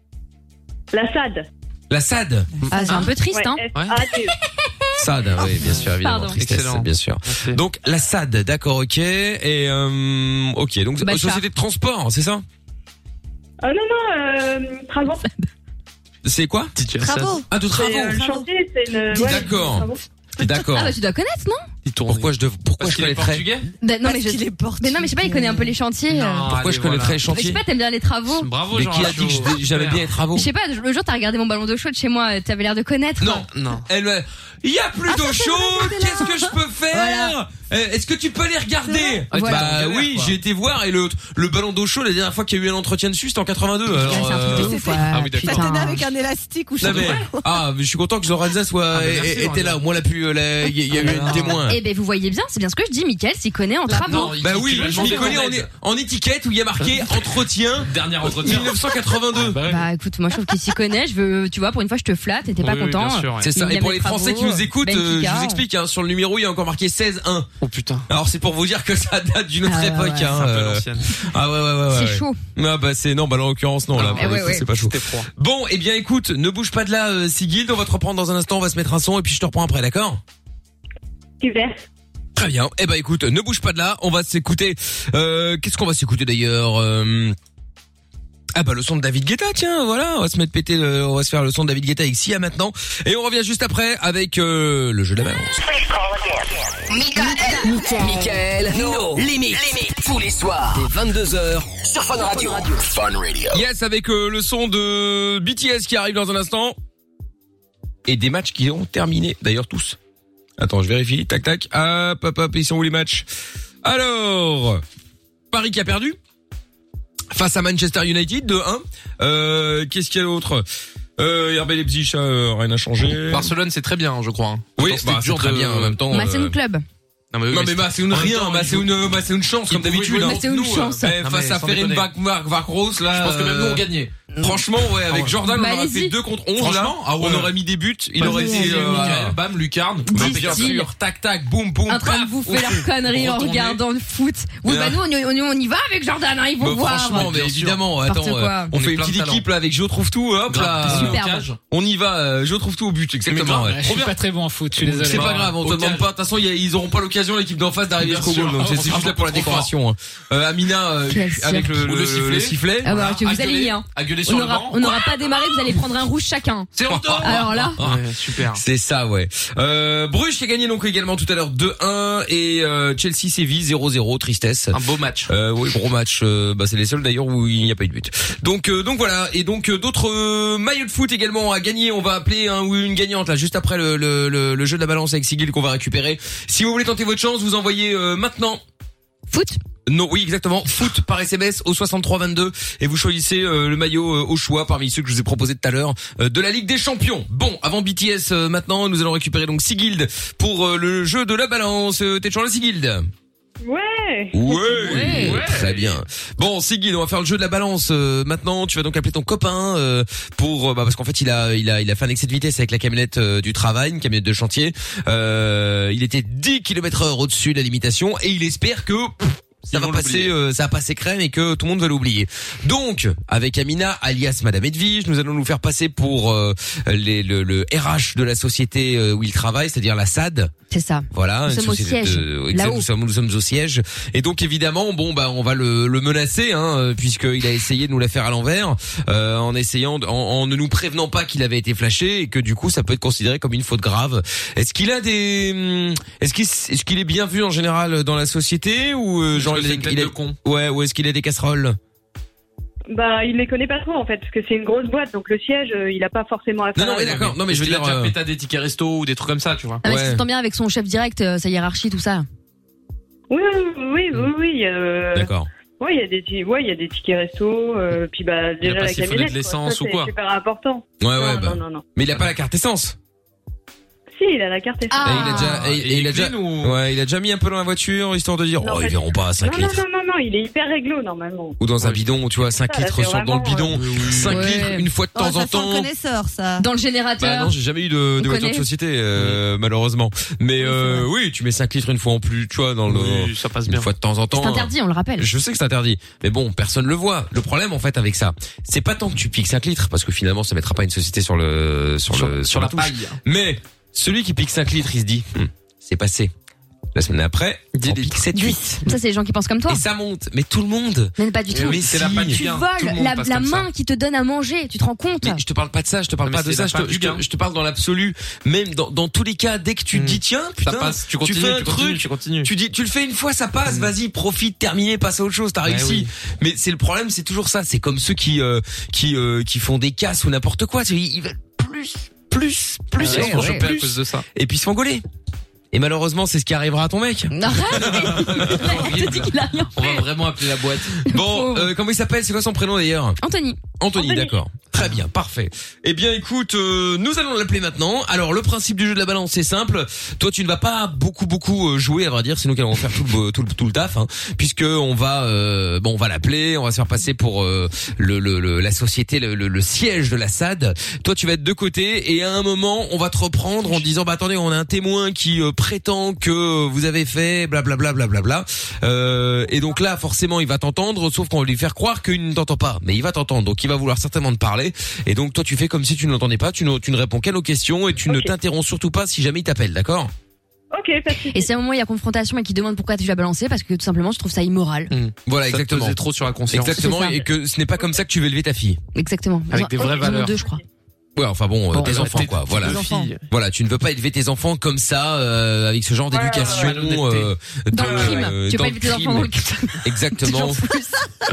La S A D. La S A D. Ah, c'est un peu triste, Ouais, hein? S A D. S A D, oui, bien sûr, évidemment. Pardon. Tristesse, Excellent. bien sûr. Merci. Donc la S A D, d'accord, ok. Et euh, ok, donc Bah, euh, société de transport, c'est ça? Ah non, non, euh, travaux. C'est quoi? Bravo. Ah, de C'est, travaux. euh, le chantier, c'est une... ouais, D'accord. travaux. D'accord. Ah bah tu dois connaître, non? Il tourne. Pourquoi je dev... pourquoi Parce je qu'il est connaîtrais portugais? Bah, non, Parce mais je... qu'il est portugais. mais non, mais je sais pas, il connaît un peu les chantiers. euh. Non, Pourquoi allez, je connaîtrais voilà. les Mais je chantiers? sais pas, t'aimes bien les travaux. Bravo, Mais Jean qui a dit que Lachaud. je- j'aimais bien les travaux? Je sais pas, le jour t'as regardé mon ballon d'eau chaude chez moi, t'avais l'air de connaître. Non, Non. Elle m'a- il y a plus d'eau chaude, qu'est-ce que je peux faire? Voilà. Euh, Est-ce que tu peux les regarder? Ah, t'es Bah en galère, oui, quoi. j'ai été voir et le, le ballon d'eau chaude, la dernière fois qu'il y a eu un entretien dessus, c'était en quatre-vingt-deux. Ouais, Alors, c'est un truc de euh, ouf, ouais. Ah oui, d'accord. Ça Putain. t'aide avec un élastique ou je non, sais mais, pas. ah, mais je suis content que Lorenza soit, Ah, mais merci, était Lorenza. là. Au moins, la pu, la- il y a eu Ah, un témoin. Eh ben vous voyez bien, c'est bien ce que je dis, Mickaël s'y connaît en travaux. non, il- Bah il- oui, il va je demander m'y connais ton en, aide. en étiquette où il y a marqué entretien Dernier entretien. mille neuf cent quatre-vingt-deux. Bah, ouais. Bah écoute, moi je trouve qu'il s'y connaît, je veux, tu vois, pour une fois je te flatte et t'es pas Oui, oui, content. bien sûr, ouais. C'est ça. Il Et aime pour les les Français travaux, qui nous écoutent, Ben euh, je Kika. vous explique, hein, sur le numéro, il y a encore marqué seize un. Oh putain. Alors c'est pour vous dire que ça date d'une autre Ah ouais, époque. ouais, hein, C'est un peu euh. l'ancienne. Ah ouais, ouais, ouais, ouais. C'est ouais. chaud. Ah bah c'est non, bah là, en l'occurrence non, là, Ah, pour le ouais, coup, ouais. c'est pas chaud. C'était froid. Bon, eh bien écoute, ne bouge pas de là, euh, Sigilde, on va te reprendre dans un instant, on va se mettre un son et puis je te reprends après, d'accord? Super. Très bien. Eh ben écoute, ne bouge pas de là, on va s'écouter. Euh, qu'est-ce qu'on va s'écouter d'ailleurs euh, Ah bah le son de David Guetta, tiens, voilà, on va se mettre péter, le, on va se faire le son de David Guetta avec Sia maintenant, et on revient juste après avec euh, le jeu de la balance. Michael, Michael, no limite, tous les soirs dès vingt-deux heures sur Fun Radio. Fun Radio. Yes, avec euh, le son de B T S qui arrive dans un instant, et des matchs qui ont terminé, d'ailleurs tous. Attends, je vérifie, tac tac, hop hop hop, ils sont où les matchs? Alors, Paris qui a perdu face à Manchester United deux un. Euh, qu'est-ce qu'il y a d'autre? Euh, R B Leipzig, euh, rien n'a changé. Barcelone, c'est très bien, je crois. Hein. Oui, bah, c'est très de... bien en même temps. Bah, c'est euh... un club. Non mais, oui, non, mais, mais bah, c'est une rien, bah, c'est une, bah, c'est une chance comme d'habitude. Hein. C'est une chance. Euh, face à Ferenc Varos, là. Je pense que même nous on gagnait. Franchement, ouais, avec Jordan, bah, on aurait fait deux contre onze, là. Ah ouais. On aurait mis des buts, il aurait été, euh, bam, lucarne. Bien sûr, tac, tac, boum, boum. En train de bouffer leurs conneries en regardant le foot. Oui, bah, nous, on, on y va avec Jordan, hein, ils vont voir. Franchement, mais évidemment, attends, on fait une petite équipe, là, avec Je trouve tout, hop, là. On y va, Je trouve tout au but, exactement, ouais. Je suis pas très bon en foot, je suis désolé. C'est pas grave, on te demande pas. De toute façon, ils auront pas l'occasion, l'équipe d'en face, d'arriver jusqu'au goal, donc c'est juste là pour la décoration. Amina, avec le sifflet. Ah bah, vous allez, hein. À gueuler sur le banc. On n'aura pas démarré, vous allez prendre un rouge chacun. C'est honteux. Alors là. Ouais, super. C'est ça, ouais. Euh, Bruges qui a gagné donc également tout à l'heure deux un et euh, Chelsea Séville zéro zéro, tristesse. Un beau match. Euh, oui, gros match. Euh, bah c'est les seuls d'ailleurs où il n'y a pas eu de but. Donc euh, donc voilà, et donc euh, d'autres euh, maillots de foot également à gagner. On va appeler un ou une gagnante là juste après le le le, le jeu de la balance avec Sigil qu'on va récupérer. Si vous voulez tenter votre chance, vous envoyez euh, maintenant foot. Non, oui, exactement. Foot par S M S au soixante-trois vingt-deux et vous choisissez euh, le maillot euh, au choix parmi ceux que je vous ai proposé tout à l'heure euh, de la Ligue des Champions. Bon, avant B T S euh, maintenant, nous allons récupérer donc Sigilde pour euh, le jeu de la balance. Euh, T'es toujours là, Sigilde? Ouais. Ouais. Ouais. Très bien. Bon, Sigilde, on va faire le jeu de la balance euh, maintenant. Tu vas donc appeler ton copain euh, pour euh, bah, parce qu'en fait il a il a il a fait un excès de vitesse avec la camionnette euh, du travail, une camionnette de chantier. Euh, il était dix kilomètres heure au-dessus de la limitation et il espère que pff, ça va passer, euh, ça va passer crème et que tout le monde va l'oublier. Donc, avec Amina, alias Madame Edwige, nous allons nous faire passer pour euh, les, le, le R H de la société où il travaille, c'est-à-dire la S A D. C'est ça. Voilà. Nous sommes au siège. De, là-haut. Nous sommes, nous sommes au siège. Et donc, évidemment, bon, bah, on va le, le menacer, hein, puisqu'il a essayé de nous la faire à l'envers, euh, en essayant, de, en, en ne nous prévenant pas qu'il avait été flashé et que du coup, ça peut être considéré comme une faute grave. Est-ce qu'il a des, est-ce qu'il, est-ce qu'il est bien vu en général dans la société ou euh, genre il a, il a, con. Ouais, ou est-ce qu'il a des casseroles? Bah, il les connaît pas trop en fait, parce que c'est une grosse boîte, donc le siège, euh, il a pas forcément à faire. Non, non, mais d'accord. Non, mais je veux dire, dire, il a déjà euh... pété des tickets resto ou des trucs comme ça, tu vois. Ah, mais ouais. Ça s'entend bien avec son chef direct, euh, sa hiérarchie, tout ça. Oui, oui, oui, oui. Euh... D'accord. Ouais, il y a des, ouais, il y a des tickets resto, euh, puis bah déjà il a pas la camionnette. de l'essence quoi. Ça, ou quoi? C'est super important. Ouais, ouais, non, bah. non, non, non. Mais il a pas la carte essence. Si, il a la carte essence. Ah. Et il a déjà, et, et il a déjà, ou... ouais, il a déjà mis un peu dans la voiture histoire de dire, non, oh, ils verront pas à cinq non, litres. Non, non, non, non, il est hyper réglo normalement. Ou dans un bidon, tu vois, cinq ça, litres sur, dans le bidon, euh... cinq ouais. litres une fois de temps oh, en ça temps. C'est un connaisseur, ça. Dans le générateur. Bah non, j'ai jamais eu de, de voiture de société, euh, malheureusement. Mais euh, oui, tu mets cinq litres une fois en plus, tu vois, dans le, oui, ça passe une bien. fois de temps en temps. C'est interdit, on le rappelle. Je sais que c'est interdit, mais bon, personne le voit. Le problème en fait avec ça, c'est pas tant que tu piques cinq litres, parce que finalement, ça mettra pas une société sur le, sur, sur le, sur, sur la la touche. paille. Mais celui qui pique cinq litres, il se dit, hm, c'est passé. La semaine après, il pique sept huit. Ça, c'est les gens qui pensent comme toi. Et ça monte. Mais tout le monde. Mais pas du tout. Mais c'est si. la paille du Tu gain. voles la, la main qui te donne à manger. Tu te rends compte? Mais je te parle pas de ça. Je te parle mais pas de ça. Je te, je, te, je te parle dans l'absolu. Même dans, dans tous les cas, dès que tu te dis tiens, putain, ça passe. Tu continues, tu fais un tu truc, continues, tu continues. Tu dis, tu le fais une fois, ça passe. Mmh. Vas-y, profite, terminé, passe à autre chose. T'as ouais, réussi. Oui. Mais c'est le problème, c'est toujours ça. C'est comme ceux qui, euh, qui, euh, qui font des casses ou n'importe quoi. Ils, ils veulent plus, plus, plus, ah, ouais, ouais, plus, à cause de ça. Et puis se font gauler. Et malheureusement, c'est ce qui arrivera à ton mec. Arrête. Dit qu'il a rien fait. On va vraiment appeler la boîte. Bon, euh, comment il s'appelle? C'est quoi son prénom d'ailleurs? Anthony. Anthony, Anthony. d'accord. Très bien, parfait. Eh bien, écoute, euh, nous allons l'appeler maintenant. Alors, le principe du jeu de la balance, c'est simple. Toi, tu ne vas pas beaucoup, beaucoup jouer, à vrai dire. C'est nous qui allons faire tout le, tout le, tout le taf, hein, puisque on va, euh, bon, on va l'appeler, on va se faire passer pour euh, le, le, le, la société, le, le, le siège de la S A D. Toi, tu vas être de côté, et à un moment, on va te reprendre en disant, bah attendez, on a un témoin qui euh, prétend que vous avez fait, blablabla, blablabla. Euh, et donc là, forcément, il va t'entendre, sauf qu'on va lui faire croire qu'il ne t'entend pas, mais il va t'entendre. Donc, il va vouloir certainement te parler. Et donc toi tu fais comme si tu ne l'entendais pas, tu ne, tu ne réponds qu'à nos questions et tu okay. ne t'interromps surtout pas si jamais il t'appelle, d'accord? Ok, pas de souci. Et si à un moment il y a confrontation et qu'il demande pourquoi tu l'as balancé, parce que tout simplement je trouve ça immoral. Mmh. Voilà, Ça te exactement. pesait trop sur la conscience. Exactement, C'est ça. et que ce n'est pas comme ça que tu veux élever ta fille. Exactement. Avec Ils des ont- vraies ils en ont valeurs. deux, je crois. Ouais, enfin bon, euh, Bon, tes bah, enfants tes- quoi, voilà. tes enfants. Voilà, tu ne veux pas élever tes enfants comme ça, euh, avec ce genre d'éducation, ouais, ouais. euh, Dans de- le crime. euh, Tu veux dans pas élever tes enfants dans le crime. Exactement. Toujours plus.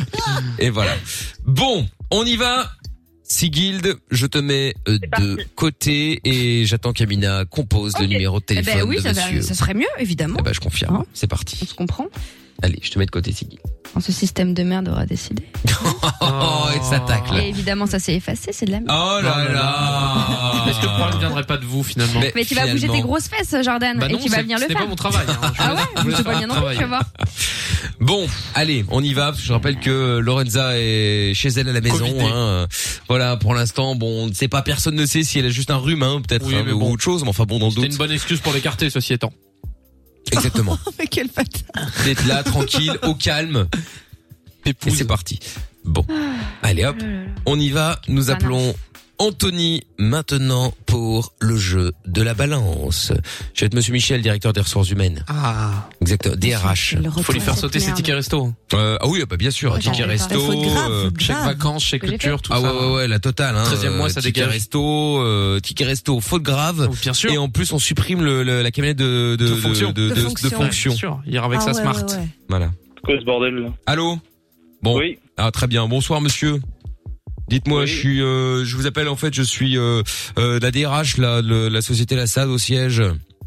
Et voilà. Bon, on y va. Sigilde, je te mets euh, de côté et j'attends qu'Amina compose le numéro de Eh téléphone ben oui, de ça, va- monsieur. ça serait mieux, évidemment. Eh ben, je confirme. Hein C'est parti. On se comprend. Allez, je te mets de côté, Sigilde. Quand ce système de merde aura décidé. Oh, il s'attaque là. Et évidemment, ça s'est effacé, c'est de la merde. Oh là là. Est-ce que le problème ne viendrait pas de vous finalement? Mais tu vas bouger finalement- tes grosses fesses, Jordan, Bah et non, tu vas c'est- venir le c'était faire. pas mon travail. Hein. Je Ah vous laisse- ouais, je vous laisse c'est faire pas bien mon non plus, tu vas travail. voir. Bon, allez, on y va. Parce que je rappelle que Lorenza est chez elle à la maison. Covidé. Hein. Voilà, pour l'instant, bon, on ne sait pas, personne ne sait si elle a juste un rhume, hein, peut-être, Oui, hein, mais ou bon. autre chose. Mais enfin bon, dans le C'était doute. une bonne excuse pour l'écarter, ceci étant. Exactement. Mais quel bâtard. D'être là, tranquille, au calme. Et c'est parti. Bon, allez hop, on y va. Nous Ça appelons Anthony maintenant pour le jeu de la balance. Je vais être Monsieur Michel, directeur des ressources humaines. Ah. Exactement, D R H. Il faut lui faire sauter ses tickets resto. Euh, ah oui, bah bien sûr, Ouais, ticket j'arrive pas. resto, Faute grave, euh, faute Chèque grave. vacances, chèque Que j'ai culture, fait. tout ah ça. ouais, ouais, ouais, la totale. Hein, treizième mois, euh, ça ticket dégage. resto, euh, ticket resto, faute grave. Oh, bien sûr. Et en plus, on supprime le, le- la camionnette de, de, De fonction. de, de, De de- fonction. de fonction. Bien sûr. Hier avec Ah sa ouais, smart. ouais, ouais. Voilà. C'est quoi ce bordel là? Allô? Bon. Oui. Ah, très bien. Bonsoir, monsieur. Dites-moi, Oui. je suis, euh, je vous appelle en fait, je suis euh, euh, la D R H, la, le- la société La S A D au siège.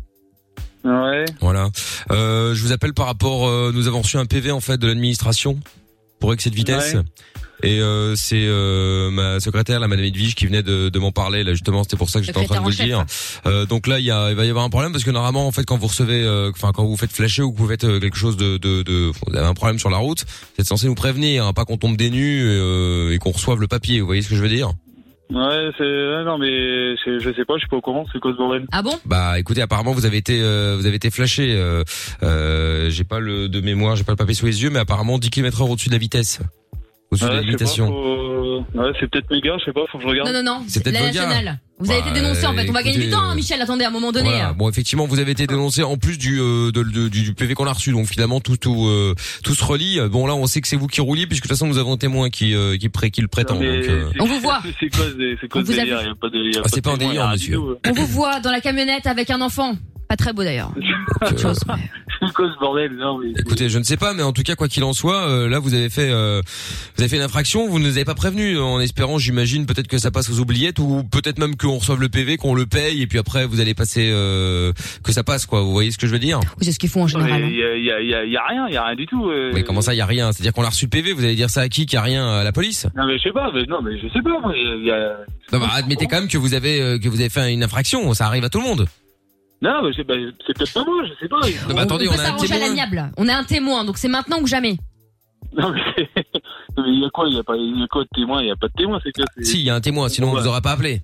Ouais. Voilà. Euh, je vous appelle par rapport, euh, nous avons reçu un P V en fait de l'administration pour excès de vitesse. Ouais. Et euh, c'est euh, ma secrétaire, la Madame Edwige, qui venait de, de m'en parler. Là, justement, c'était pour ça que j'étais en train de vous le Secrétaire en dire. Euh, donc là, il, y a, il va y avoir un problème parce que normalement, en fait, quand vous recevez, euh, enfin, quand vous faites flasher ou que vous faites euh, quelque chose de, de, de, vous avez un problème sur la route, vous êtes censé nous prévenir, hein, pas qu'on tombe des nues euh, et qu'on reçoive le papier. Vous voyez ce que je veux dire? Ouais, c'est, ouais, non, mais c'est, je sais pas, je suis pas au courant, c'est quoi ce bordel? Ah bon? Bah, écoutez, apparemment, vous avez été, euh, vous avez été flashé. Euh, euh, j'ai pas le de mémoire, j'ai pas le papier sous les yeux, mais apparemment dix kilomètres heure au-dessus de la vitesse. Au-dessus de la Ouais, je sais pas, limitation. faut... ouais, c'est peut-être méga, je sais pas, faut que je regarde. Non, non, non. C'est peut-être La vos gars. nationale. Vous avez Bah, été dénoncé en fait. On va gagner écoutez, du temps, hein, euh, Michel. Attendez, à un moment donné. Voilà. Bon, effectivement, vous avez été dénoncé en plus du euh, de, de- du, du P V qu'on a reçu. Donc finalement, tout tout euh, tout se relie. Bon là, on sait que c'est vous qui rouliez, puisque de toute façon, nous avons un témoin qui euh, qui, pré, qui le prétend. Non, mais donc, euh, c'est- On vous voit. C'est quoi, c'est, c'est quoi On ce vous a délire? vu. Y a pas de, y a Ah, pas c'est de pas un témoin, délire, y a rien monsieur. du tout. On vous voit dans la camionnette avec un enfant. Pas très beau d'ailleurs. donc, euh, C'est quoi ce bordel? Non, mais. écoutez, je ne sais pas, mais en tout cas, quoi qu'il en soit, euh, là, vous avez fait euh, vous avez fait une infraction. Vous ne nous avez pas prévenu, en espérant, j'imagine, peut-être que ça passe aux oubliettes, ou peut-être même qu'on reçoive le P V, qu'on le paye, et puis après, vous allez passer euh, que ça passe, quoi. Vous voyez ce que je veux dire? Oui, c'est ce qu'ils font en Non, général. mais hein. y a, y a, y a, y a rien, y a rien du tout. euh. Mais comment ça, il y a rien? C'est-à-dire qu'on a reçu le P V. Vous allez dire ça à qui? Qu'il y a rien à la police? Non, mais je sais pas, mais non, mais je sais pas, moi, y a, y a... Non, bah, admettez quand même que vous avez euh, que vous avez fait une infraction. Ça arrive à tout le monde. Non, mais c'est, bah, c'est peut-être pas moi, je sais pas. Non, mais attendez, on on, peut a un s'arranger à témoin. l'amiable. On a un témoin, donc c'est maintenant ou jamais. Non, mais c'est... Non, mais y a quoi? Y a pas, y a quoi de témoin? Y a pas de témoin, c'est quoi? C'est... Si, il y a un témoin, sinon on Ouais. vous aurait pas appelé.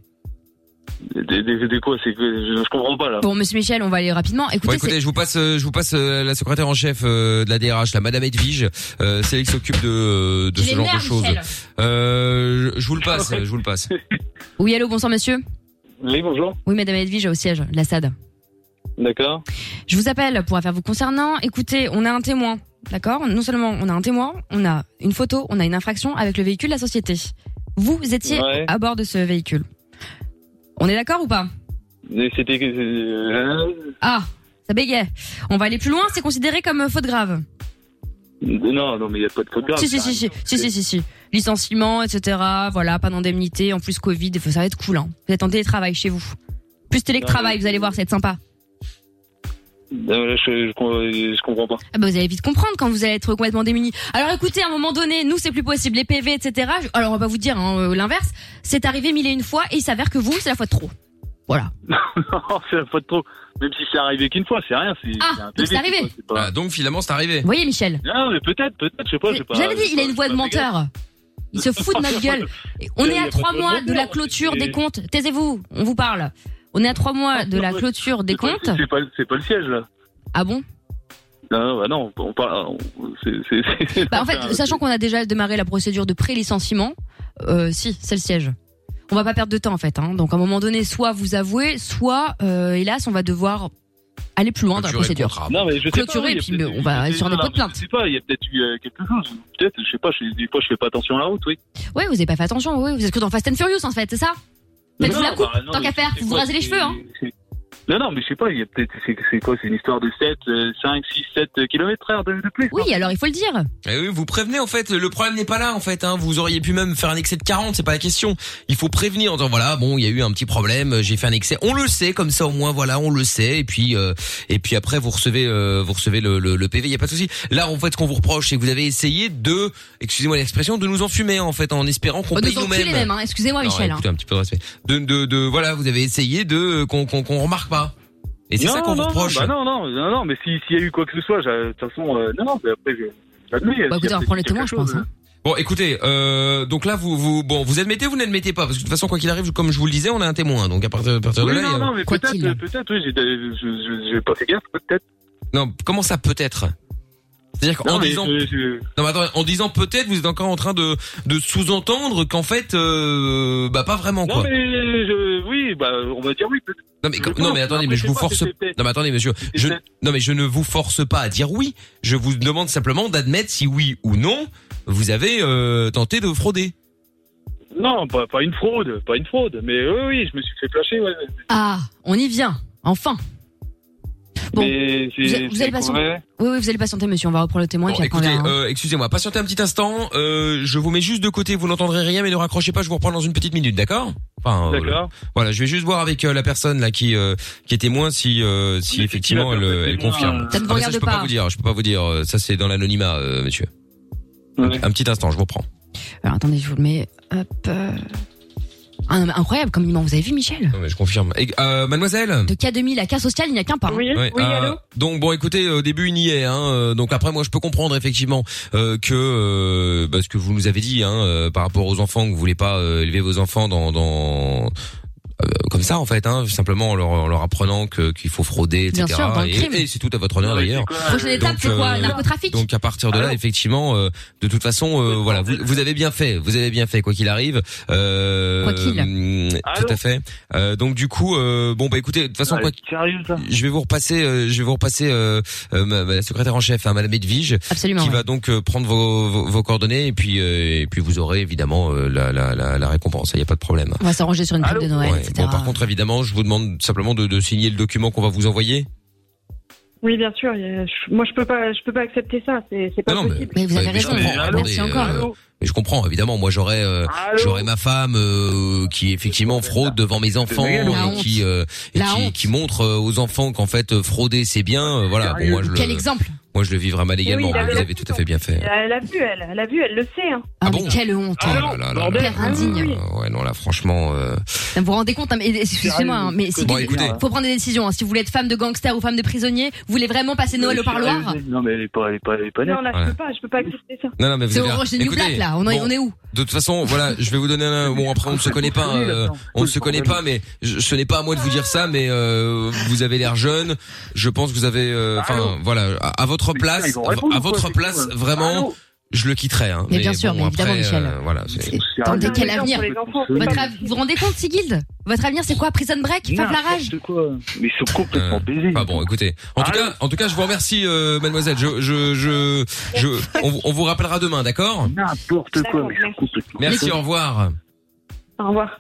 Des, des, des quoi? C'est que je, je comprends pas, là. Bon, monsieur Michel, on va aller rapidement. Écoutez, Bon, écoutez, c'est- je vous passe, euh, je vous passe euh, la secrétaire en chef euh, de la D R H, la Madame Edwige. Euh, c'est elle qui s'occupe de, de Il ce est genre nerf, de choses. Michel. Euh, je, je vous le passe, je vous le passe. Oui, allô, bonsoir monsieur. Oui, bonjour. Oui, madame Edwige au siège, la S A D. D'accord. Je vous appelle pour affaire vous concernant. Écoutez, on a un témoin, d'accord? Non seulement on a un témoin, on a une photo, on a une infraction avec le véhicule de la société. Vous étiez Ouais. à bord de ce véhicule. On est d'accord ou pas? Et c'était... euh, Ah, ça bégait. On va aller plus loin, c'est considéré comme faute grave. Non, non, mais y a pas de faute grave. Si, si, ça si, si, arrive. si, si, si, si. Licenciement, et cetera. Voilà, pas d'indemnité, en plus Covid, ça va être cool, hein. Vous êtes en télétravail chez vous. Plus télétravail, vous allez voir, ça va être sympa. Non, là, je, je, je comprends pas. Ah bah vous allez vite comprendre quand vous allez être complètement démunis. Alors écoutez, à un moment donné, nous c'est plus possible, les P V, et cetera. Alors on va vous dire hein, euh, l'inverse. C'est arrivé mille et une fois et il s'avère que vous, c'est la fois de trop. Voilà. Non, c'est la faute trop. Même si c'est arrivé qu'une fois, c'est rien. C'est, Ah, c'est un donc P V, c'est arrivé. quoi, c'est pas- Ah, donc finalement, c'est arrivé. Vous voyez Michel? Non, mais peut-être, peut-être, je sais pas, je sais pas. J'avais dit, j'ai il a pas- une voix j'ai de pas fait gaffe. menteur. Il se fout de notre gueule. Et On Il y est a à pas trois de mois menteur, de la mais clôture c'est- des comptes. Taisez-vous, on vous parle. On est à trois mois de la clôture des C'est pas- comptes. C'est pas, c'est pas le siège, là. Ah bon? Non, non, bah non, on parle, on- c'est, c'est, c'est- Bah en fait, sachant qu'on a déjà démarré la procédure de pré-licenciement, euh, si, c'est le siège. On va pas perdre de temps en fait. Hein. Donc à un moment donné, soit vous avouez, soit, euh, hélas, on va devoir aller plus loin dans la procédure. Non, mais je sais Clôturer, pas, et puis on va sur un dépôt de plainte. Je sais pas, il y a peut-être eu euh, quelque chose. Peut-être, je sais pas, je, des fois je fais pas attention à la route, oui. Ouais, vous avez pas fait attention, oui, vous êtes que dans Fast and Furious en fait, c'est ça? Faites-vous la coupe, bah, non, tant qu'à faire, vous vous rasez les cheveux, hein. Non, non, mais je sais pas, il y a peut-être, c'est, c'est quoi, c'est une histoire de sept, cinq, six, sept kilomètres heure de, de plus. Oui, alors il faut le dire. Eh oui, vous prévenez en fait, le problème n'est pas là en fait, hein. Vous auriez pu même faire un excès de quarante, c'est pas la question. Il faut prévenir en disant voilà, bon, il y a eu un petit problème, j'ai fait un excès. On le sait comme ça au moins, voilà, on le sait et puis euh, et puis après vous recevez euh, vous recevez le, le, le P V, il y a pas de souci. Là en fait ce qu'on vous reproche c'est que vous avez essayé de, excusez-moi l'expression, de nous enfumer en fait en espérant qu'on Oh, paye nous nous-mêmes. enculer même, hein. Excusez-moi Non, Michel. écoutez, un petit peu de respect. De de de voilà, vous avez essayé de qu'on qu'on qu'on remarque pas. Et c'est non, ça qu'on vous non, reproche. Bah non, non, non, non, mais si, s'il y a eu quoi que ce soit, j'ai- de toute façon, euh, non, non, mais après, je, j'admets. Bah écoutez, on reprend les témoins, je pense. Hein. Bon, écoutez, euh, donc là, vous, vous, bon, vous admettez, ou vous n'admettez pas, parce que de toute façon, quoi qu'il arrive, comme je vous le disais, on a un témoin, donc à partir, à partir Oui, de là, non, il y a- non, mais peut-être, peut-être, oui, j'ai, je, je, j'ai pas fait gaffe, peut-être. Non, comment ça peut-être? C'est-à-dire qu'en Non, mais disant, je- je- non, mais attendez, en disant peut-être, vous êtes encore en train de, de sous-entendre qu'en fait, euh, bah pas vraiment quoi. Non, mais je, oui, bah, on va dire oui, peut-être. Non mais, Je comme- pense, non mais attendez, après, mais je sais vous pas, force. c'était peut-être- Non mais attendez, monsieur, je, non mais je ne vous force pas à dire oui. Je vous demande simplement d'admettre si oui ou non vous avez euh, tenté de frauder. Non, pas, pas une fraude, pas une fraude, mais oui, oui, je me suis fait flasher, ouais. Ah, on y vient, enfin. Bon, mais vous, c'est, vous allez patienter. Oui, oui, vous allez patienter, monsieur. On va reprendre le témoin. Bon, et puis après, on écoutez, verra, hein. euh, excusez-moi, patientez un petit instant. Euh, je vous mets juste de côté, vous n'entendrez rien, mais ne raccrochez pas. Je vous reprends dans une petite minute, d'accord? Enfin, euh, D'accord. voilà, je vais juste voir avec euh, la personne là qui euh, qui est témoin si euh, si effectivement elle, euh, elle confirme. Ça ne vous Ah, mais regarde je peux pas. pas. vous dire, je peux pas vous dire. euh, Ça c'est dans l'anonymat, euh, monsieur. Ouais. Un petit instant, je vous reprends. Alors attendez, je vous le mets. Hop. euh. Ah, non, mais incroyable comme moment. Vous avez vu Michel? Non, mais je confirme. Et, euh, mademoiselle. De K deux mille à cas social, il n'y a qu'un pas. Oui, Ouais, oui, euh, allô? donc bon, écoutez, au début il y est, hein, euh, donc après moi je peux comprendre effectivement euh, que euh, bah, ce que vous nous avez dit, hein, euh, par rapport aux enfants, que vous voulez pas euh, élever vos enfants dans dans euh, comme ça en fait, hein, simplement en leur, en leur apprenant que qu'il faut frauder, et cetera. Bien sûr, dans le et, crime. et c'est tout à votre honneur Ouais, d'ailleurs. c'est quoi, Prochaine étape, c'est quoi? Narcotrafic? Donc à partir de là, effectivement, euh, de toute façon, euh, voilà, vous, vous avez bien fait, vous avez bien fait quoi qu'il arrive. Euh, Quoi qu'il. hum, tout à fait. Euh, donc du coup, euh, bon bah écoutez, de toute façon, Ah, quoi, sérieux, ça? je vais vous repasser, euh, je vais vous repasser euh, euh, ma, ma secrétaire en chef, hein, Madame Edwige, Absolument. qui ouais. va donc euh, prendre vos, vos, vos coordonnées et puis euh, et puis vous aurez évidemment euh, la, la, la, la récompense. Il y a pas de problème. On va s'arranger sur une pub Allô? de Noël, Ouais. et cetera. Bon, par contre, évidemment, je vous demande simplement de, de signer le document qu'on va vous envoyer. Oui, bien sûr. il y a- je- Moi, je peux pas, je peux pas accepter ça. C'est, c'est pas Non, non, mais- possible. Mais vous avez Ouais, mais je raison. comprends. Merci Attendez, encore. euh, Mais je comprends, évidemment. Moi, j'aurais, euh, Allô? j'aurais ma femme euh, qui effectivement fraude devant mes enfants La et honte. qui euh, et La qui, honte. qui montre euh, aux enfants qu'en fait euh, frauder c'est bien. euh, voilà. Bon, moi je Quel le, exemple? moi je le vivrai mal également. oui, mais il vous avait avez tout à fait bien fait. Elle a vu, elle, elle a vu, elle le sait. Hein. Ah, Ah mais bon? quelle honte. Oh hein. là là là bordel. là. Père indigne. Euh, ouais, non là, franchement. Euh... Vous vous rendez compte, hein, mais excusez-moi, hein, mais si Bon, vous- écoutez. faut prendre des décisions. hein. Si vous voulez être femme de gangster ou femme de prisonnier, vous voulez vraiment passer Noël au parloir? Non, mais elle est pas, elle est pas, elle est pas nette. Non, là, je Ouais. peux pas, je peux pas accepter ça. Non non mais vous C'est avez. Orange et New Écoutez, Black là. On est, bon, on est où? De toute façon, voilà, je vais vous donner un. Bon après on ne se connaît pas, euh, on ne se connaît pas, mais je, ce n'est pas à moi de vous dire ça, mais euh, vous avez l'air jeune. Je pense que vous avez, euh, enfin Allô? voilà, à, à votre Mais putain, place, ils vont répondre à ou quoi, votre c'est place, quoi vraiment, Allô? je le quitterai. Hein, Mais bien sûr, mais évidemment, après, Michel. euh, voilà, c'est- Attendez, quel Non, avenir? pour les enfants, Votre pas- av- Vous vous rendez compte, Sigilde? Votre avenir, c'est quoi? Prison break? Fab la rage? N'importe quoi. Mais ils sont complètement baisés. Enfin bon, écoutez. En tout Allô? cas, en tout cas, je vous remercie, euh, mademoiselle. Je, je, je, je, on, on vous rappellera demain, d'accord? N'importe quoi, D'accord, mais ils sont merci. complètement. Merci, au revoir. Au revoir.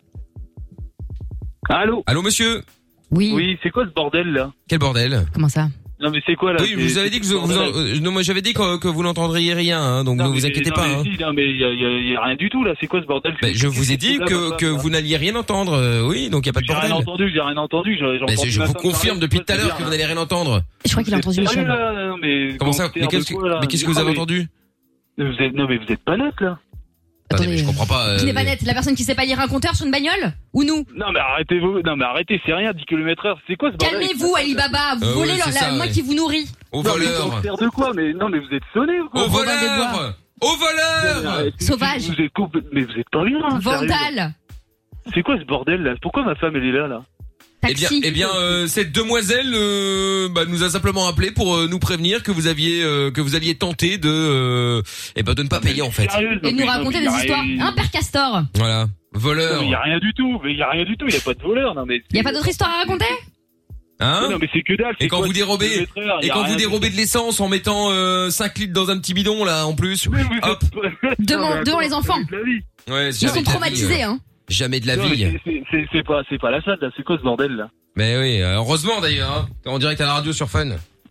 Allô? Allô, monsieur? Oui. Oui, c'est quoi ce bordel là? Quel bordel? Comment ça? Non, mais c'est quoi là? Oui, je vous avais dit que vous, vous en- euh, non, moi j'avais dit que, que vous n'entendriez rien, hein, donc Non, ne mais- vous inquiétez non, pas. mais Hein. si, non, mais il y a, y a- y a rien du tout là. C'est quoi ce bordel? Ben, je vous ai dit Qu'est-ce que, là, que là, vous n'alliez rien entendre. euh, oui, donc il y a pas de J'ai rien bordel. entendu, j'ai rien entendu. j'ai- j'ai Mais entendu je ma vous femme confirme parler, depuis c'est tout à quoi l'heure ce que vous délire, n'allez rien entendre. Je crois qu'il a entendu là Michel. Sérieux, là, non, mais Comment ça? gangster Mais de qu'est-ce que, quoi, là mais qu'est-ce que vous Non, avez mais- entendu? Vous êtes, non, mais vous êtes pas net là. Attendez, mais je euh, comprends pas. euh, Qui n'est pas nette? La personne qui sait pas lire un compteur sur une bagnole? Ou nous? Non, mais arrêtez vous. Non, mais arrêtez, c'est rien, dix kilomètres heure. C'est quoi ce bordel? Calmez-vous, Alibaba. Vous Euh, volez oui, la, c'est la ça, moi ouais. qui vous nourrit. Au Non, mais voleur. gangster de quoi? Mais non, mais vous êtes sonné ou quoi? Au Robin des voleur. Bois. Au Non, mais voleur. arrêtez, Sauvage. Vous êtes compl- mais vous êtes pas bien. hein, sérieux. Vandale. C'est quoi ce bordel là? Pourquoi ma femme elle est là là? Eh bien, Taxi. eh bien, euh, cette demoiselle euh, bah, nous a simplement appelé pour euh, nous prévenir que vous aviez, euh, que vous alliez tenter de, euh, eh ben, de ne pas payer en fait. Sérieux, non, Et nous mais- non, raconter mais des y a histoires. rien- Hein, Père Castor? Voilà, Non, voleur. mais y a rien du tout. Mais y a rien du tout. Y a pas de voleur. Non mais. Y a pas d'autre histoire à raconter? Hein? Non mais c'est que dalle. Et quand vous dérobez, et quand vous dérobez de l'essence en mettant euh, cinq litres dans un petit bidon là en plus, hop. Devant, devant les enfants. Ouais, Ils sont traumatisés, hein. Jamais de la Non, vie. mais c'est- c'est- C'est pas, c'est pas la salle, là. C'est quoi ce bordel, là? Mais oui, euh, heureusement d'ailleurs. Hein. T'es en direct à la radio sur Fun.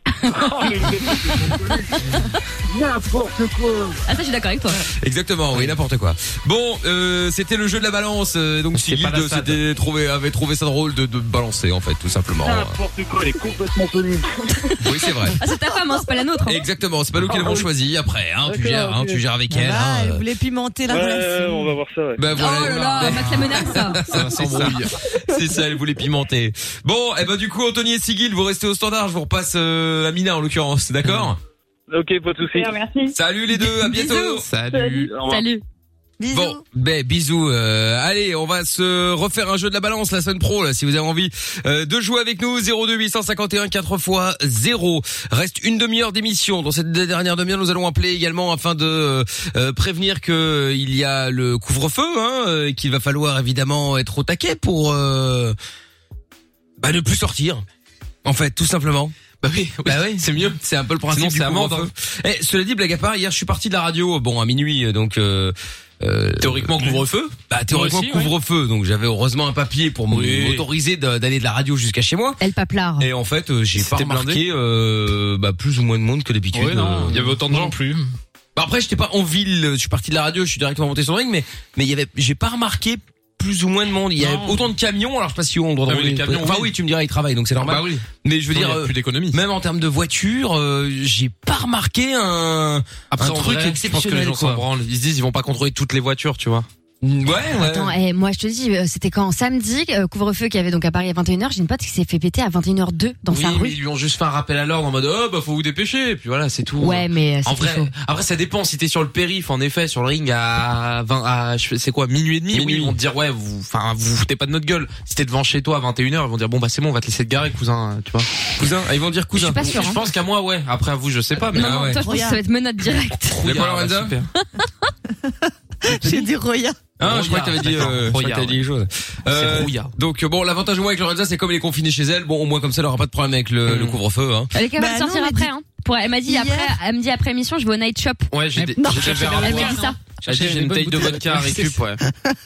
N'importe quoi. Ah ça je suis d'accord avec toi. Exactement, oui, n'importe quoi. Bon, euh, c'était le jeu de la balance. euh, donc Sigrid pas la salle. s'était trouvé, avait trouvé ça drôle de, de balancer en fait, tout simplement. N'importe quoi, elle est complètement folie. Oui, c'est vrai. Ah c'est ta femme, hein, c'est pas la nôtre. Hein. Exactement, c'est pas nous qui l'avons choisi après. Hein, tu D'accord, gères, hein, ok. tu gères avec elle. Voilà, hein, elle euh. voulait pimenter la Ouais, relation. on va voir ça, ouais. Ben voilà. Oh là là, Max la menace ça. Ça s'embrouille. C'est ça, elle voulait pimenter. Bon, et ben du coup, Anthony et Sigil, vous restez au standard. Je vous repasse euh, Amina en l'occurrence, d'accord? Ok, pas de soucis. Merci. Salut les deux, à bientôt. Salut. Au revoir. Salut. Bisous. Bon, ben bisous. Euh, allez, on va se refaire un jeu de la balance la semaine pro là, si vous avez envie euh, de jouer avec nous. zéro deux huit cent cinquante et un quatre fois zéro. Reste une demi-heure d'émission. Dans cette dernière demi-heure, nous allons appeler également afin de euh, prévenir que euh, il y a le couvre-feu, hein, euh, et qu'il va falloir évidemment être au taquet pour euh, bah, ne plus sortir. En fait, tout simplement. Bah oui, oui, Bah oui, c'est mieux. C'est un peu le principe Sinon, du c'est amende, couvre-feu. Eh, cela dit, blague à part, hier je suis parti de la radio, bon à minuit, donc euh, euh, Théoriquement couvre-feu. Bah théoriquement Aussi, couvre-feu, donc j'avais heureusement un papier pour Oui. m'autoriser de- d'aller de la radio jusqu'à chez moi. Elle paplard. Et en fait, euh, j'ai pas C'était blindé. remarqué euh, bah plus ou moins de monde que d'habitude. Ouais, non, euh. il y avait autant de gens. Non plus. Bah, après, j'étais pas en ville, je suis parti de la radio, je suis directement monté sur le ring, mais mais il y avait, j'ai pas remarqué plus ou moins de monde. Il y a Non. autant de camions, alors je sais pas si on doit Ah oui, les camions, Enfin oui. oui, tu me diras, ils travaillent, donc c'est normal. Bah oui. Mais je veux Non, dire, il y a euh, plus d'économie. même en termes de voiture, euh, j'ai pas remarqué un, Après, un en truc vrai, je pense que les exceptionnel, gens quoi. s'en branlent. Ils se disent, ils vont pas contrôler toutes les voitures, tu vois. Ouais, ouais. Attends, eh, moi je te dis, euh, c'était quand samedi, euh, couvre-feu qu'il y avait donc à Paris à vingt et une heures, j'ai une pote qui s'est fait péter à vingt et une heures deux dans oui, sa mais rue. ils lui ont juste fait un rappel à l'ordre en mode, oh, bah, faut vous dépêcher. Et puis voilà, c'est tout. Ouais, mais euh, En c'était vrai, chaud. après ça dépend. Si t'es sur le périph, en effet, sur le ring à vingt, à je- c'est quoi, minuit et demi, oui, Minuit. ils vont te dire ouais, vous, enfin, vous vous foutez pas de notre gueule. Si t'es devant chez toi à vingt et une heures, ils vont dire bon bah c'est bon, on va te laisser te garer, cousin, tu vois. Cousin, ah, ils vont dire Je cousin. suis pas sûre. Je Hein. pense qu'à moi, ouais. Après à vous, je sais pas, mais Non, Ah non, ouais. toi je pense que ça va être menotte directe. Il y a quoi, Ah, bah, Lorenza super. J'ai dit Roya. Ah, je crois que t'avais dit, D'accord. euh, je crois que Rouillard, t'avais dit quelque chose. C'est rouillard. Donc bon, l'avantage moi avec Lorenza, c'est comme elle est confinée chez elle, bon au moins comme ça, elle aura pas de problème avec le, Mm. le couvre-feu. Hein. Elle est capable Bah de sortir non, mais après. dis- Hein. Pour, elle m'a dit Hier- après, elle me dit après émission, je vais au night shop. Ouais, j'ai des- Non. j'ai déjà fait un Elle revoir. m'a dit ça. J'ai dit, j'ai une taille de vodka à récup, ouais.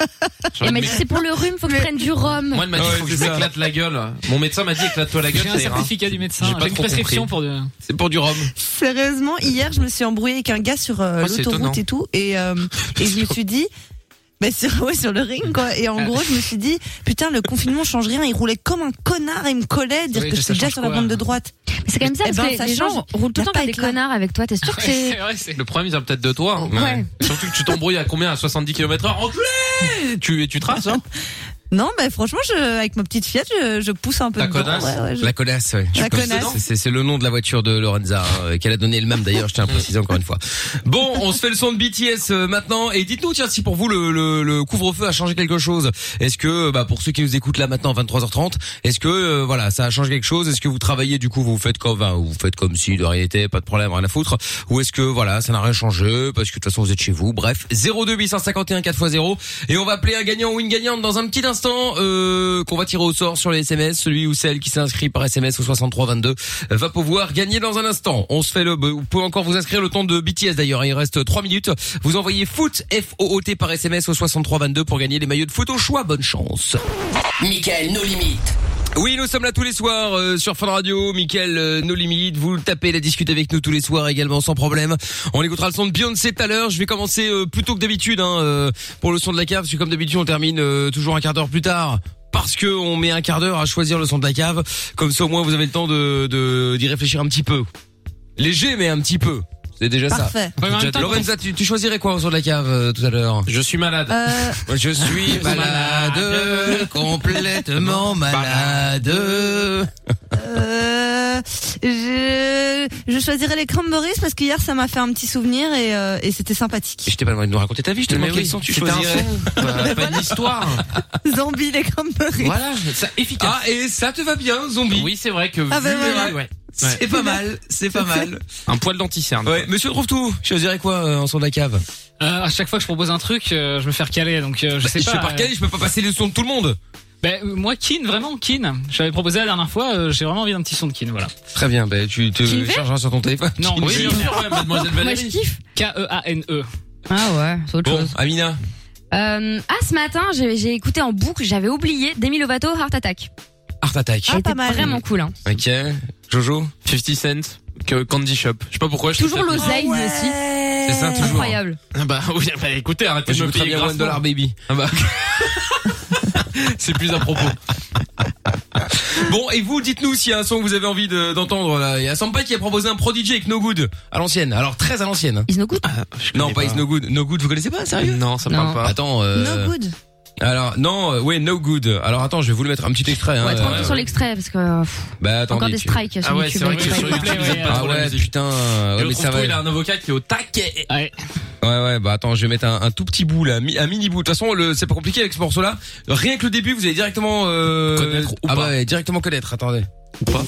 Et elle m'a dit c'est pour le rhume, faut que je prenne du rhum. Moi, elle m'a dit, Ouais, faut que c'est je ça. m'éclate la gueule. Mon médecin m'a dit, éclate-toi la gueule, J'ai un ça ira. certificat du médecin. J'ai pas J'ai une trop prescription compris. pour de. C'est pour du rhum. Sérieusement, hier, je me suis embrouillée avec un gars sur euh, Oh, c'est étonnant. l'autoroute et tout, et euh, et je me suis dit, mais sur ouais sur le ring quoi. Et en gros, je me suis dit, putain, le confinement change rien. Il roulait comme un connard et il me collait, dire Oui, que ça j'étais déjà change sur la quoi bande de droite. Mais c'est quand même ça, Eh parce ben, que ça les gens change. roulent tout Y le a temps pas comme des éclat. connards avec toi. T'es sûr que c'est. vrai, c'est. Le problème, il vient peut-être de toi. hein. Ouais. Surtout que tu t'embrouilles à combien? À soixante-dix kilomètres heure? Enculé! Tu, tu traces, hein? Non, bah franchement, je, avec ma petite Fiat, je, je pousse un peu La dedans. connasse. Ouais, ouais, je- La connasse, ouais. La Je pense que connasse. c'est- C'est c'est le nom de la voiture de Lorenza, hein, qu'elle a donné elle-même d'ailleurs, je tiens à préciser encore une fois. Bon, on se fait le son de B T S euh, maintenant, et dites-nous, tiens, si pour vous le, le, le couvre-feu a changé quelque chose. Est-ce que, bah, pour ceux qui nous écoutent là maintenant, vingt-trois heures trente, est-ce que, euh, voilà, ça a changé quelque chose? Est-ce que vous travaillez, du coup, vous faites comme, enfin, vous faites comme si de rien n'était, pas de problème, rien à foutre? Ou est-ce que, voilà, ça n'a rien changé, parce que de toute façon vous êtes chez vous? Bref, zéro deux huit cent cinquante et un quatre fois zéro, et on va appeler un gagnant ou une gagnante dans un petit instant, euh, qu'on va tirer au sort sur les S M S. Celui ou celle qui s'inscrit par S M S au soixante-trois vingt-deux euh, va pouvoir gagner dans un instant. On se fait le, vous pouvez encore vous inscrire le temps de B T S d'ailleurs, il reste trois minutes. Vous envoyez foot, F O O T par S M S au soixante-trois vingt-deux pour gagner les maillots de foot au choix. Bonne chance. Mickaël, nos limites. Oui, nous sommes là tous les soirs euh, sur Fun Radio. Mickaël, euh, nos limites. Vous le tapez, la discute avec nous tous les soirs également sans problème. On écoutera le son de Beyoncé tout à l'heure. Je vais commencer euh, plus tôt que d'habitude hein, euh, pour le son de la cave, parce que comme d'habitude on termine euh, toujours un quart d'heure plus tard. Parce que on met un quart d'heure à choisir le son de la cave. Comme ça au moins vous avez le temps de de d'y réfléchir un petit peu. Léger mais un petit peu. C'est déjà Parfait. ça. Ouais, mais en même temps, Lorenza, tu, tu choisirais quoi au son de la cave euh, tout à l'heure? Je suis malade. Euh, Je suis malade, complètement malade. euh, je, je choisirais les cranberries parce qu'hier ça m'a fait un petit souvenir et, euh, et c'était sympathique. Je t'ai pas demandé de nous raconter ta vie, je te Mais demande oui, quel son tu c'était un choisirais. son, pas, pas une histoire. Zombie les cranberries. Voilà, ça efficace. Ah, et ça te va bien, zombie? Oui, c'est vrai que Ah ben vulnérable, voilà. ouais. C'est pas mal, c'est pas mal. Un poil d'anticerne. Ouais, monsieur trouve tout. Je choisirais quoi euh, en son de la cave? Euh, à chaque fois que je propose un truc, euh, je me fais recaler, donc euh, je sais Je pas. fais par quel, je peux pas passer les sons de tout le monde. Ben euh, moi Keane, vraiment Keane. J'avais proposé la dernière fois, euh, j'ai vraiment envie d'un petit son de Keane, voilà. Très bien, bah tu te Qui chargeras sur ton téléphone. Non, Qui- oui, Oui. bien sûr, ouais, mademoiselle Moi, je Valérie. kiffe. K E A N E. Ah ouais, c'est autre Bon, chose. Amina. Euh, ah, ce matin, j'ai, j'ai écouté en boucle, j'avais oublié Demi Lovato, Heart Attack. Art Attack. Elle était vraiment cool, hein. Ok. Jojo. fifty Cent, que Candy Shop. Je sais pas pourquoi. Je Toujours trouve ça l'oseille, plus- lui aussi. C'est ça, toujours. Incroyable. Ah bah oui, bah écoutez, arrêtez de me J'écouterais payer bien One grassement. Dollar Baby. Ah bah. C'est plus à propos. Bon, et vous, dites-nous s'il y a un son que vous avez envie de- d'entendre. Là. Il y a Sampai qui a proposé un Prodigy avec No Good à l'ancienne. Alors très à l'ancienne. hein. Is No Good? Non, pas Is No Good. No Good, vous connaissez pas, sérieux? Non, ça me Non. parle pas. Attends. Euh... No good. Alors non, euh, ouais, No Good. Alors attends, je vais vous le mettre un petit extrait. On va Hein, être un peu euh, sur l'extrait, parce que, pff, Bah attendez. encore des tu- strikes sur Ah ouais, YouTube. c'est vrai avec que ça. sur YouTube, plaît, vous êtes ouais. pas Ah trop la ouais, musique. putain. Et Ouais, le mais ça trouve-toi, va. il a un avocat qui est au taquet. Ouais. Ouais ouais, bah attends, je vais mettre un, un tout petit bout là, mi- un mini bout. De toute façon, le, c'est pas compliqué avec ce morceau-là. Rien que le début, vous allez directement euh, Connaître ou ah pas. bah ouais, directement connaître. Attendez. Ou pas.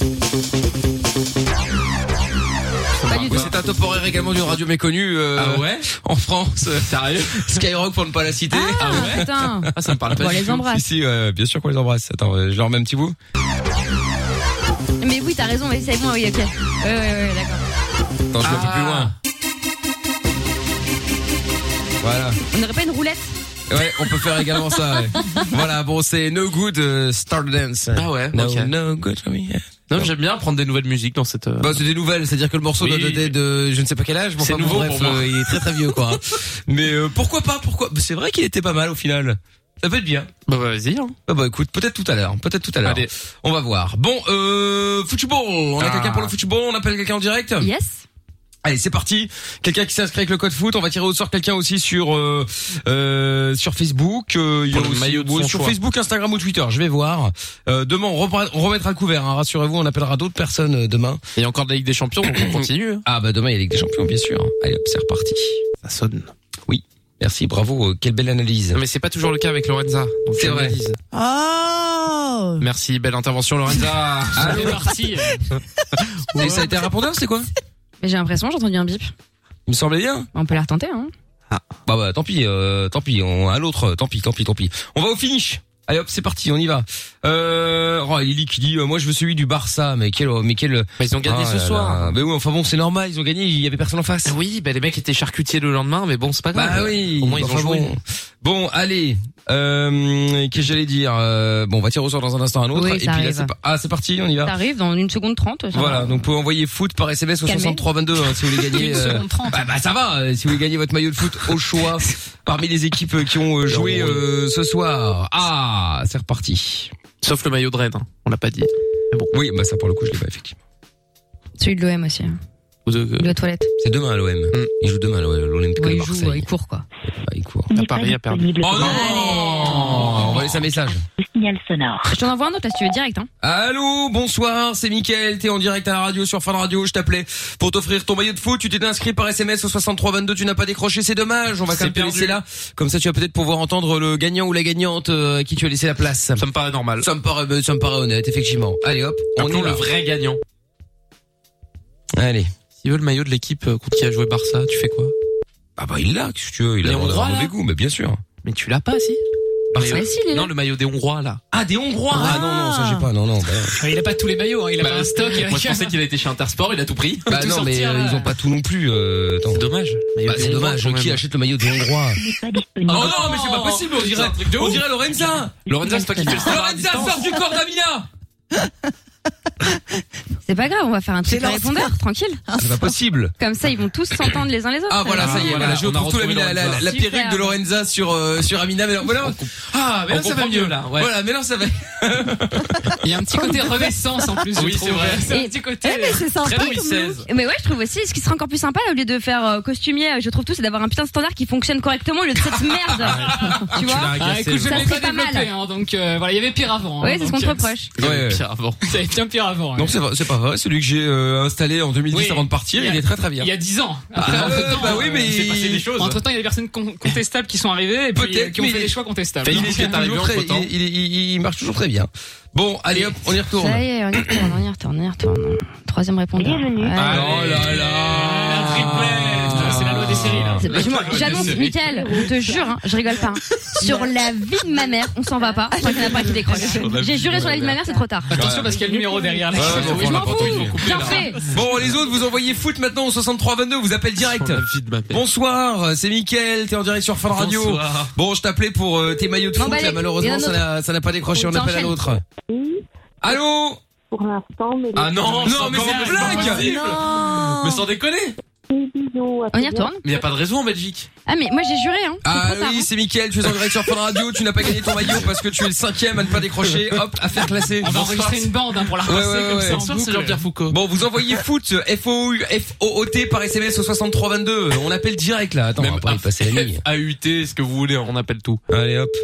Pas du Oui, tout. c'est un top horaire également d'une radio méconnue euh, Ah ouais? en France. Sérieux? Skyrock pour ne pas la citer. Ah, putain. Ah, ça me parle Bon, pas. on du les tout. embrasse. Si si, euh, bien sûr qu'on les embrasse. Attends, euh, je leur mets un petit bout. Mais oui, t'as raison, mais c'est bon, oui, ok. Ouais, ouais, ouais, d'accord. Attends, je vais un peu Ah. plus loin. Voilà. On n'aurait pas une roulette? Ouais, on peut faire également ça. Ouais. Voilà, bon, c'est No Good euh, Star Dance. Ah ouais, No, ok. no good for me. yeah. Non, j'aime bien prendre des nouvelles musiques dans cette. euh, Bah, c'est des nouvelles, c'est-à-dire que le morceau Oui. doit dater de je ne sais pas quel âge, mais C'est enfin, bon, nouveau bref, pour moi. euh, il est très très vieux quoi. Mais euh, pourquoi pas, pourquoi c'est vrai qu'il était pas mal au final. Ça peut être bien. Bah vas-y. Hein. Ah bah écoute, peut-être tout à l'heure, peut-être tout à l'heure. Allez. On va voir. Bon, euh football, on a Ah. quelqu'un pour le football, on appelle quelqu'un en direct. Yes. Allez, c'est parti. Quelqu'un qui s'inscrit avec le code foot. On va tirer au sort quelqu'un aussi sur euh, euh, sur Facebook. Euh, il y a Pour le aussi- maillot de son ouais, sur choix. Facebook, Instagram ou Twitter. Je vais voir. Euh, demain, on, repre- on remettra le couvert. Hein, rassurez-vous, on appellera d'autres personnes euh, demain. Et il y a encore de la Ligue des Champions, donc on continue. hein. Ah bah demain, il y a la Ligue des Champions, bien sûr. Allez, hop, c'est reparti. Ça sonne. Oui, merci, bravo. euh, quelle belle analyse. Non, mais c'est pas toujours le cas avec Lorenza. Donc C'est je vrai. l'analyse. Oh. Merci, belle intervention Lorenza. C'est parti. Et ça a été un répondeur, c'est quoi? Mais j'ai l'impression, j'ai entendu un bip. Il me semblait bien. On peut la retenter, hein. Bah bah tant pis, euh, tant pis. On à l'autre, tant pis, tant pis, tant pis. On va au finish. Allez hop, c'est parti, on y va. Euh, oh, Lily qui dit, euh, moi je veux celui du Barça, mais quel, mais quel. Bah, ils ont gagné Ah ce là soir. là. Mais oui, enfin bon, c'est normal, ils ont gagné, il y avait personne en face. Oui, bah les mecs étaient charcutiers le lendemain, mais bon, c'est pas grave. Bah oui. Au moins ils enfin ont joué. Bon, bon allez. Euh, qu'est-ce que j'allais dire euh, Bon, on va tirer au sort dans un instant un autre. Oui, et puis ça là, arrive. c'est pas... ah, c'est parti, on y va. T'arrives dans une seconde trente. ça Voilà, va. donc vous pouvez envoyer foot par S M S au Calmez. soixante-trois vingt-deux hein, si vous voulez gagner. Une seconde trente. Bah, bah ça va, euh, si vous voulez gagner votre maillot de foot au choix parmi les équipes euh, qui ont euh, joué euh, ce soir. Ah, c'est reparti. Sauf le maillot de Rennes, hein. On l'a pas dit. Oui, bah ça pour le coup je l'ai pas effectivement. Celui de l'O M aussi. hein. Ou de- De la toilette. C'est demain à l'O M. Il joue demain à l'Olympique Ouais, de il joue, Marseille. ouais, il court, quoi. Bah, il court. À Paris a perdu. Oh non, on va laisser un message. Signal sonore. Je t'en envoie un autre, là, si tu veux, direct, hein. Allô, bonsoir, c'est Mickaël, t'es en direct à la radio sur Fun Radio, je t'appelais pour t'offrir ton maillot de foot, tu t'es inscrit par S M S au soixante-trois vingt-deux, tu n'as pas décroché, c'est dommage, on va quand C'est même te perdu. laisser là, comme ça tu vas peut-être pouvoir entendre le gagnant ou la gagnante euh, à qui tu as laissé la place. Ça me paraît normal. Ça me paraît, euh, ça me paraît honnête, effectivement. Allez hop, on y Appelons va. le vrai gagnant. Allez. S'il veut le maillot de l'équipe euh, contre qui a joué Barça, tu fais quoi? Ah bah il l'a, qu'est-ce que tu veux, il a Les un Hongrois, mauvais là goût, mais bien sûr. Mais tu l'as pas, si? Barça. Bah, si, il est là. Non, le maillot des Hongrois, là. Ah, des Hongrois. Ah, non, non, ça j'ai pas, non, non. Bah, Ah, il a pas tous les maillots, hein. Il a Bah, pas un stock. Moi, je pensais qu'il a été chez Intersport, il a tout pris. bah tout non, mais sortir, euh, là. ils ont pas tout non plus. Euh, attends. C'est dommage. Maillot Bah, des c'est Hongrois, dommage, quand qui même. achète le maillot des Hongrois? N'est pas disponible. Oh non, mais c'est pas possible, on dirait, on dirait Lorenza. Lorenza, c'est toi qui fais le standard à Lorenza, distance. sors du corps d'Amina. C'est pas grave, on va faire un truc C'est à lancé. répondeur, tranquille. C'est pas possible. Comme ça, ils vont tous s'entendre les uns les autres. Ah voilà, ça y est, voilà, voilà, je on a retrouve tout retrouvé la, la, la, la Super. perruque de Lorenza sur euh, sur Amina. Mais non, voilà. Ah, mais On là ça va comprend mieux mieux, là, ouais. Voilà, mais là ça va. Il y a un petit côté renaissance en plus. je Oui, trouve. c'est vrai. C'est un Et- petit côté. Eh, mais c'est sympa Très comme Louis look. seize. Mais ouais, je trouve aussi, ce qui serait encore plus sympa, au lieu de faire euh, costumier, je trouve tout, c'est d'avoir un putain de standard qui fonctionne correctement au lieu de cette merde. tu vois? l'as Ah, agacé, écoute, je Ça l'ai serait pas pas mal. développé, hein, donc euh, voilà, il y avait pire avant. Oui, hein, c'est ce donc, qu'on te euh, reproche. Il y avait Ouais, ouais. pire avant. Ça avait bien pire avant. Non, ouais. c'est vrai, c'est pas vrai. Celui que j'ai euh, installé en deux mille dix Oui. avant de partir, Il y a- il est très très bien. Il y a dix ans. Ah, Après, euh, entre-temps, bah oui, mais Il s'est passé des choses. Entre temps, il y a des personnes con- contestables qui sont arrivées et puis Peut-être, euh, qui ont mais fait il- des choix contestables. Fait, il, il est est toujours arrivé très, entre-temps. il, il, il, il marche toujours très bien. Bon, allez hop, on y retourne. Ça y est, on y retourne, on y retourne, on y retourne. Troisième répondeur. Bienvenue. Ouais. Oh là là. La triplette, c'est la loi des séries là. Moi, j'annonce, Mickaël, je te jure, hein, je rigole pas. Hein. Sur la vie de ma mère, on s'en va pas. Je crois qu'il y en a pas qui décroche. J'ai juré sur la vie de ma mère, c'est trop tard. Attention parce qu'il y a le numéro derrière. Là. Ouais, je m'en fous. Bien fait. Bon, les autres, vous envoyez foot maintenant au soixante-trois vingt-deux, vous appelez direct. Bonsoir, c'est Mickaël, t'es en direct sur Fun Radio. Bonsoir. Bon, je t'appelais pour euh, tes maillots de Non, foot, bah, là, les- malheureusement, il y en a ça n'a, ça n'a pas décroché, on appelle à l'autre. Allô? Pour l'instant, mais... Ah non, Non, mais c'est une blague! Non. Mais sans déconner. Bisous, à On y très retourne. Mais y a pas de raison en Belgique. Ah mais moi j'ai juré hein. C'est Ah trop tard, oui, hein. c'est Mickaël, tu es en direct sur Fun Radio, tu n'as pas gagné ton maillot parce que tu es le cinquième à ne pas décrocher, hop, à faire classer. On va enregistrer une bande hein, pour la repasser Ouais, ouais, comme ouais. ça en Bonsoir, c'est boucle. Jean-Pierre Foucault. Bon, vous envoyez foot, F O U, F O O T par S M S au soixante-trois vingt-deux. On appelle direct là. Attends, Même on va pas y passer la nuit. A U T, ce que vous voulez, on appelle tout. Allez hop.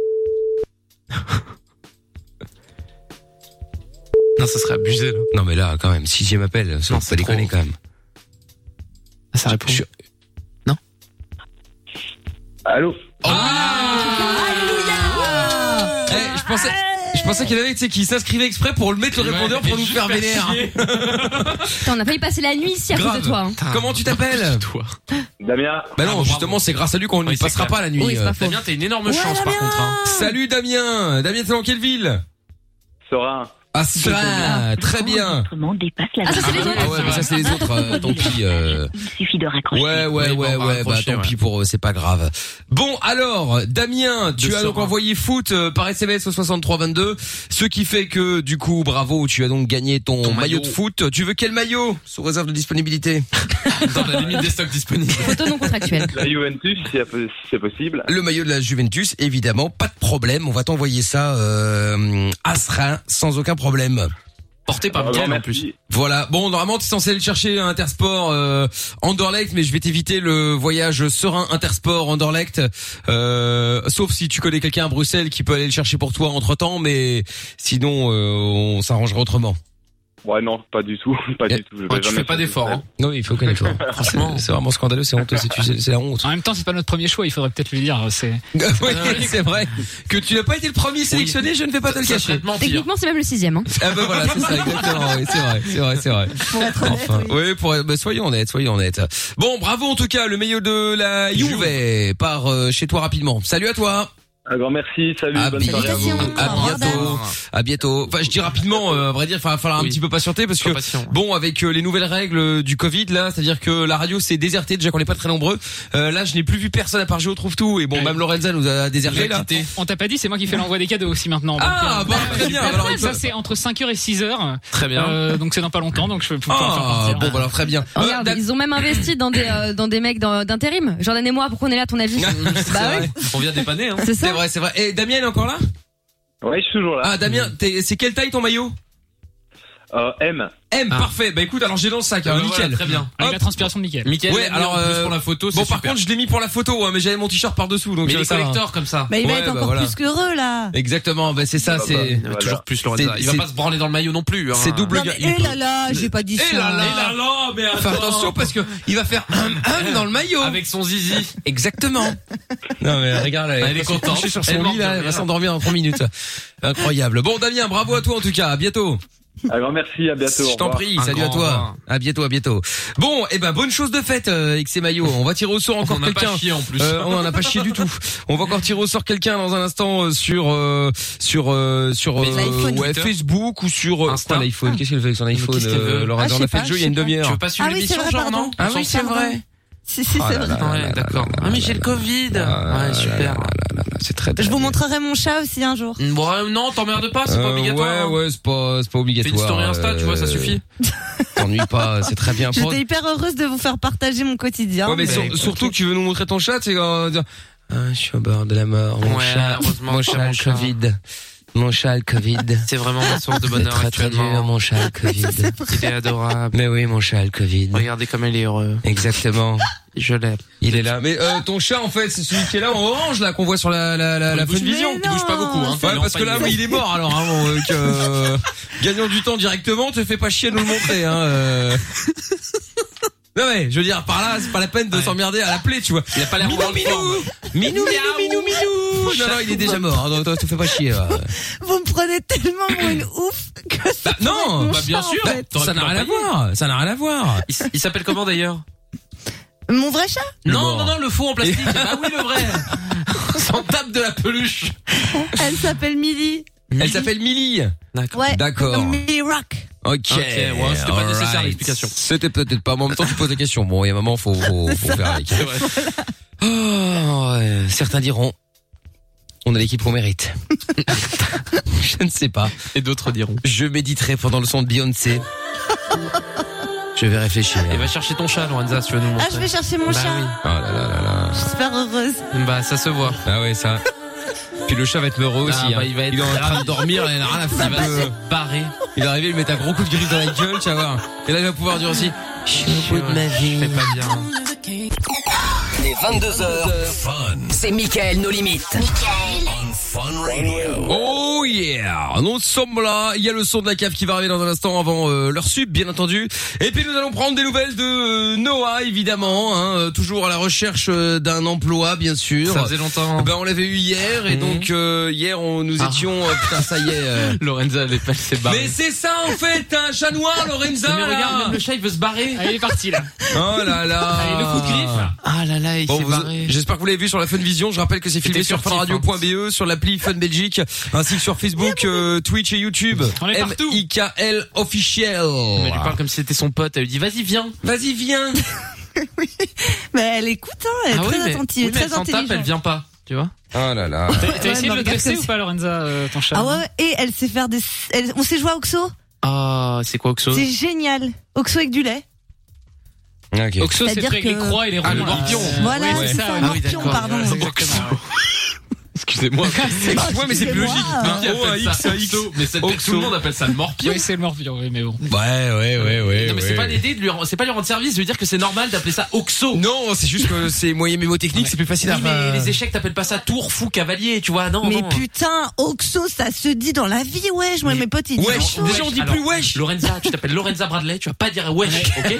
Non, ça serait abusé là. Non mais là, quand même, sixième appel, ça Non, faut c'est pas déconner trop. quand même. Ah, ça répond. Je- Allô? Eh, je pensais, je pensais qu'il y en avait, tu sais, qui s'inscrivait exprès pour le mettre le Ouais, répondeur et pour nous juste faire faire vénère. chier. Putain, on a failli passer la nuit ici à cause Grave. de toi. Hein. Comment tu t'appelles? Toi. Damien? Bah non, bravo. justement, c'est grâce à lui qu'on ne Oui, c'est passera clair. pas la nuit. Oui, c'est pas Euh, faux. Damien, t'as une énorme chance par contre. Hein. Salut Damien. Damien, t'es dans quelle ville? Serein. Ah, ça, très bien. L'enregistrement dépasse la Ah, ça, c'est les valeur. autres. Ah ouais, mais ça c'est les autres, euh, tant pis. Euh... Il suffit de raccrocher. Ouais, ouais, Oui, bon, ouais, on va ouais, bah raccrocher, tant ouais. pis pour eux, c'est pas grave. Bon, alors, Damien, tu De as donc Serein. envoyé foot euh, par S M S au soixante-trois vingt-deux, ce qui fait que, du coup, bravo, tu as donc gagné ton, Ton maillot. maillot. de foot. Tu veux quel maillot? Sous réserve de disponibilité. Dans la limite des stocks disponibles. Photo non contractuelle. La Juventus, si c'est possible. Le maillot de la Juventus, évidemment, pas de problème, on va t'envoyer ça euh, à Serein, sans aucun problème. Porté par Ah, Mickaël bon, en plus. merci. Voilà. Bon, normalement, tu es censé aller chercher un Intersport euh, Anderlecht, mais je vais t'éviter le voyage serein Intersport Anderlecht, euh, sauf si tu connais quelqu'un à Bruxelles qui peut aller le chercher pour toi entre-temps, mais sinon, euh, on s'arrangera autrement. Ouais, non, pas du tout. Pas Eh, du tout. Je Ouais, vais tu jamais fais pas faire d'effort. ça. Hein. Non, il faut connaître. Franchement, c'est vraiment scandaleux, c'est honteux, c'est, tu sais, c'est la honte. En même temps, c'est pas notre premier choix, il faudrait peut-être lui dire. C'est. Oui, c'est vrai. Que tu n'as pas été le premier sélectionné, je ne vais pas te le Ça cacher. serait de mentir. Techniquement, c'est même le sixième. Hein. Ah ben voilà, c'est ça, exactement. Oui, c'est vrai, c'est vrai, c'est vrai. Pour être honnête, Enfin, oui. oui, pour, bah, soyons honnêtes, soyons honnêtes. Bon, bravo en tout cas, le maillot de la Juve part euh, chez toi rapidement. Salut à toi. Un grand merci. Salut. À Bonne soirée à vous. Salutations. À Au revoir, bientôt. À bientôt. Enfin, je dis rapidement, euh, à vrai dire, il va falloir un Oui. petit peu patienter parce que Sois patient. bon, avec euh, les nouvelles règles du Covid là, c'est-à-dire que la radio s'est désertée déjà qu'on n'est pas très nombreux. Euh, là, je n'ai plus vu personne à part Géo trouve tout et bon, Ouais. même Lorenza nous a déserté Il a là. quitté. On t'a pas dit, c'est moi qui fais l'envoi des cadeaux aussi maintenant. Ah, donc, euh, bah, très bien. super. Alors, il ça peut- c'est entre cinq heures et six heures. Très bien. Euh, donc c'est dans pas longtemps, donc je peux pouvoir faire Ah, partir. bon, bah alors très bien. Euh, Regarde, Dam- ils ont même investi dans des euh, dans des mecs dans- d'intérim. Jordan et moi, pourquoi on est là, à ton avis? C'est Bah vrai. ouais, On vient dépanner. Hein. c'est ça. C'est vrai, c'est vrai. Et Damien il est encore là? Ouais, je suis toujours là. Ah Damien, t'es- c'est quelle taille ton maillot? Euh, M. M, Ah. parfait. Bah écoute, alors j'ai dans le sac, Ah, hein, bah, nickel. voilà, très bien. Avec Hop. la transpiration de Mickaël. Mickaël, Ouais, l'a mis alors, en plus euh, pour la photo, c'est Bon, par super. contre, je l'ai mis pour la photo, hein, mais j'avais mon t-shirt par dessous, donc Mais euh, les ça va. collecteurs comme ça. Bah, il va Ouais, être bah, encore voilà. plus qu'heureux, là. Exactement, bah c'est ça, Ah, c'est bah, Il va Voilà. toujours plus Lorenza. C'est- Il va c'est- pas se branler dans le maillot non plus. Hein. c'est double Non, mais, eh là là, j'ai pas dit ça. Eh là là. Eh là là, mais Fais attention parce que il va faire hum hum dans le maillot. Avec son zizi. Exactement. Non mais regarde, elle, Elle est va se contente. coucher sur Elle son manque lit de là, elle va rien. s'endormir en trois minutes. Incroyable. Bon Damien, bravo à toi en tout cas, à bientôt. Un grand merci. À bientôt. au Je t'en revoir. prie, Un salut à grand toi. revoir. À bientôt, à bientôt. Bon, et ben bonne chose de faite euh, avec ces maillots. On va tirer au sort encore On n'a quelqu'un. pas chié en plus. Euh, on en a pas chié du tout. On va encore tirer au sort quelqu'un dans un instant euh, sur euh, sur euh, sur Mais l'iPhone, ouais, Twitter. Facebook ou sur euh, Insta. quoi, l'iPhone. Qu'est-ce qu'il fait avec son iPhone qu'est-ce qu'elle veut euh, Laurent, Ah, je on sais a fait pas, le jeu il y a je une sais pas. Tu demi-heure. veux pas suivre Ah oui, l'émission, c'est vrai, genre, pardon. non Ah oui, c'est pardon. vrai. Si, si, Ah c'est là vrai. là. Ouais, d'accord. Ah mais j'ai le Covid. Ah, Ouais, super. là, là, là, là, c'est très, très Je vous bien. montrerai mon chat aussi un jour. Bon, euh, non, t'emmerdes pas, c'est pas Euh, obligatoire. Ouais, hein. ouais, c'est pas, c'est pas Fais obligatoire. une story Insta, tu vois, ça euh, suffit. T'ennuies pas, c'est très bien. J'étais hyper heureuse de vous faire partager mon quotidien. Ouais, mais mais- sur- écoute. surtout que tu veux nous montrer ton chat, c'est euh, dire, ah, je suis au bord de la mort, mon Ouais, chat, heureusement mon que chat, mon le chat. Covid, mon chat, le Covid. C'est vraiment ma source de C'est bonheur très très dur, actuellement. mon chat, le Covid. Il est adorable. Mais oui, mon chat, le Covid. Regardez comme il est heureux. Exactement. Je l'aime. Il est là. Mais euh, ton chat, en fait, c'est celui qui est là en orange, là, qu'on voit sur la la la, la Il bouge- Funvision. Il bouge pas beaucoup, hein. Ouais, Il est parce que là, empaillé. oui, il est mort. Alors, hein, bon, euh, que, euh, gagnons du temps directement. Te fais pas chier de nous le montrer, hein. Euh... Non mais, je veux dire, par là, c'est pas la peine de Ouais. s'emmerder à l'appeler, tu vois. Il a pas l'air Minou, en minou, forme. minou, minou, minou, minou. Non, non, il est déjà mort. hein, Donc, toi, te fais pas chier. là. Vous me prenez tellement pour une ouf que ça Bah, non, pourrait être mon bah, bien chat, sûr. en fait. T'aurais Ça pu n'a rien à l'empailler. voir. Ça n'a rien à voir. Il s- il s'appelle comment d'ailleurs? Mon vrai chat? Non, non, non, le faux en plastique. Bah oui, le vrai. On s'en tape de la peluche. Elle s'appelle Millie. Elle s'appelle Millie. D'accord. Ouais. D'accord. Millie Rock. Ok. Ok, ouais, c'était pas nécessaire, alright. l'explication. C'était peut-être pas. Mais en même temps, tu poses des questions. Bon, il y a un moment, faut, faut, faut faire avec. C'est vrai. Oh, ouais. Certains diront, on a l'équipe qu'on mérite. Je ne sais pas. Et d'autres diront. Je méditerai pendant le son de Beyoncé. Je vais réfléchir. Et va chercher ton chat, Lorenza, si tu veux nous montrer. Ah, je vais chercher mon bah chat. Oui. Oh là là là là. Je suis super heureuse. Bah, ça se voit. Ah ouais, ça. Puis le chat va être heureux aussi. Ah, bah, hein. il va être est en train de dormir, il en a rien à foutre. Il va se barrer. Il est arrivé, il met un gros coup de griffe dans la gueule, tu vas voir. Et là, il va pouvoir dire aussi, je suis au bout de ma vie. Je fais pas bien. Les vingt-deux heures, c'est Mickaël No Limites. Oh yeah, nous sommes là. Il y a le son de la cave qui va arriver dans un instant avant euh, leur sub, bien entendu. Et puis nous allons prendre des nouvelles de euh, Noah, évidemment, hein, euh, toujours à la recherche euh, d'un emploi, bien sûr. Ça faisait longtemps. Ben on l'avait eu hier et Mmh. donc euh, hier on nous Ah. étions euh, putain ça y est. Euh... Lorenza, elle est pas laissée barrer. Mais c'est ça en fait, t'as un chat noir, Lorenza. Mais regarde, là. même le chat, il veut se barrer. Allez, il est parti là. Oh là là. Allez, le coup de griffe. Ah là là, il Bon, s'est vous- barré. j'espère que vous l'avez vu sur la Funvision. Je rappelle que c'est filmé C'était sur furtif, funradio point b e, sur l'appli Fun Belgique, ainsi que sur Facebook, euh, Twitch et YouTube. On est M partout. I K L officiel. Elle lui parle comme si c'était son pote. Elle lui dit, vas-y, viens. Vas-y, viens. Mais elle écoute, hein. Elle est Ah oui, très mais, attentive, oui, mais très elle s'en tape, intelligente. elle vient pas. Tu vois? Oh là là. T'as t'as Ouais, essayé me de le regarde dresser comme ou si- pas, Lorenza, euh, ton chat? Ah ouais, ouais. Et elle sait faire des, elle- on sait jouer à Oxo. Ah, c'est quoi Oxo? C'est génial. Oxo avec du lait. Ok. Oxo, c'est C'est-à-dire fait avec les que- croix et les ronds. Ah, le là. morpion. Voilà, Oui, c'est c'est ça, ça, un oui. Ah oui, morpion, d'accord. pardon. C'est exactement. Excusez-moi. Ouais, mais c'est plus logique. Excusez-moi. Qui Oh, un appelle X, ça un X. Oxo? Mais c'est- Oxo. tout le monde appelle ça le morpion. Oui, c'est le morpion, oui, mais bon. Ouais, ouais, ouais, ouais. Non, mais c'est ouais. pas l'idée de lui, rend- c'est pas lui rendre service, de lui dire que c'est normal d'appeler ça Oxo. Non, c'est juste que c'est moyen mémotechnique, c'est plus facile à Oui, mais les échecs, t'appelles pas ça tour, fou, cavalier, tu vois, non, Mais non. putain, Oxo, ça se dit dans la vie, wesh. Moi, Mais- mes potes, ils disent Wesh, Oxo. déjà on dit Alors, plus wesh. Lorenza, tu t'appelles Lorenza Bradley, tu vas pas dire wesh, ok?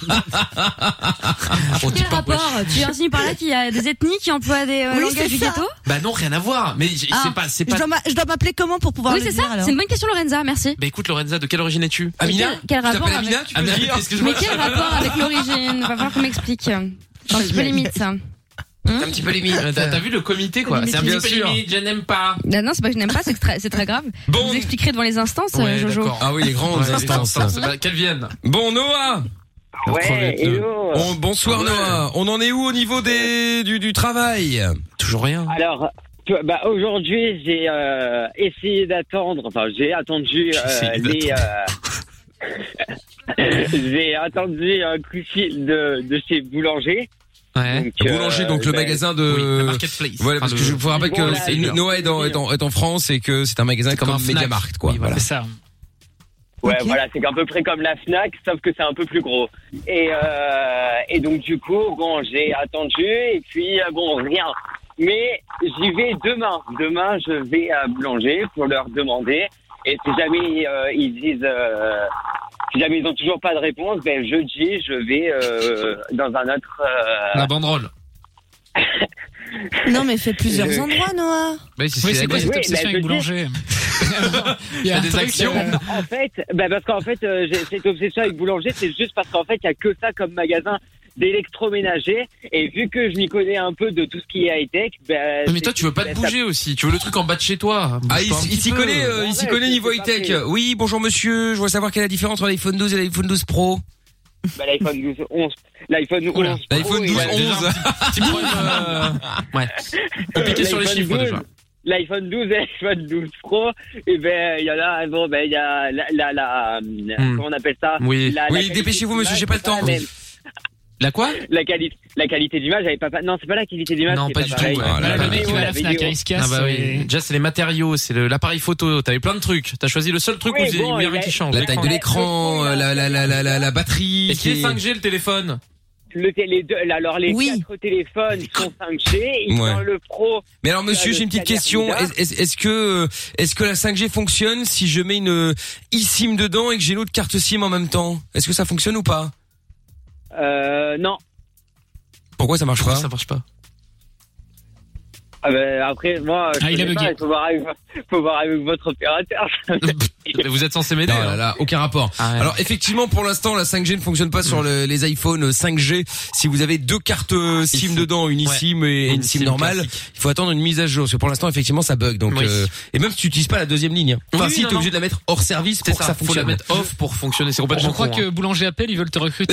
On dit Quel pas rapport? wesh. Tu insinues par là qu'il y a des ethnies qui emploient des euh, Oui, langages c'est du ça. ghetto? Bah non, rien à voir. Mais j- Ah. c'est pas, c'est Je pas. dois m'a- je dois m'appeler comment pour pouvoir Oui, le c'est dire, ça. alors C'est une bonne question, Lorenza. Merci. Bah écoute, Lorenza, de quelle origine es-tu? Amina? Quel- quel Tu rapport t'appelles avec- Amina, tu peux Amina, le dire? excuse-moi. Mais quel rapport avec l'origine? Va falloir qu'on m'explique. C'est un petit peu limite, ça. C'est un petit peu limite. Euh, T'as t'as vu le comité, quoi? C'est un Bien petit peu sûr. limite, je n'aime pas. Non, non, c'est pas que je n'aime pas, c'est que très- c'est très grave. Bon. Vous expliquerez devant les instances, Ouais, euh, Jojo. d'accord. Ah oui, les grandes Ouais, les instances. instances, bah, qu'elles viennent. Bon, Noah. Ouais, hello. Bon, bonsoir Noah. On en est où au niveau des du, du travail? Toujours rien. Alors, tu vois, bah, aujourd'hui, j'ai euh, essayé d'attendre, enfin, j'ai attendu J'ai euh, essayé les... euh, j'ai attendu un coup de fil de, de chez Boulanger. Ouais. Donc, Boulanger, donc le bah, magasin de... Oui, le marketplace. Voilà, parce Enfin, que je le- vous rappelle que Voilà, c'est- le- Noah est, dans, est, en, est en France et que c'est un magasin comme, comme un un Fnac. Mediamarkt, quoi. Oui, voilà. C'est ça. Ouais, Ok. voilà, c'est à peu près comme la Fnac, sauf que c'est un peu plus gros. Et, euh, et donc, du coup, bon, j'ai attendu, et puis, euh, bon, rien. Mais j'y vais demain. Demain, je vais à Boulanger pour leur demander. Et si jamais euh, ils disent... Euh, si jamais ils ont toujours pas de réponse, ben jeudi, je vais euh, dans un autre... Euh, La banderole. Non, mais fais plusieurs Euh, endroits, Noah. Oui, c'est Oui, ce c'est qu'il quoi a dit. cette Oui, obsession bah, avec je Boulanger? Il y a T'as un des truc, actions. euh, En fait, bah parce qu'en fait, euh, j'ai cette obsession avec Boulanger, c'est juste parce qu'en fait, il y a que ça comme magasin d'électroménager. Et vu que je m'y connais un peu de tout ce qui est high-tech, bah, Mais c'est- toi, tu veux pas te bouger aussi. Tu veux le truc en bas de chez toi. Ah, Bouge il, toi un il petit s'y peu. connaît, euh, il s'y Ouais, connaît c'est- niveau c'est high-tech. pas vrai. Oui, bonjour monsieur, je voudrais savoir quelle est la différence entre l'iPhone douze et l'iPhone douze Pro. Bah, l'iPhone douze, onze. L'iPhone Oula. onze. L'iPhone Pro, douze, ouais, déjà, onze. Petit problème, euh, Ouais. Faut piquer sur les L'iPhone chiffres douze, déjà. L'iPhone douze et l'iPhone douze Pro, et ben il y en a, bon ben il y a la, la, la Hmm. comment on appelle ça? Oui. La- la Oui, qualité dépêchez-vous, monsieur, d'image, j'ai pas le c'est la temps. même. La quoi? La qualité, la qualité d'image, j'avais pas, non c'est pas la qualité d'image. Non, qui est pas du tout, pareille. ouais. Ah là Voilà, là le mec là qui va à La la Fnac, vidéo. hein, il se casse. Ah bah oui. et- Déjà, c'est les matériaux, c'est le- l'appareil photo. T'avais plein de trucs. T'as choisi le seul truc Oui, où il y a- bon, où il y a il rien a- qui change. La taille de l'écran, euh, la, la, la, la, la, la batterie. Est-ce qu'il est qui est- cinq G le téléphone? Le té- les deux, alors les Oui. quatre téléphones sont cinq G, et Ouais. dans le Pro. Mais alors monsieur, euh, j'ai une petite le question. scanner Est- Est-ce est-ce que est-ce que la cinq G fonctionne si je mets une eSIM dedans et que j'ai l'autre carte SIM en même temps? Est-ce que ça fonctionne ou pas? Euh, non. Pourquoi ça marche Pourquoi pas? ça marche pas? Ah ben, après, moi, je Ah, il a connais pas, bugué. il faut voir avec, faut voir avec votre opérateur. Vous êtes censé m'aider. Non, là, hein. là, aucun rapport. Ah ouais. Alors effectivement, pour l'instant, la cinq G ne fonctionne pas sur le, les iPhone cinq G. Si vous avez deux cartes euh, SIM dedans, une eSIM et une, une SIM normale, classique. Il faut attendre une mise à jour. Parce que pour l'instant, effectivement, ça bug. Donc, oui. euh, et même si tu n'utilises pas la deuxième ligne. Hein. Enfin, oui, si, non, t'es obligé de la mettre hors service pour ça, que ça fonctionne. Faut la mettre off pour fonctionner. C'est complètement Je crois con, que hein. Boulanger appelle, ils veulent te recruter.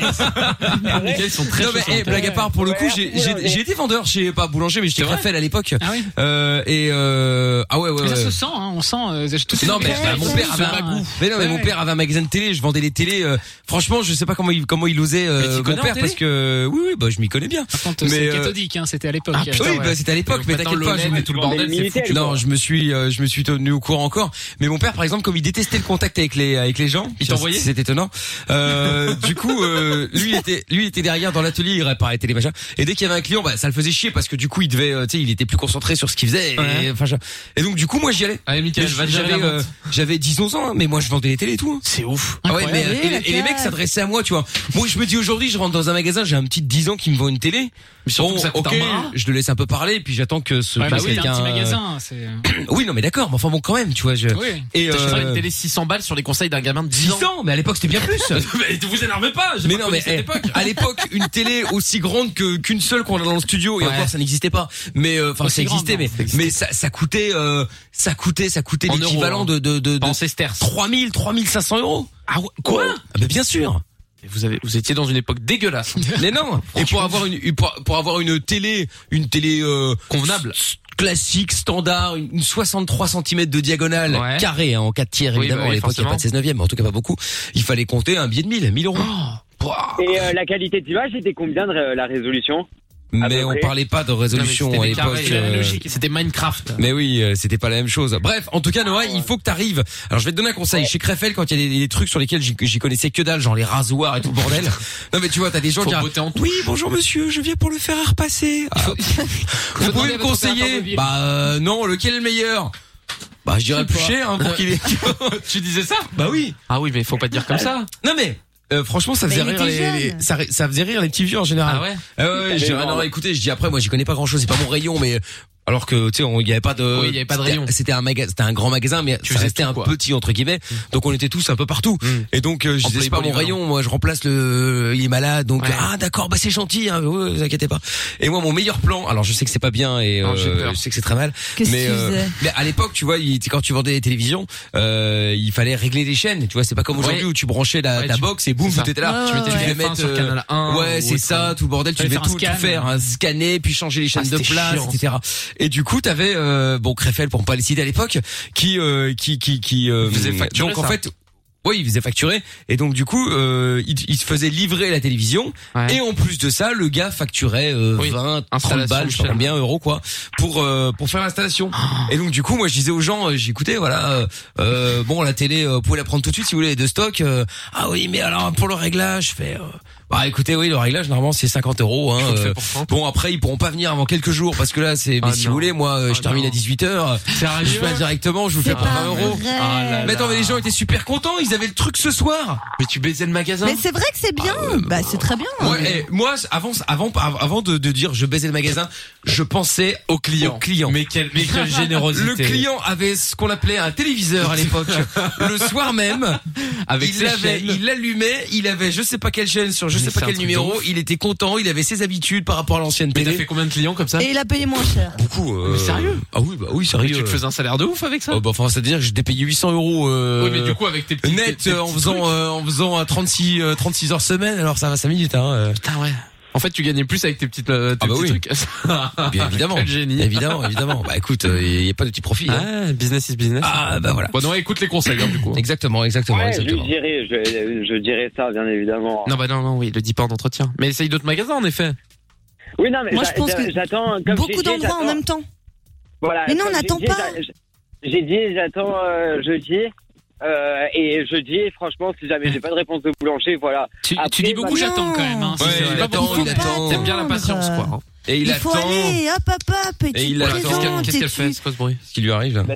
Ils sont très non mais chauds, hey, blague à part, pour le Ouais, coup, j'ai j'ai j'ai été vendeur chez pas boulanger, mais j'étais Krefel à l'époque. Ah oui. Euh, et euh, ah ouais ouais. Mais ça ouais. se sent, hein, on sent. Euh, tout non mais bah, mon père avait un goût. Mais non mais ouais. mon père avait un magasin de télé. Je vendais les télés. Euh, franchement, je sais pas comment il comment il osait euh, mon père parce que oui oui bah je m'y connais bien. Par contre, c'est cathodique, hein, c'était à l'époque. Ah, putain, oui, bah, c'était à l'époque, mais t'inquiète pas, je tout le bordel, c'est foutu. Non, je me suis, euh, je me suis tenu au courant encore. Mais mon père, par exemple, comme il détestait le contact avec les, avec les gens, il t'envoyait. C'est étonnant. Euh, du coup, euh, lui il était, lui il était derrière dans l'atelier, il réparait les télé machin. Et dès qu'il y avait un client, bah ça le faisait chier parce que du coup il devait, euh, tu sais, il était plus concentré sur ce qu'il faisait. Et, enfin, je... et donc du coup moi j'y allais. Allez, Mickaël, va gérer j'avais, la euh, j'avais dix onze ans, hein, mais moi je vendais les télés et tout. Hein. C'est ouf. Ah ouais, mais Oui, et, la et les mecs s'adressaient à moi, tu vois. Moi je me dis aujourd'hui, je rentre dans un magasin, j'ai un petit de dix ans qui me vend une télé. Bon, ça coûte ok, un bras. je le laisse un peu parler, puis j'attends que ce Ouais, que bah oui, quelqu'un. un petit magasin, c'est. Oui, non, mais d'accord, mais enfin bon, quand même, tu vois, je. Oui. Et T'achèterais euh... une télé six cents balles sur les conseils d'un gamin de dix ans. six cents, mais à l'époque c'était bien plus. Mais vous énervez pas. Mais non, mais cette époque. À l'époque, une télé aussi grande que qu'une seule qu'on a dans le studio, et ouais. encore ça n'existait pas. Mais enfin, euh, ça existait, grande, mais mais ça, ça coûtait, euh, ça coûtait, ça coûtait en l'équivalent euros, de de de, de trois mille, trois mille cinq cents euros. Ah ouais, quoi? Ah bah bien sûr. Vous avez, vous étiez dans une époque dégueulasse. Mais non. Et pour avoir une, pour, pour avoir une télé, une télé euh, convenable, classique, standard, une soixante-trois centimètres de diagonale, ouais. carré, hein, en quatre tiers évidemment. Oui, bah oui, à l'époque, il n'y a pas de seize neuvième, en tout cas pas beaucoup. Il fallait compter un billet de mille, mille euros. Oh. Et euh, la qualité d'image était combien de euh, la résolution? Mais on parlait pas de résolution non, à l'époque. Euh, c'était Minecraft. Mais oui, euh, c'était pas la même chose. Bref, en tout cas, Noah, il faut que t'arrives. Alors, je vais te donner un conseil. Ouais. Chez Krefel, quand il y a des, des trucs sur lesquels j'y connaissais que dalle, genre les rasoirs et tout le bordel. Non, mais tu vois, t'as des gens faut qui botter en oui, bonjour monsieur, je viens pour le fer à repasser. Ah, vous pouvez me conseiller? Bah, euh, non, lequel est le meilleur? Bah, je dirais le plus cher, hein, pour qu'il ait. Tu disais ça? Bah oui. Ah oui, mais faut pas dire comme ça. Non, mais. Euh, franchement, ça faisait rire les, les ça, ça faisait rire les petits vieux en général. Ah ouais. Ah ouais, ouais je dis ah non, écoutez, je dis après moi j'y connais pas grand chose, c'est pas mon rayon, mais alors que tu sais, il y avait pas de, oui, il y avait pas de rayon. C'était un magasin, c'était un grand magasin, mais tu restais un quoi. Petit entre guillemets. Mmh. Donc on était tous un peu partout. Mmh. Et donc euh, je disais c'est pas mon rayon, moi je remplace le, il est malade, donc ouais. ah d'accord, bah c'est gentil, hein, ouais, vous inquiétez pas. Et moi mon meilleur plan, alors je sais que c'est pas bien et euh, oh, je sais que c'est très mal, mais euh, mais à l'époque tu vois, il, quand tu vendais les télévisions, euh, il fallait régler les chaînes, tu vois, c'est pas comme aujourd'hui ouais. où tu branchais la, ouais, ta tu... box et boum, tout était là. Ouais, tu mettais tu devais mettre sur canal un. Ouais, c'est ça, tout le bordel, tu devais tout faire, scanner, puis changer les chaînes de place, et cetera. Et du coup t'avais Euh, bon Krefel pour ne pas les citer à l'époque qui euh, qui qui qui euh, faisait facturer donc en ça. fait oui, il faisait facturer et donc du coup euh, il, il se faisait livrer la télévision ouais. et en plus de ça le gars facturait euh, oui. vingt, trente balles, je sais pas combien euros quoi pour euh, pour faire l'installation. Oh. Et donc du coup moi je disais aux gens, euh, j'écoutais voilà euh, bon la télé euh, vous pouvez la prendre tout de suite si vous voulez de stock. Euh, ah oui mais alors pour le réglage je fais euh, bah écoutez oui le réglage normalement c'est cinquante euros hein, euh, bon après ils pourront pas venir avant quelques jours parce que là c'est mais ah, si non. vous voulez moi euh, ah, je termine non. à dix-huit heures je fais directement je vous fais pour vingt euros. Ah, mais attends mais les gens étaient super contents, ils avaient le truc ce soir. Mais tu baisais le magasin. Mais c'est vrai que c'est bien. Ah, euh, bah c'est très bien. Ouais, mais... moi avant avant avant de, de dire je baisais le magasin, je pensais au client. Au client. Mais quelle mais quelle générosité. Le client avait ce qu'on appelait un téléviseur à l'époque. Le soir même, avec il l'avait, il l'allumait, il avait je sais pas quelle chaîne sur je sais pas quel numéro, il était content, il avait ses habitudes par rapport à l'ancienne télé. Mais t'as fait combien de clients comme ça? Et il a payé moins cher. Beaucoup. Euh... Mais sérieux? Ah oui bah oui sérieux. Mais tu te faisais un salaire de ouf avec ça? Oh, bah enfin c'est-à-dire que j'ai payé huit cents euros. Euh... Oui mais du coup avec tes petits net tes, tes en faisant euh, en faisant trente-six heures semaine, alors ça va cinq minutes hein. Euh... Putain ouais. En fait, tu gagnais plus avec tes petites, euh, tes ah bah petits oui. trucs. Bien évidemment. Quel génie. Évidemment, évidemment. Bah écoute, il euh, y a pas de petit profit. Hein. Ah, business is business. Ah bah voilà. Bon non, écoute les conseils hein, du coup. Exactement, exactement, ouais, exactement. Je dirais, je, je dirais ça, bien évidemment. Non bah non, non, oui, le dis pas en entretien. Mais essaye d'autres magasins en effet. Oui non mais moi je pense que j'attends comme beaucoup d'endroits en même temps. Voilà. Mais non, on n'attend pas. J'ai dit, j'attends euh, jeudi. Euh, et je dis franchement si jamais j'ai pas de réponse de boulanger voilà. Tu, Après, tu dis beaucoup bah, j'attends quand même hein. Ouais, il, il attend, il attend. T'aimes bien la patience quoi. Hein. Et il, il attend. faut aller hop hop hop et, et il attend. Qu'est-ce qu'elle fait? C'est quoi ce bruit? Ce qui lui arrive là.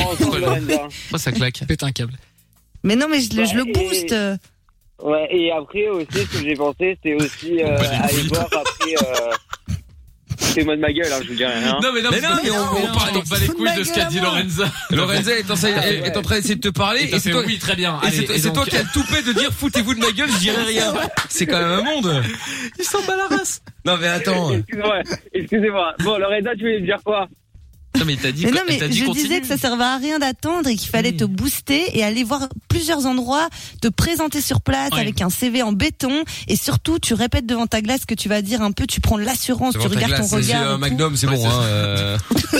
Pourquoi ça claque? Pète un câble. Mais non mais je, ouais, je le booste. Et... Ouais et après aussi ce que j'ai pensé c'était aussi euh, aller voir après euh... foutez-moi de ma gueule, hein, je vous dirai rien. Non, mais non, Mais non, mais on- on parle pas les couilles de ce qu'a dit Lorenza. Lorenza est en, est, est en train d'essayer de te parler. Et t'as Et c'est fait toi, oui, très bien. et Allez, c'est, et c'est donc- toi qui as le toupet de dire foutez-vous de ma gueule, je dirais rien. C'est quand même un monde. Il s'en bat la race. Non, mais attends. Excusez-moi, excusez-moi. Bon, Lorenza, tu voulais me dire quoi? Non, mais il t'a dit, Mais non, il mais t'a dit je continue. disais que ça servait à rien d'attendre et qu'il fallait te booster et aller voir plusieurs endroits, te présenter sur place Ouais. avec un C V en béton et surtout tu répètes devant ta glace ce que tu vas dire un peu, tu prends l'assurance, tu Devant ta regardes glace, ton c'est regard un et tout, Magnum, c'est bon. Hein, euh.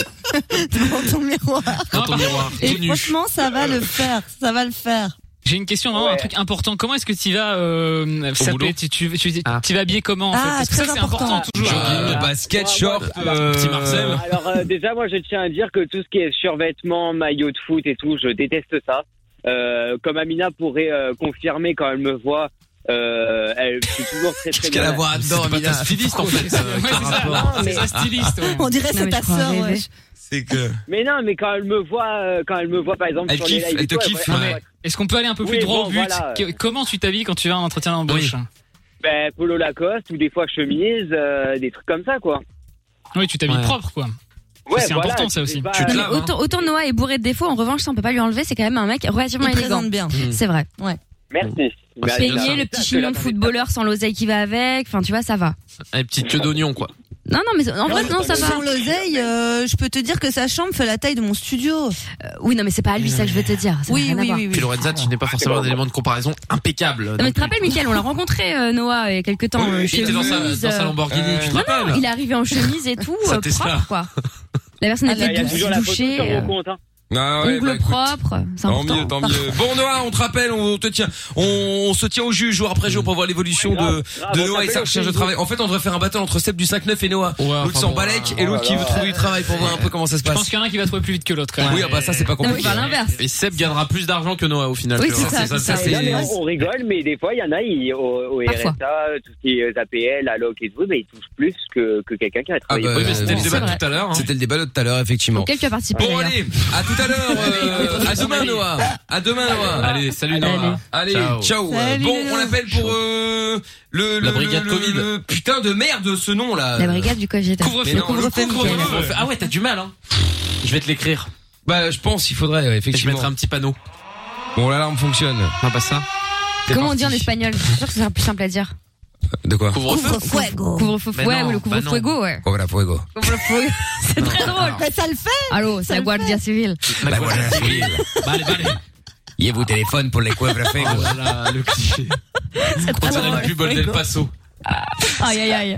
devant ton miroir. Dans ton miroir, Et tout nu. franchement, ça va le faire, ça va le faire. J'ai une question, vraiment, Ouais. un truc important. Comment est-ce que tu vas euh, boulot s'appeler tu, tu, tu, Ah. tu vas habiller comment en fait Ah, Parce que ça très c'est important, important. toujours. Jogging, Euh, basket, moi, short, moi, euh, petit Marcel. Alors euh, déjà, moi, je tiens à dire que tout ce qui est survêtement, maillot de foot et tout, je déteste ça. Euh, comme Amina pourrait euh, confirmer quand elle me voit, euh, elle est toujours très très Qu'est-ce qu'elle a à bien. voir là-dedans, C'est pas Amina ta styliste en fait. Ouais, euh, c'est par ça, rapport. c'est sa styliste. ouais. On dirait Non, c'est mais ta je crois sœur, rêver. ouais. C'est que. Mais non, mais quand elle me voit, euh, quand elle me voit par exemple Elle sur kiffe, les lives, elle et te tout, kiffe, voit- Non, mais ouais. est-ce qu'on peut aller un peu plus Oui, droit bon, au but voilà. Que- Comment tu t'habilles quand tu vas à un entretien d'embauche Ben, polo Lacoste ou des fois chemise, euh, des trucs comme ça quoi. Oui, tu t'habilles Ouais. propre quoi. Ouais, c'est voilà, important, ça tu aussi. fais pas- Tu te Non, mais laves, hein. autant, autant Noah est bourré de défauts, en revanche, ça on peut pas lui enlever, c'est quand même un mec relativement Il élégant. présente bien. C'est vrai. Ouais. Merci. Ah, c'est bien ça. Peigné, le petit chignon de footballeur sans l'oseille qui va avec, enfin tu vois, ça va. Un petit queue d'oignon quoi. Non, non, mais en vrai, non, ça va. Sur l'oseille, euh, je peux te dire que sa chambre fait la taille de mon studio. Euh, oui, non, mais c'est pas à lui ça que je veux te dire. Ça n'a Oui, rien à oui, voir. oui, Puis oui. Lorenza, tu n'es pas forcément un élément de comparaison impeccable. Non, mais tu te rappelles, Mickaël, on l'a rencontré, euh, Noah, il y a quelques temps. euh, Il était dans sa, chemise, dans sa euh, Lamborghini, euh, tu te Non, rappelles non, il est arrivé en chemise et tout, Sa euh, Tesla. propre, quoi. La personne Ah, il y était a douce, toujours la photo douchée, sur euh, mon compte. Hein. Ah ouais, ongles bah, écoute. propres, c'est Tant important. mieux, tant mieux. Bon Noah, on te rappelle, on te tient, on, on se tient au jus jour après jour pour voir l'évolution Ouais, grave, de, grave, de on Noah et sa s'appelle recherche de aussi. travail. En fait, on devrait faire un battle entre Seb du cinq neuf et Noah. Ouais, L'autre enfin s'en bon, balèque ouais. et l'autre qui veut trouver du travail pour voir un peu comment ça se Je pense passe. qu'il y en a un qui va trouver plus vite que l'autre quand même. Oui, ah bah ça c'est pas Non, mais compliqué. pas l'inverse. Et Seb gagnera plus d'argent que Noah au final. Oui, tu c'est vois. ça, ça, c'est ça. c'est- Là, mais on, on rigole, mais des fois, il y en a, ils, au, au Parfois. R S A, tout ce qui est A P L, alloc et tout, mais ils touchent plus que, que quelqu'un qui a travaillé. bah, Oui, mais Euh, c'était le c'est débat vrai. de tout à l'heure. hein. C'était le débat de tout à l'heure, effectivement. Auquel tu as participé Bon d'ailleurs. allez, à tout à l'heure. euh, à demain Noah. À demain Noah. Allez, salut Allez. Noah. Allez, Ciao. ciao. Salut, Bon, les on gars. appelle pour euh, le, le La brigade le- Covid. le putain de merde ce nom là. La brigade du Covid. Couvre-feu. Mais Le non, couvre-feu, le couvre-feu. Mickaël. Ah ouais, t'as du mal, hein. Je vais te l'écrire. Bah je pense il faudrait ouais, Et je effectivement. mettrai un petit panneau. Bon l'alarme fonctionne. Ah bah ça. C'est Comment on parti. dit en espagnol? Je suis sûr que ce sera plus simple à dire. De quoi? Couvre-feu. Fuego. Couvre-feu, Mais ouais, non, ou le bah couvre-fuego, ouais. Cobra fuego. Couvre-feu. C'est très drôle. Mais ça le fait. Allô, c'est Ça la le Guardia Civile. La Guardia Civile. Vale, vale. Y vous téléphone pour les cuevres fuego. Oh là là, le cliché. C'est très On dirait drôle. le plus bol d'El Paso. Aïe, aïe, aïe.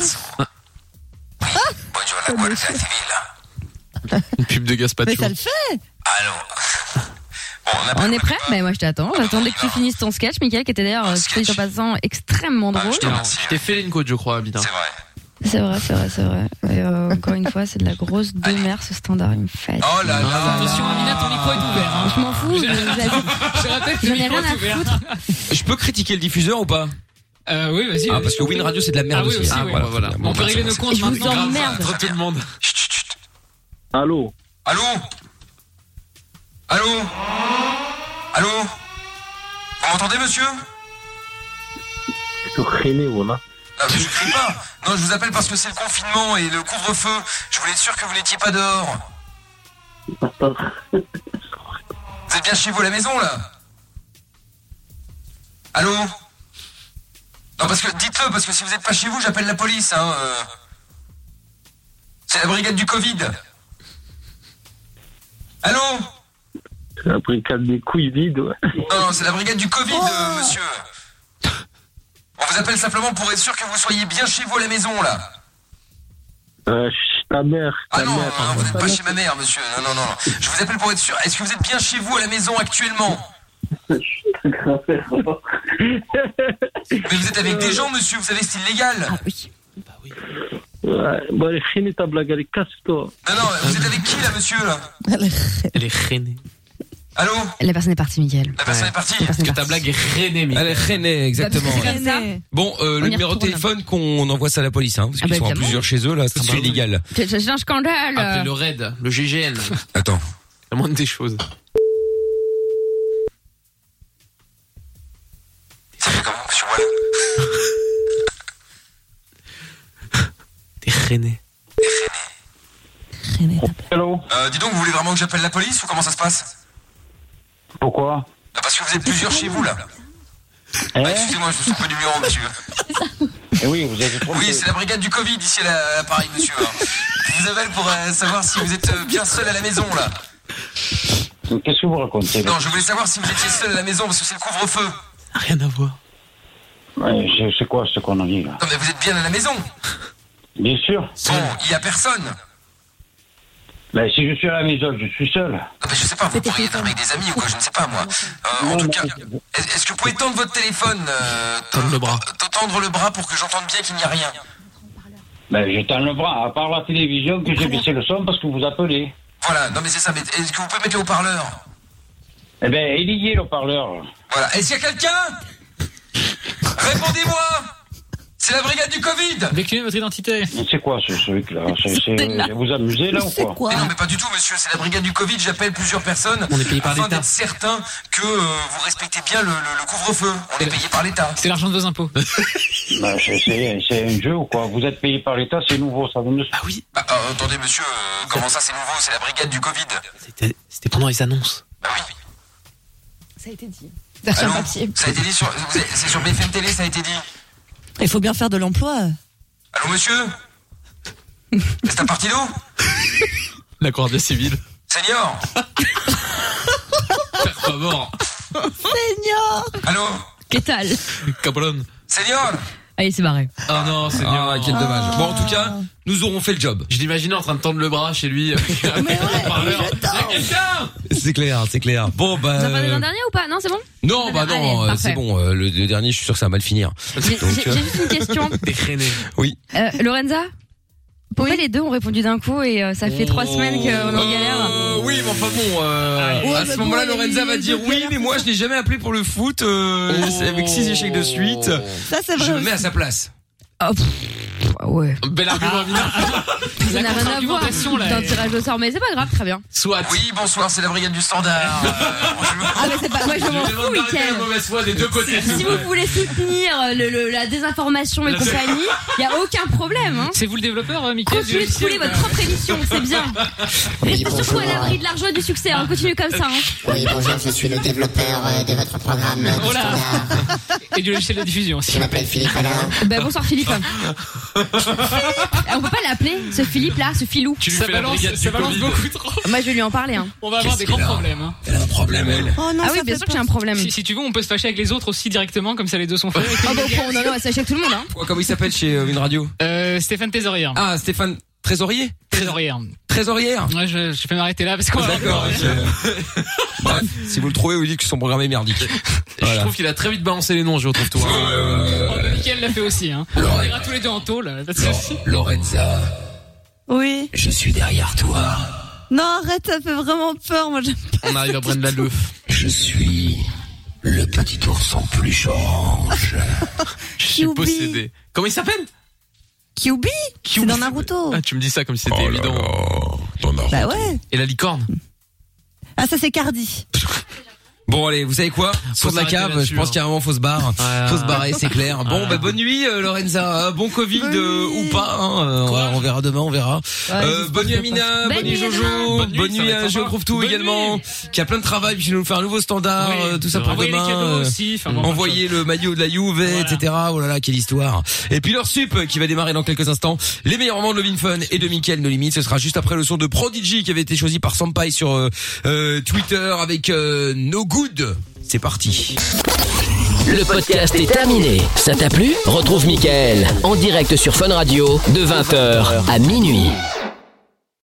Bonjour la Guardia Civile. Une pub de Mais Gaspacho. ça le fait. Allô. Bon, on a On est prêt? Ben, moi, je t'attends. J'attendais que tu finisses ton sketch, Mickaël, qui était d'ailleurs, euh, soit dit en passant, extrêmement drôle. je te remercie. Je t'ai fait une côte, je crois, Abidin. C'est vrai. C'est vrai, c'est vrai, c'est vrai. Et euh, encore une fois, c'est de la grosse demeure, ce standard, il me fait. Oh là là. Attention, Amina, ton micro est ouvert. Hein. Je m'en fous, je- J'ai raté, j'en le ai micro rien est à ouvert. foutre. Je peux critiquer le diffuseur ou pas? Euh, oui, vas-y. Ah vas-y. parce que Win Radio c'est de la merde Ah oui, aussi. aussi, Ah, oui. voilà, Voilà. Bon, On peut bah, régler ça, nos c'est- comptes Je vous maintenant. emmerde. Entre tout le monde. Allô. Allô. Allô. Allô. Vous m'entendez, monsieur? C'est René, voilà. Ah, mais je crie pas. Non, je vous appelle parce que c'est le confinement et le couvre-feu. Je voulais être sûr que vous n'étiez pas dehors. Attends. Vous êtes bien chez vous à la maison, là? Allô? Non, parce que, dites-le, parce que si vous n'êtes pas chez vous, j'appelle la police, hein. euh. C'est la brigade du Covid. Allô? C'est la brigade des couilles vides, ouais. Non, non, c'est la brigade du Covid, euh, monsieur. On vous appelle simplement pour être sûr que vous soyez bien chez vous à la maison, là. Euh, chut, ta mère. Ta Ah non, mère. non, vous n'êtes pas chez ma mère, monsieur. Non, non, non. Je vous appelle pour être sûr. Est-ce que vous êtes bien chez vous à la maison actuellement? Mais vous êtes avec des gens, monsieur. Vous savez, c'est illégal. Ah oui. Ouais, bon, allez, René, ta blague, allez, casse-toi. Non, non, vous êtes avec qui, là, monsieur, là? Elle est René. Allô? La personne est partie, Mickaël. La personne est partie. La personne Parce est que ta partie. blague est René, mais. Elle est René, exactement. Bah, c'est comme ça. Bon, euh, On le y numéro de retourne. téléphone qu'on envoie ça à la police, hein, parce Ah qu'ils bah, sont à évidemment. plusieurs chez eux, là, c'est un peu illégal. C'est c'est un scandale. Appelez le RAID, le G G N. Attends. La moindre des choses. Ça fait comment, monsieur Wall? T'es René. Allô. Euh, dis donc, vous voulez vraiment que j'appelle la police ou comment ça se passe? Pourquoi? Bah, parce que vous êtes plusieurs chez vous là. Eh bah, excusez-moi, je me trompe pas du numéro, monsieur. Eh oui, vous êtes trompé. Oui, c'est la brigade du Covid ici à l'appareil, monsieur. Je vous appelle pour euh, savoir si vous êtes euh, bien seul à la maison là. Qu'est-ce que vous racontez là? Non, je voulais savoir si vous étiez seul à la maison parce que c'est le couvre-feu. Rien à voir. Ouais, c'est- c'est quoi ce qu'on a dit là? Non, mais vous êtes bien à la maison. Bien sûr. Bon, il y a personne. Ben, si je suis à la maison, je suis seul. Non, mais je sais pas, vous pourriez être avec des amis ou quoi, je ne sais pas moi. Euh, en tout cas, est- est-ce que vous pouvez tendre votre téléphone, euh, Tendre le bras. t- tendre le bras pour que j'entende bien qu'il n'y a rien? Ben, je tends le bras, à part la télévision que j'ai baissé le son parce que vous appelez. Voilà, non mais c'est ça, mais est-ce que vous pouvez mettre le haut-parleur? Eh ben, il y est le haut-parleur. Voilà, est-ce qu'il y a quelqu'un? Répondez-moi! C'est la brigade du Covid! Déclinez votre identité. C'est quoi ce truc-là? C'est- c'est- Vous amusez là ou quoi? Mais non, mais pas du tout, monsieur, c'est la brigade du Covid, j'appelle plusieurs personnes On est payé par afin l'État. d'être certain que euh, vous respectez bien le, le- le couvre-feu. On est payé par l'État. C'est l'argent de vos impôts. Ben, c'est- c'est c'est un jeu ou quoi? Vous êtes payé par l'État, c'est nouveau, ça vient de... Ah oui. Bah, euh, attendez, monsieur, euh, comment ça c'est nouveau? C'est la brigade du Covid. C'était c'était pendant les annonces. Bah oui. Ça a été dit. Allô, ça a été dit sur, vous avez- c'est sur B F M Télé, ça a été dit. Il faut bien faire de l'emploi. Allô, monsieur? C'est un parti d'eau? La Guardia civile. Senior? Per favor. Seigneur. Allô? Qu'est-ce que Cabrone. Senior? Allez, c'est barré. Oh non, c'est Ah, bien. quel dommage. Bon, en tout cas, nous aurons fait le job. Je l'imaginais en train de tendre le bras chez lui. Mais Parleur. Quelqu'un. C'est clair, c'est clair. Bon, bah. Vous en parlez d'un dernier ou pas? Non, c'est bon? Non, bah non, Allez, euh, c'est parfait. bon. euh, le, le dernier, je suis sûr que ça va mal finir. J'ai Donc, j'ai- euh, j'ai juste une question. Décréné. Oui. Euh, Lorenza? Pourquoi les deux ont répondu d'un coup et euh, ça fait trois semaines qu'on est en galère? Euh, oui, mais enfin bon, euh, Ouais, à mais ce bon, moment-là, elle a Lorenza mis va les dire deux oui, galères mais moi, je n'ai jamais appelé pour le foot, euh, c'est avec six échecs de suite. Ça, c'est Je vrai me mets à aussi. sa place. Oh, pff, ouais. Bel argument, Amina. Ça n'a rien à voir d'un tirage au sort, mais c'est pas grave, très bien. Soit. Oui, bonsoir, c'est la brigade du Standard. Euh, bonjour. Ah, mais c'est pas, moi je m'en fous, la Mickaël. mauvaise foi des deux côtés. Si vous voulez soutenir le, le- la désinformation et compagnie, il y a aucun problème, hein. C'est vous le développeur, euh, Mickaël, du Continuez de logiciel couler ou pas votre propre émission, c'est bien. Restez surtout à l'abri de l'argent et du succès, hein. Continuez comme ça, hein. Oui, bonjour, je suis le développeur euh, de votre programme. euh, Oh là. Standard. Et du logiciel de diffusion aussi. Je m'appelle Philippe Alain. Bah, bonsoir Philippe. On peut pas l'appeler, ce Philippe là, ce filou. Tu lui Ça fais la balance, brigade ça du balance Covid. beaucoup trop. Moi je vais lui en parler, hein. On va avoir des grands problèmes. hein. Elle a un problème, elle. Oh non, Ah oui, ça bien fait sûr que j'ai peur. un problème. Si, si tu veux, on peut se fâcher avec les autres aussi directement, comme ça les deux sont faits. Ah bah, on en a sachez avec tout le monde, hein. Quoi, comment il s'appelle chez euh, une radio? Euh, Stéphane Trésorier. Ah, Stéphane Trésorier? Trésorière. Trésorière? Ouais, je, je vais m'arrêter là parce qu'on va D'accord, ok. Bref, si vous le trouvez, vous dites que son programme est merdique. Je Voilà. trouve qu'il a très vite balancé les noms, je retrouve toi. Oh, bah, Mickaël l'a fait aussi, hein. On ira tous les deux en tôle, pas de soucis. Lorenza, Oui. je suis derrière toi. Non, arrête, ça fait vraiment peur. Moi, j'aime pas. On arrive à Brenda Leuf. Je suis le petit ourson plus orange. Je suis Kyubi. possédé. Comment il s'appelle? Kyubi. C'est dans Naruto. Ah, tu me dis ça comme si c'était Oh là évident. là, dans Naruto. Bah ouais. Et la licorne? Ah, ça c'est Cardi. Bon allez, vous savez quoi? Sur de la s'arrêter cave, là-dessus, je pense hein. qu'il y a un moment faut se barrer. Ouais. Faut se barrer, c'est clair. Bon, Ouais. bah bonne nuit euh, Lorenza, bon Covid euh, ou pas, hein, euh, on, va- on verra demain, on verra. Euh, bonne nuit Amina, bonne, nuit Jojo, Bonne bonne nuit, ça nuit va être à Je sympa. trouve tout Bonne également, nuit. qui a plein de travail puis qui nous fait un nouveau standard, Oui. euh, tout ça pour Envoyez les demain. cadeaux euh, aussi, enfin, bon, envoyer le maillot de la Juve, et cetera. Oh là là, quelle histoire. Et puis leur sup qui va démarrer dans quelques instants. Les meilleurs moments de Lovin Fun et de Mickaël No Limit. Ce sera juste après le son de Prodigy qui avait été choisi par Sampai sur euh, euh, Twitter avec euh, No Good. C'est parti. Le podcast est terminé. Ça t'a plu? Retrouve Mickaël en direct sur Fun Radio de vingt heures à minuit.